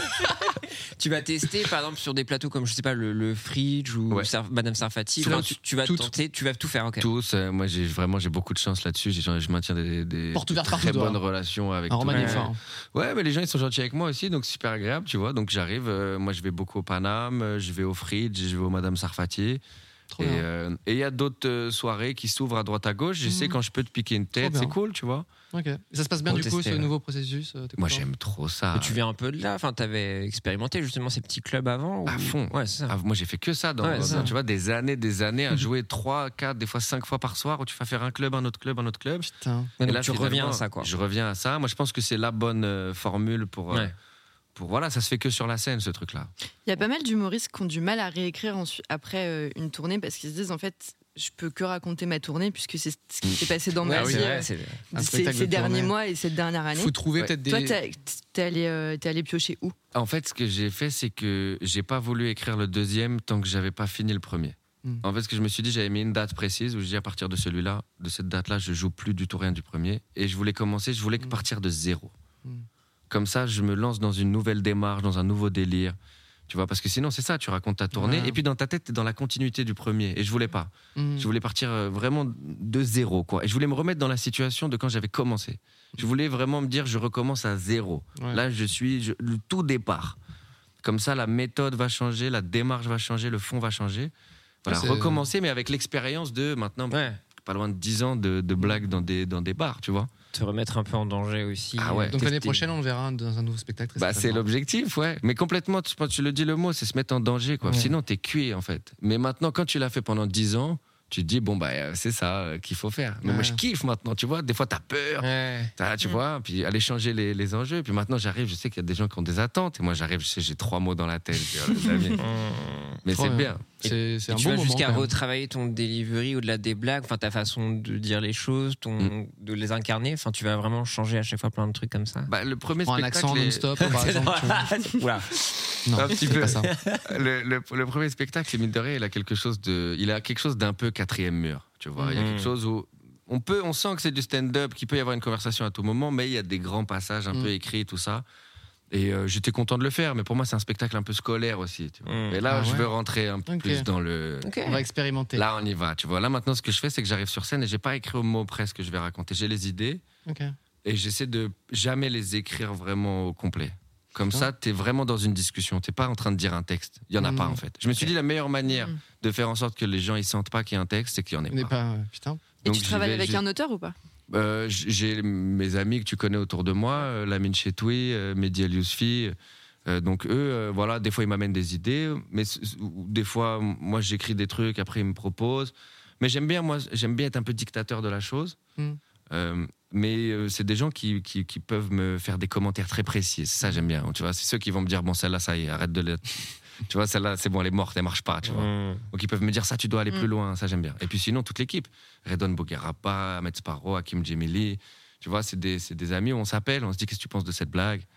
Tu vas tester, par exemple, sur des plateaux comme, je sais pas, le, le Fridge ou ouais. Sar- Madame Sarfati. Enfin, tu, tu vas tout, tenter, tu vas tout faire. Okay.
Tous. Euh, moi, j'ai vraiment j'ai beaucoup de chance là-dessus. J'ai, je maintiens des, des très bonnes dehors. relations avec.
Un Roman fort.
Ouais, mais les gens, ils sont gentils avec moi aussi. Donc, c'est super agréable, tu vois. Donc, j'arrive. Euh, moi, je vais beaucoup au Paname, je vais au Fridge, je vais au Madame Sarfati. Trop et il euh, y a d'autres euh, soirées qui s'ouvrent à droite à gauche. Je mmh. sais quand je peux te piquer une tête, c'est cool, tu vois.
Ok. Et ça se passe bien Pour du tester, coup, ce ouais. nouveau processus euh,
Moi, j'aime trop ça.
Et tu viens un peu de là. Enfin, t'avais expérimenté justement ces petits clubs avant. Ou...
À fond.
Ouais, c'est ça.
Ah, moi, j'ai fait que ça. Dans, ouais, dans, tu vois, des années, des années à jouer trois, quatre, des fois cinq fois par soir où tu vas faire un club, un autre club, un autre club.
Putain.
Et là, tu reviens à ça, quoi.
Je reviens à ça. Moi, je pense que c'est la bonne euh, formule pour. Euh, ouais. Pour, voilà, ça se fait que sur la scène, ce truc-là.
Il y a pas mal d'humoristes qui ont du mal à réécrire ensuite, après euh, une tournée parce qu'ils se disent en fait, je peux que raconter ma tournée puisque c'est ce qui s'est passé dans ma
ah
vie
oui,
euh,
c'est
ces, ces derniers mois et cette dernière année.
Faut trouver ouais. peut-être des.
Toi, t'es, t'es allé, euh, t'es allé piocher où?
En fait, ce que j'ai fait, c'est que j'ai pas voulu écrire le deuxième tant que j'avais pas fini le premier. Mm. En fait, ce que je me suis dit, j'avais mis une date précise où je dis à partir de celui-là, de cette date-là, je joue plus du tout rien du premier et je voulais commencer, je voulais mm. partir de zéro. Mm. Comme ça, je me lance dans une nouvelle démarche, dans un nouveau délire. Tu vois, parce que sinon, c'est ça, tu racontes ta tournée, ouais. et puis dans ta tête, t'es dans la continuité du premier. Et je voulais pas. Mmh. Je voulais partir vraiment de zéro, quoi. Et je voulais me remettre dans la situation de quand j'avais commencé. Je voulais vraiment me dire, je recommence à zéro. Ouais. Là, je suis je, le tout départ. Comme ça, la méthode va changer, la démarche va changer, le fond va changer. Voilà, c'est... recommencer, mais avec l'expérience de maintenant, ouais. pas loin de dix ans de, de blagues dans des, dans des bars, tu vois.
Te remettre un peu en danger aussi.
Ah ouais, donc l'année prochaine, on le verra dans un nouveau spectacle.
Bah, c'est l'objectif, ouais. Mais complètement, tu, tu le dis le mot, c'est se mettre en danger, quoi. Ouais. Sinon, t'es cuit, en fait. Mais maintenant, quand tu l'as fait pendant dix ans, tu te dis, bon, bah, c'est ça qu'il faut faire. Mais ouais. moi, je kiffe maintenant, tu vois. Des fois, t'as peur, ouais. t'as, tu mmh. vois, puis aller changer les, les enjeux. Puis maintenant, j'arrive, je sais qu'il y a des gens qui ont des attentes. Et moi, j'arrive, je sais, j'ai trois mots dans la tête. Mais
Trop
c'est
bien.
bien.
C'est, c'est
et
un
tu
bon
vas
moment,
jusqu'à retravailler ton delivery au-delà des blagues, enfin ta façon de dire les choses, ton, mmh. de les incarner. Enfin, tu vas vraiment changer à chaque fois plein de trucs comme ça.
Bah, le premier
Prends
spectacle.
Un accent non-stop, par exemple.
Voilà.
Non,
un petit peu.
Pas ça.
Le, le, le premier spectacle, c'est mine de rien, il a quelque chose de, il a quelque chose d'un peu quatrième mur. Tu vois, mmh. il y a quelque chose où on peut, on sent que c'est du stand-up, qu'il peut y avoir une conversation à tout moment, mais il y a des grands passages un mmh. peu écrits, tout ça. Et euh, j'étais content de le faire, mais pour moi, c'est un spectacle un peu scolaire aussi. Tu vois. Mmh. Et là, ah, je ouais. veux rentrer un peu okay. plus dans le.
Okay. On va expérimenter.
Là, on y va. Tu vois. Là, maintenant, ce que je fais, c'est que j'arrive sur scène et j'ai pas écrit au mot près ce que je vais raconter. J'ai les idées
okay.
et j'essaie de jamais les écrire vraiment au complet. Comme ça, t'es vraiment dans une discussion. T'es pas en train de dire un texte. Il y en a mmh. pas en fait. Je me suis okay. dit la meilleure manière mmh. de faire en sorte que les gens ils sentent pas qu'il y a un texte, c'est qu'il y en ait pas.
pas. Putain.
Et Donc, tu travailles vais, avec j'ai... un auteur ou pas?
Euh, j'ai mes amis que tu connais autour de moi, euh, Lamine Chetoui, euh, Mehdi El Yousfi. Euh, donc eux, euh, voilà, des fois ils m'amènent des idées, mais des fois moi j'écris des trucs, après ils me proposent. Mais j'aime bien, moi, j'aime bien être un peu dictateur de la chose. Mm. Euh, mais euh, c'est des gens qui, qui, qui peuvent me faire des commentaires très précis. C'est ça j'aime bien. Tu vois, c'est ceux qui vont me dire bon celle-là ça y est, arrête de le. Tu vois, celle-là, c'est bon, elle est morte, elle marche pas, tu vois. Mmh. Donc ils peuvent me dire ça, tu dois aller mmh. plus loin, ça j'aime bien. Et puis sinon, toute l'équipe, Redouane Bougueraba, Ahmed Sparrow, Hakim Djemili, tu vois, c'est des, c'est des amis où on s'appelle, on se dit qu'est-ce que tu penses de cette blague.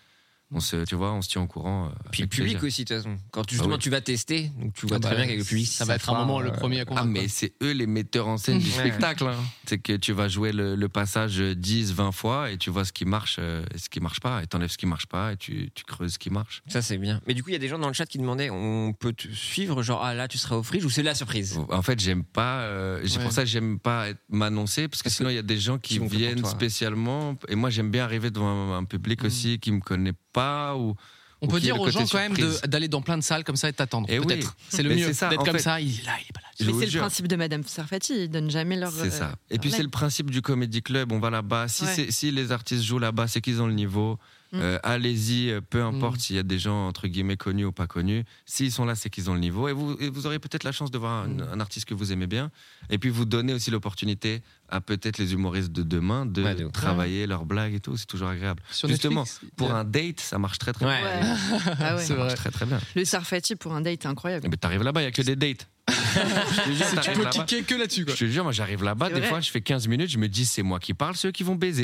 On se, tu vois, on se tient au courant.
Puis le public plaisir. aussi, de toute façon. Quand tu, justement ah oui. tu vas tester, donc tu vois ah très bah, bien qu'avec le public,
ça va être un moment euh... le premier à convaincre.
Ah mais c'est eux les metteurs en scène du spectacle. Hein. C'est que tu vas jouer le, le passage dix, vingt fois et tu vois ce qui marche euh, et ce qui marche pas, et t'enlèves ce qui marche pas et tu, tu creuses ce qui marche.
Ça c'est bien. Mais du coup, il y a des gens dans le chat qui demandaient, on peut te suivre, genre ah là tu seras au Fridge ou c'est la surprise.
En fait, j'aime pas. Euh, c'est ouais. pour ça que j'aime pas être, m'annoncer parce que parce sinon il y a des gens qui, qui viennent spécialement et moi j'aime bien arriver devant un, un public mmh. aussi qui me connaît pas ou.
On peut dire aux gens quand même de, d'aller dans plein de salles comme ça et de t'attendre. Et peut-être. Oui. C'est le mais mieux. C'est ça, d'être comme fait, ça. Il est là, il est pas là.
Mais c'est le principe de Madame Sarfati. Ils donnent jamais leur.
C'est ça. Et puis c'est le principe du Comedy Club. On va là-bas. Si, ouais. si les artistes jouent là-bas, c'est qu'ils ont le niveau. Mmh. Euh, allez-y, peu importe mmh. s'il y a des gens entre guillemets connus ou pas connus. S'ils sont là, c'est qu'ils ont le niveau. Et vous, et vous aurez peut-être la chance de voir un, mmh. un artiste que vous aimez bien. Et puis vous donnez aussi l'opportunité à peut-être les humoristes de demain de ouais, travailler ouais. leurs blagues et tout. C'est toujours agréable. Sur Justement, Netflix, pour yeah. un date, ça marche très très
ouais. bien. Ouais. Ah ouais.
Ça marche très très bien.
Le Sarfati pour un date, incroyable.
Mais t'arrives là-bas, il y a que des dates.
Je jure, tu peux cliquer que là-dessus quoi.
Je te jure, moi j'arrive là-bas, c'est des vrai. fois je fais quinze minutes, je me dis c'est moi qui parle, ceux qui vont baiser.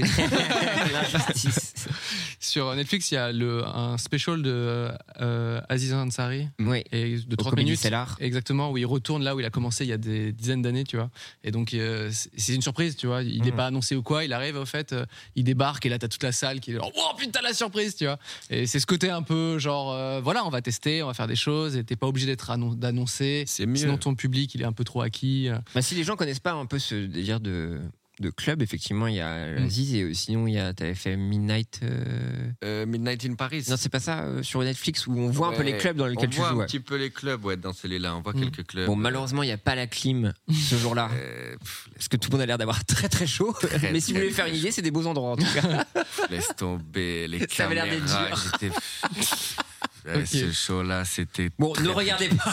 Sur Netflix, il y a le, un special de euh, Aziz Ansari
oui.
et de trente minutes exactement, où il retourne là où il a commencé il y a des dizaines d'années, tu vois. Et donc euh, c'est une surprise, tu vois, il n'est mmh. pas annoncé ou quoi, il arrive au fait, euh, il débarque et là t'as toute la salle qui est genre oh putain la surprise, tu vois. Et c'est ce côté un peu genre euh, voilà, on va tester, on va faire des choses et t'es pas obligé d'être annon- d'annoncer.
C'est mieux.
Sinon ton public il est un peu trop acquis.
Bah, si les gens connaissent pas un peu ce délire de, de club, effectivement il y a mm. Aziz et sinon il y a t'avais fait Midnight
euh... Euh, Midnight in Paris.
Non c'est pas ça euh, sur Netflix où on voit ouais, un peu les clubs dans lesquels tu joues.
On voit un
ouais.
petit peu les clubs ouais dans celui-là, on voit mm. quelques clubs.
Bon malheureusement il y a pas la clim ce jour-là euh, pff, parce que tout le monde a l'air d'avoir très très chaud. Très, mais si vous voulez faire une idée, c'est des beaux endroits en tout cas.
Laisse tomber les
ça
caméras.
Ça avait l'air d'être dur.
Okay. Ce show-là, c'était.
Bon, ne regardez pas.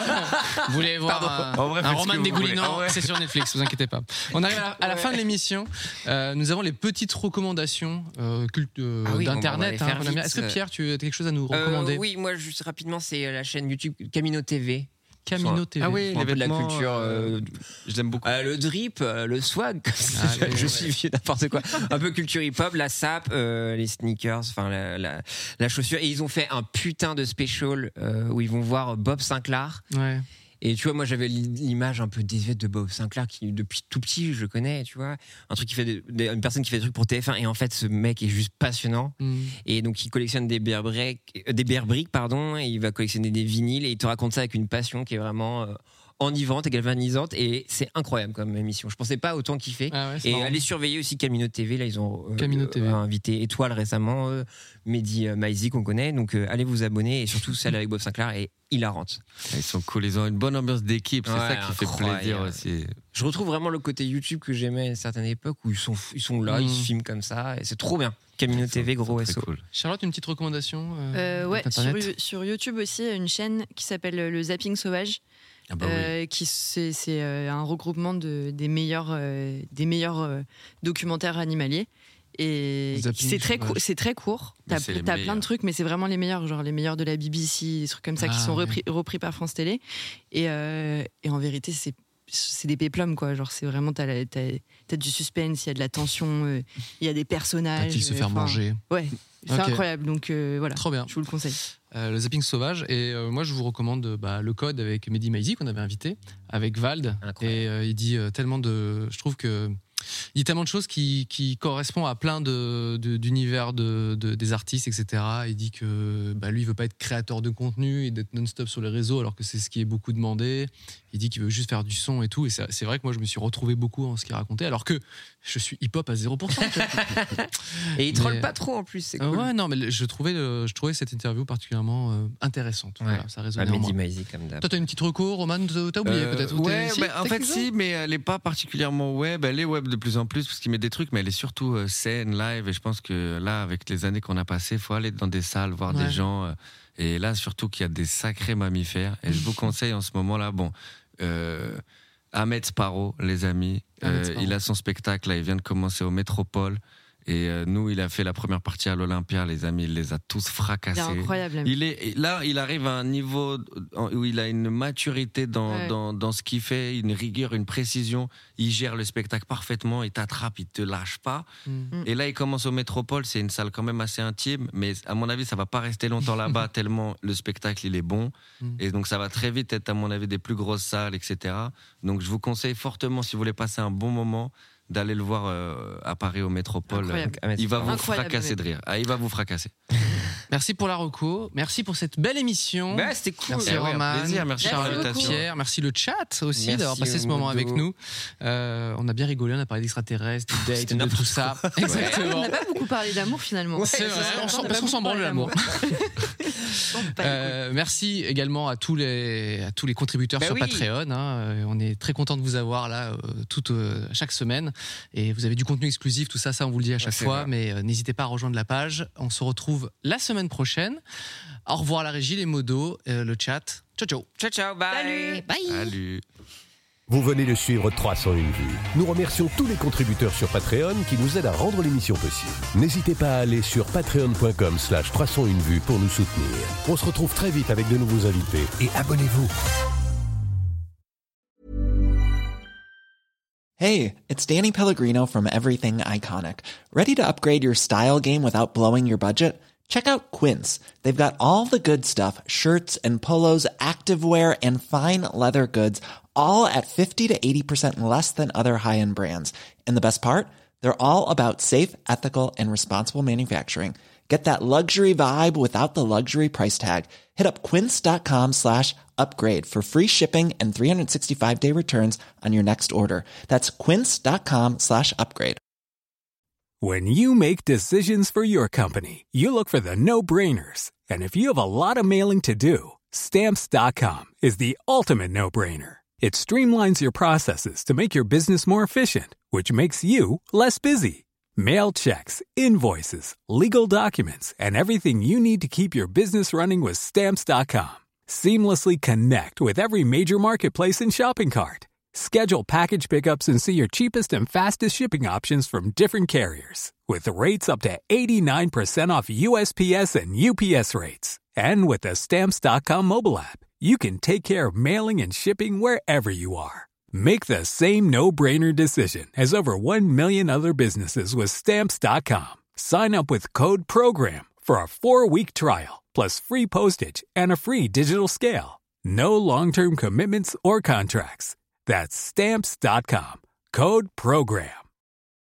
Vous voulez voir un, un Roman dégoulinant, ouais. c'est sur Netflix, vous inquiétez pas. On arrive à la, à la ouais. fin de l'émission. Euh, nous avons les petites recommandations euh, culte, euh, ah oui, d'internet. Hein, est-ce que Pierre, tu as quelque chose à nous recommander?
euh, Oui, moi, juste rapidement, c'est la chaîne YouTube Camino T V.
Camino T V.
Ah oui, un peu de la culture. Euh,
je l'aime beaucoup.
Euh, le drip, euh, le swag. Ah, je, je ouais. suis vieux n'importe quoi. Un peu culture hip-hop, la sape, euh, les sneakers, enfin la, la, la chaussure. Et ils ont fait un putain de special euh, où ils vont voir Bob Sinclair.
Ouais.
Et tu vois, moi j'avais l'image un peu désuète de Bob Sinclair qui depuis tout petit je le connais, tu vois, un truc qui fait des, des, une personne qui fait des trucs pour T F un et en fait ce mec est juste passionnant. Mm. Et donc il collectionne des bear briques, des bear briques pardon, et il va collectionner des vinyles et il te raconte ça avec une passion qui est vraiment euh, enivrante et galvanisante et c'est incroyable comme émission. Je pensais pas autant kiffer. Ah ouais, et marrant. Allez surveiller aussi Camino T V, là ils ont euh,
Camino T V.
Euh, invité Étoile récemment, euh, Mehdi euh, Maizi qu'on connaît, donc euh, allez vous abonner et surtout celle avec Bob Sinclair est hilarante.
Ils sont cool, ils ont une bonne ambiance d'équipe, c'est ouais, ça qui fait plaisir aussi.
Je retrouve vraiment le côté YouTube que j'aimais à une certaine époque où ils sont, ils sont là, mmh. ils se filment comme ça et c'est trop bien. Camino T V, gros S O. Cool.
Charlotte, une petite recommandation euh,
euh, Ouais, sur, sur YouTube aussi, une chaîne qui s'appelle Le Zapping Sauvage. Ah bah euh, oui. qui c'est, c'est euh, un regroupement de, des meilleurs, euh, des meilleurs euh, documentaires animaliers. Et c'est très, cou- c'est très court. T'as, t'as plein de trucs, mais c'est vraiment les meilleurs, genre les meilleurs de la B B C, des trucs comme ça ah, qui sont ouais. repris, repris par France Télé. Et, euh, et en vérité, c'est, c'est des péplums, quoi. Genre, c'est vraiment, t'as, t'as, t'as du suspense, il y a de la tension, il euh, y a des personnages.
T'as-t-il se faire manger?
Ouais, c'est okay. incroyable. Donc euh, voilà.
Trop bien.
Je vous le conseille.
Euh, le Zapping Sauvage et euh, moi je vous recommande bah, le Code avec Mehdi Maizi qu'on avait invité avec Vald. Incroyable. Et euh, il dit euh, tellement de je trouve que il dit tellement de choses qui, qui correspondent à plein de, de, d'univers de, de, des artistes, et cetera. Il dit que bah, lui, il veut pas être créateur de contenu et d'être non-stop sur les réseaux, alors que c'est ce qui est beaucoup demandé. Il dit qu'il veut juste faire du son et tout. Et c'est, c'est vrai que moi, je me suis retrouvé beaucoup en ce qu'il racontait, alors que je suis hip-hop à zéro pour cent.
Et il troll mais, pas trop en plus, c'est cool.
Euh, ouais, non, mais je trouvais, le, je trouvais cette interview particulièrement euh, intéressante. Ouais. Voilà, ça résonnait ah, en moi.
Maizi, comme d'hab.
Toi, t'as une petite reco, Roman, t'as oublié euh, peut-être?
Ouais, bah, en fait, si, mais elle est pas particulièrement web. Elle est web de plus en plus parce qu'il met des trucs, mais elle est surtout euh, scène, live. Et je pense que là, avec les années qu'on a passées, il faut aller dans des salles, voir ouais. des gens. Euh, et là, surtout qu'il y a des sacrés mammifères. Et je vous conseille en ce moment-là, bon, euh, Ahmed Sparrow, les amis, euh, il a son spectacle, là, il vient de commencer au Métropole. Et euh, nous, il a fait la première partie à l'Olympia, les amis, il les a tous fracassés.
Il est incroyable.
Il est, là, il arrive à un niveau où il a une maturité dans,
ouais.
dans, dans ce qu'il fait, une rigueur, une précision. Il gère le spectacle parfaitement, il t'attrape, il te lâche pas. Mm. Et là, il commence au Métropole, c'est une salle quand même assez intime, mais à mon avis, ça va pas rester longtemps là-bas tellement le spectacle, il est bon. Mm. Et donc, ça va très vite être, à mon avis, des plus grosses salles, et cetera. Donc, je vous conseille fortement, si vous voulez passer un bon moment, d'aller le voir euh, à Paris au Métropole.
Incroyable.
Il va vous
Incroyable,
fracasser de rire. Ah, il va vous fracasser.
Merci pour la reco. Merci pour cette belle émission.
Bah, c'était cool.
Merci Roman.
Plaisir. Merci
Charles, Pierre. Merci le chat aussi merci d'avoir passé ce moment avec nous. Euh, on a bien rigolé. On a parlé d'extraterrestres, de dates, de tout ça.
Ouais.
Exactement.
On n'a pas beaucoup parlé d'amour finalement.
Ouais, c'est vrai. On sent, parce qu'on s'en branle l'amour. euh, merci également à tous les à tous les contributeurs bah sur oui. Patreon. Hein. On est très content de vous avoir là toute euh, chaque semaine. Et vous avez du contenu exclusif, tout ça, ça on vous le dit à chaque ouais, fois. Vrai. Mais euh, n'hésitez pas à rejoindre la page. On se retrouve la semaine prochaine. Au revoir la régie, les modos, euh, le chat. Ciao, ciao.
Ciao, ciao. Bye.
Salut.
Bye.
Salut.
Vous venez de suivre trois cent une vues. Nous remercions tous les contributeurs sur Patreon qui nous aident à rendre l'émission possible. N'hésitez pas à aller sur patreon.com slash 301 vues pour nous soutenir. On se retrouve très vite avec de nouveaux invités et abonnez-vous.
Hey, it's Danny Pellegrino from Everything Iconic. Ready to upgrade your style game without blowing your budget? Check out Quince. They've got all the good stuff, shirts and polos, activewear, and fine leather goods, all at fifty to eighty percent less than other high-end brands. And the best part? They're all about safe, ethical, and responsible manufacturing. Get that luxury vibe without the luxury price tag. Hit up quince.com slash upgrade for free shipping and three sixty-five day returns on your next order. That's quince.com slash upgrade.
When you make decisions for your company, you look for the no-brainers. And if you have a lot of mailing to do, Stamps dot com is the ultimate no-brainer. It streamlines your processes to make your business more efficient, which makes you less busy. Mail checks, invoices, legal documents, and everything you need to keep your business running with Stamps dot com. Seamlessly connect with every major marketplace and shopping cart. Schedule package pickups and see your cheapest and fastest shipping options from different carriers. With rates up to eighty-nine percent off U S P S and U P S rates. And with the Stamps dot com mobile app, you can take care of mailing and shipping wherever you are. Make the same no-brainer decision as over one million other businesses with Stamps dot com. Sign up with code PROGRAM for a four-week trial, plus free postage and a free digital scale. No long-term commitments or contracts. That's Stamps dot com. Code PROGRAM.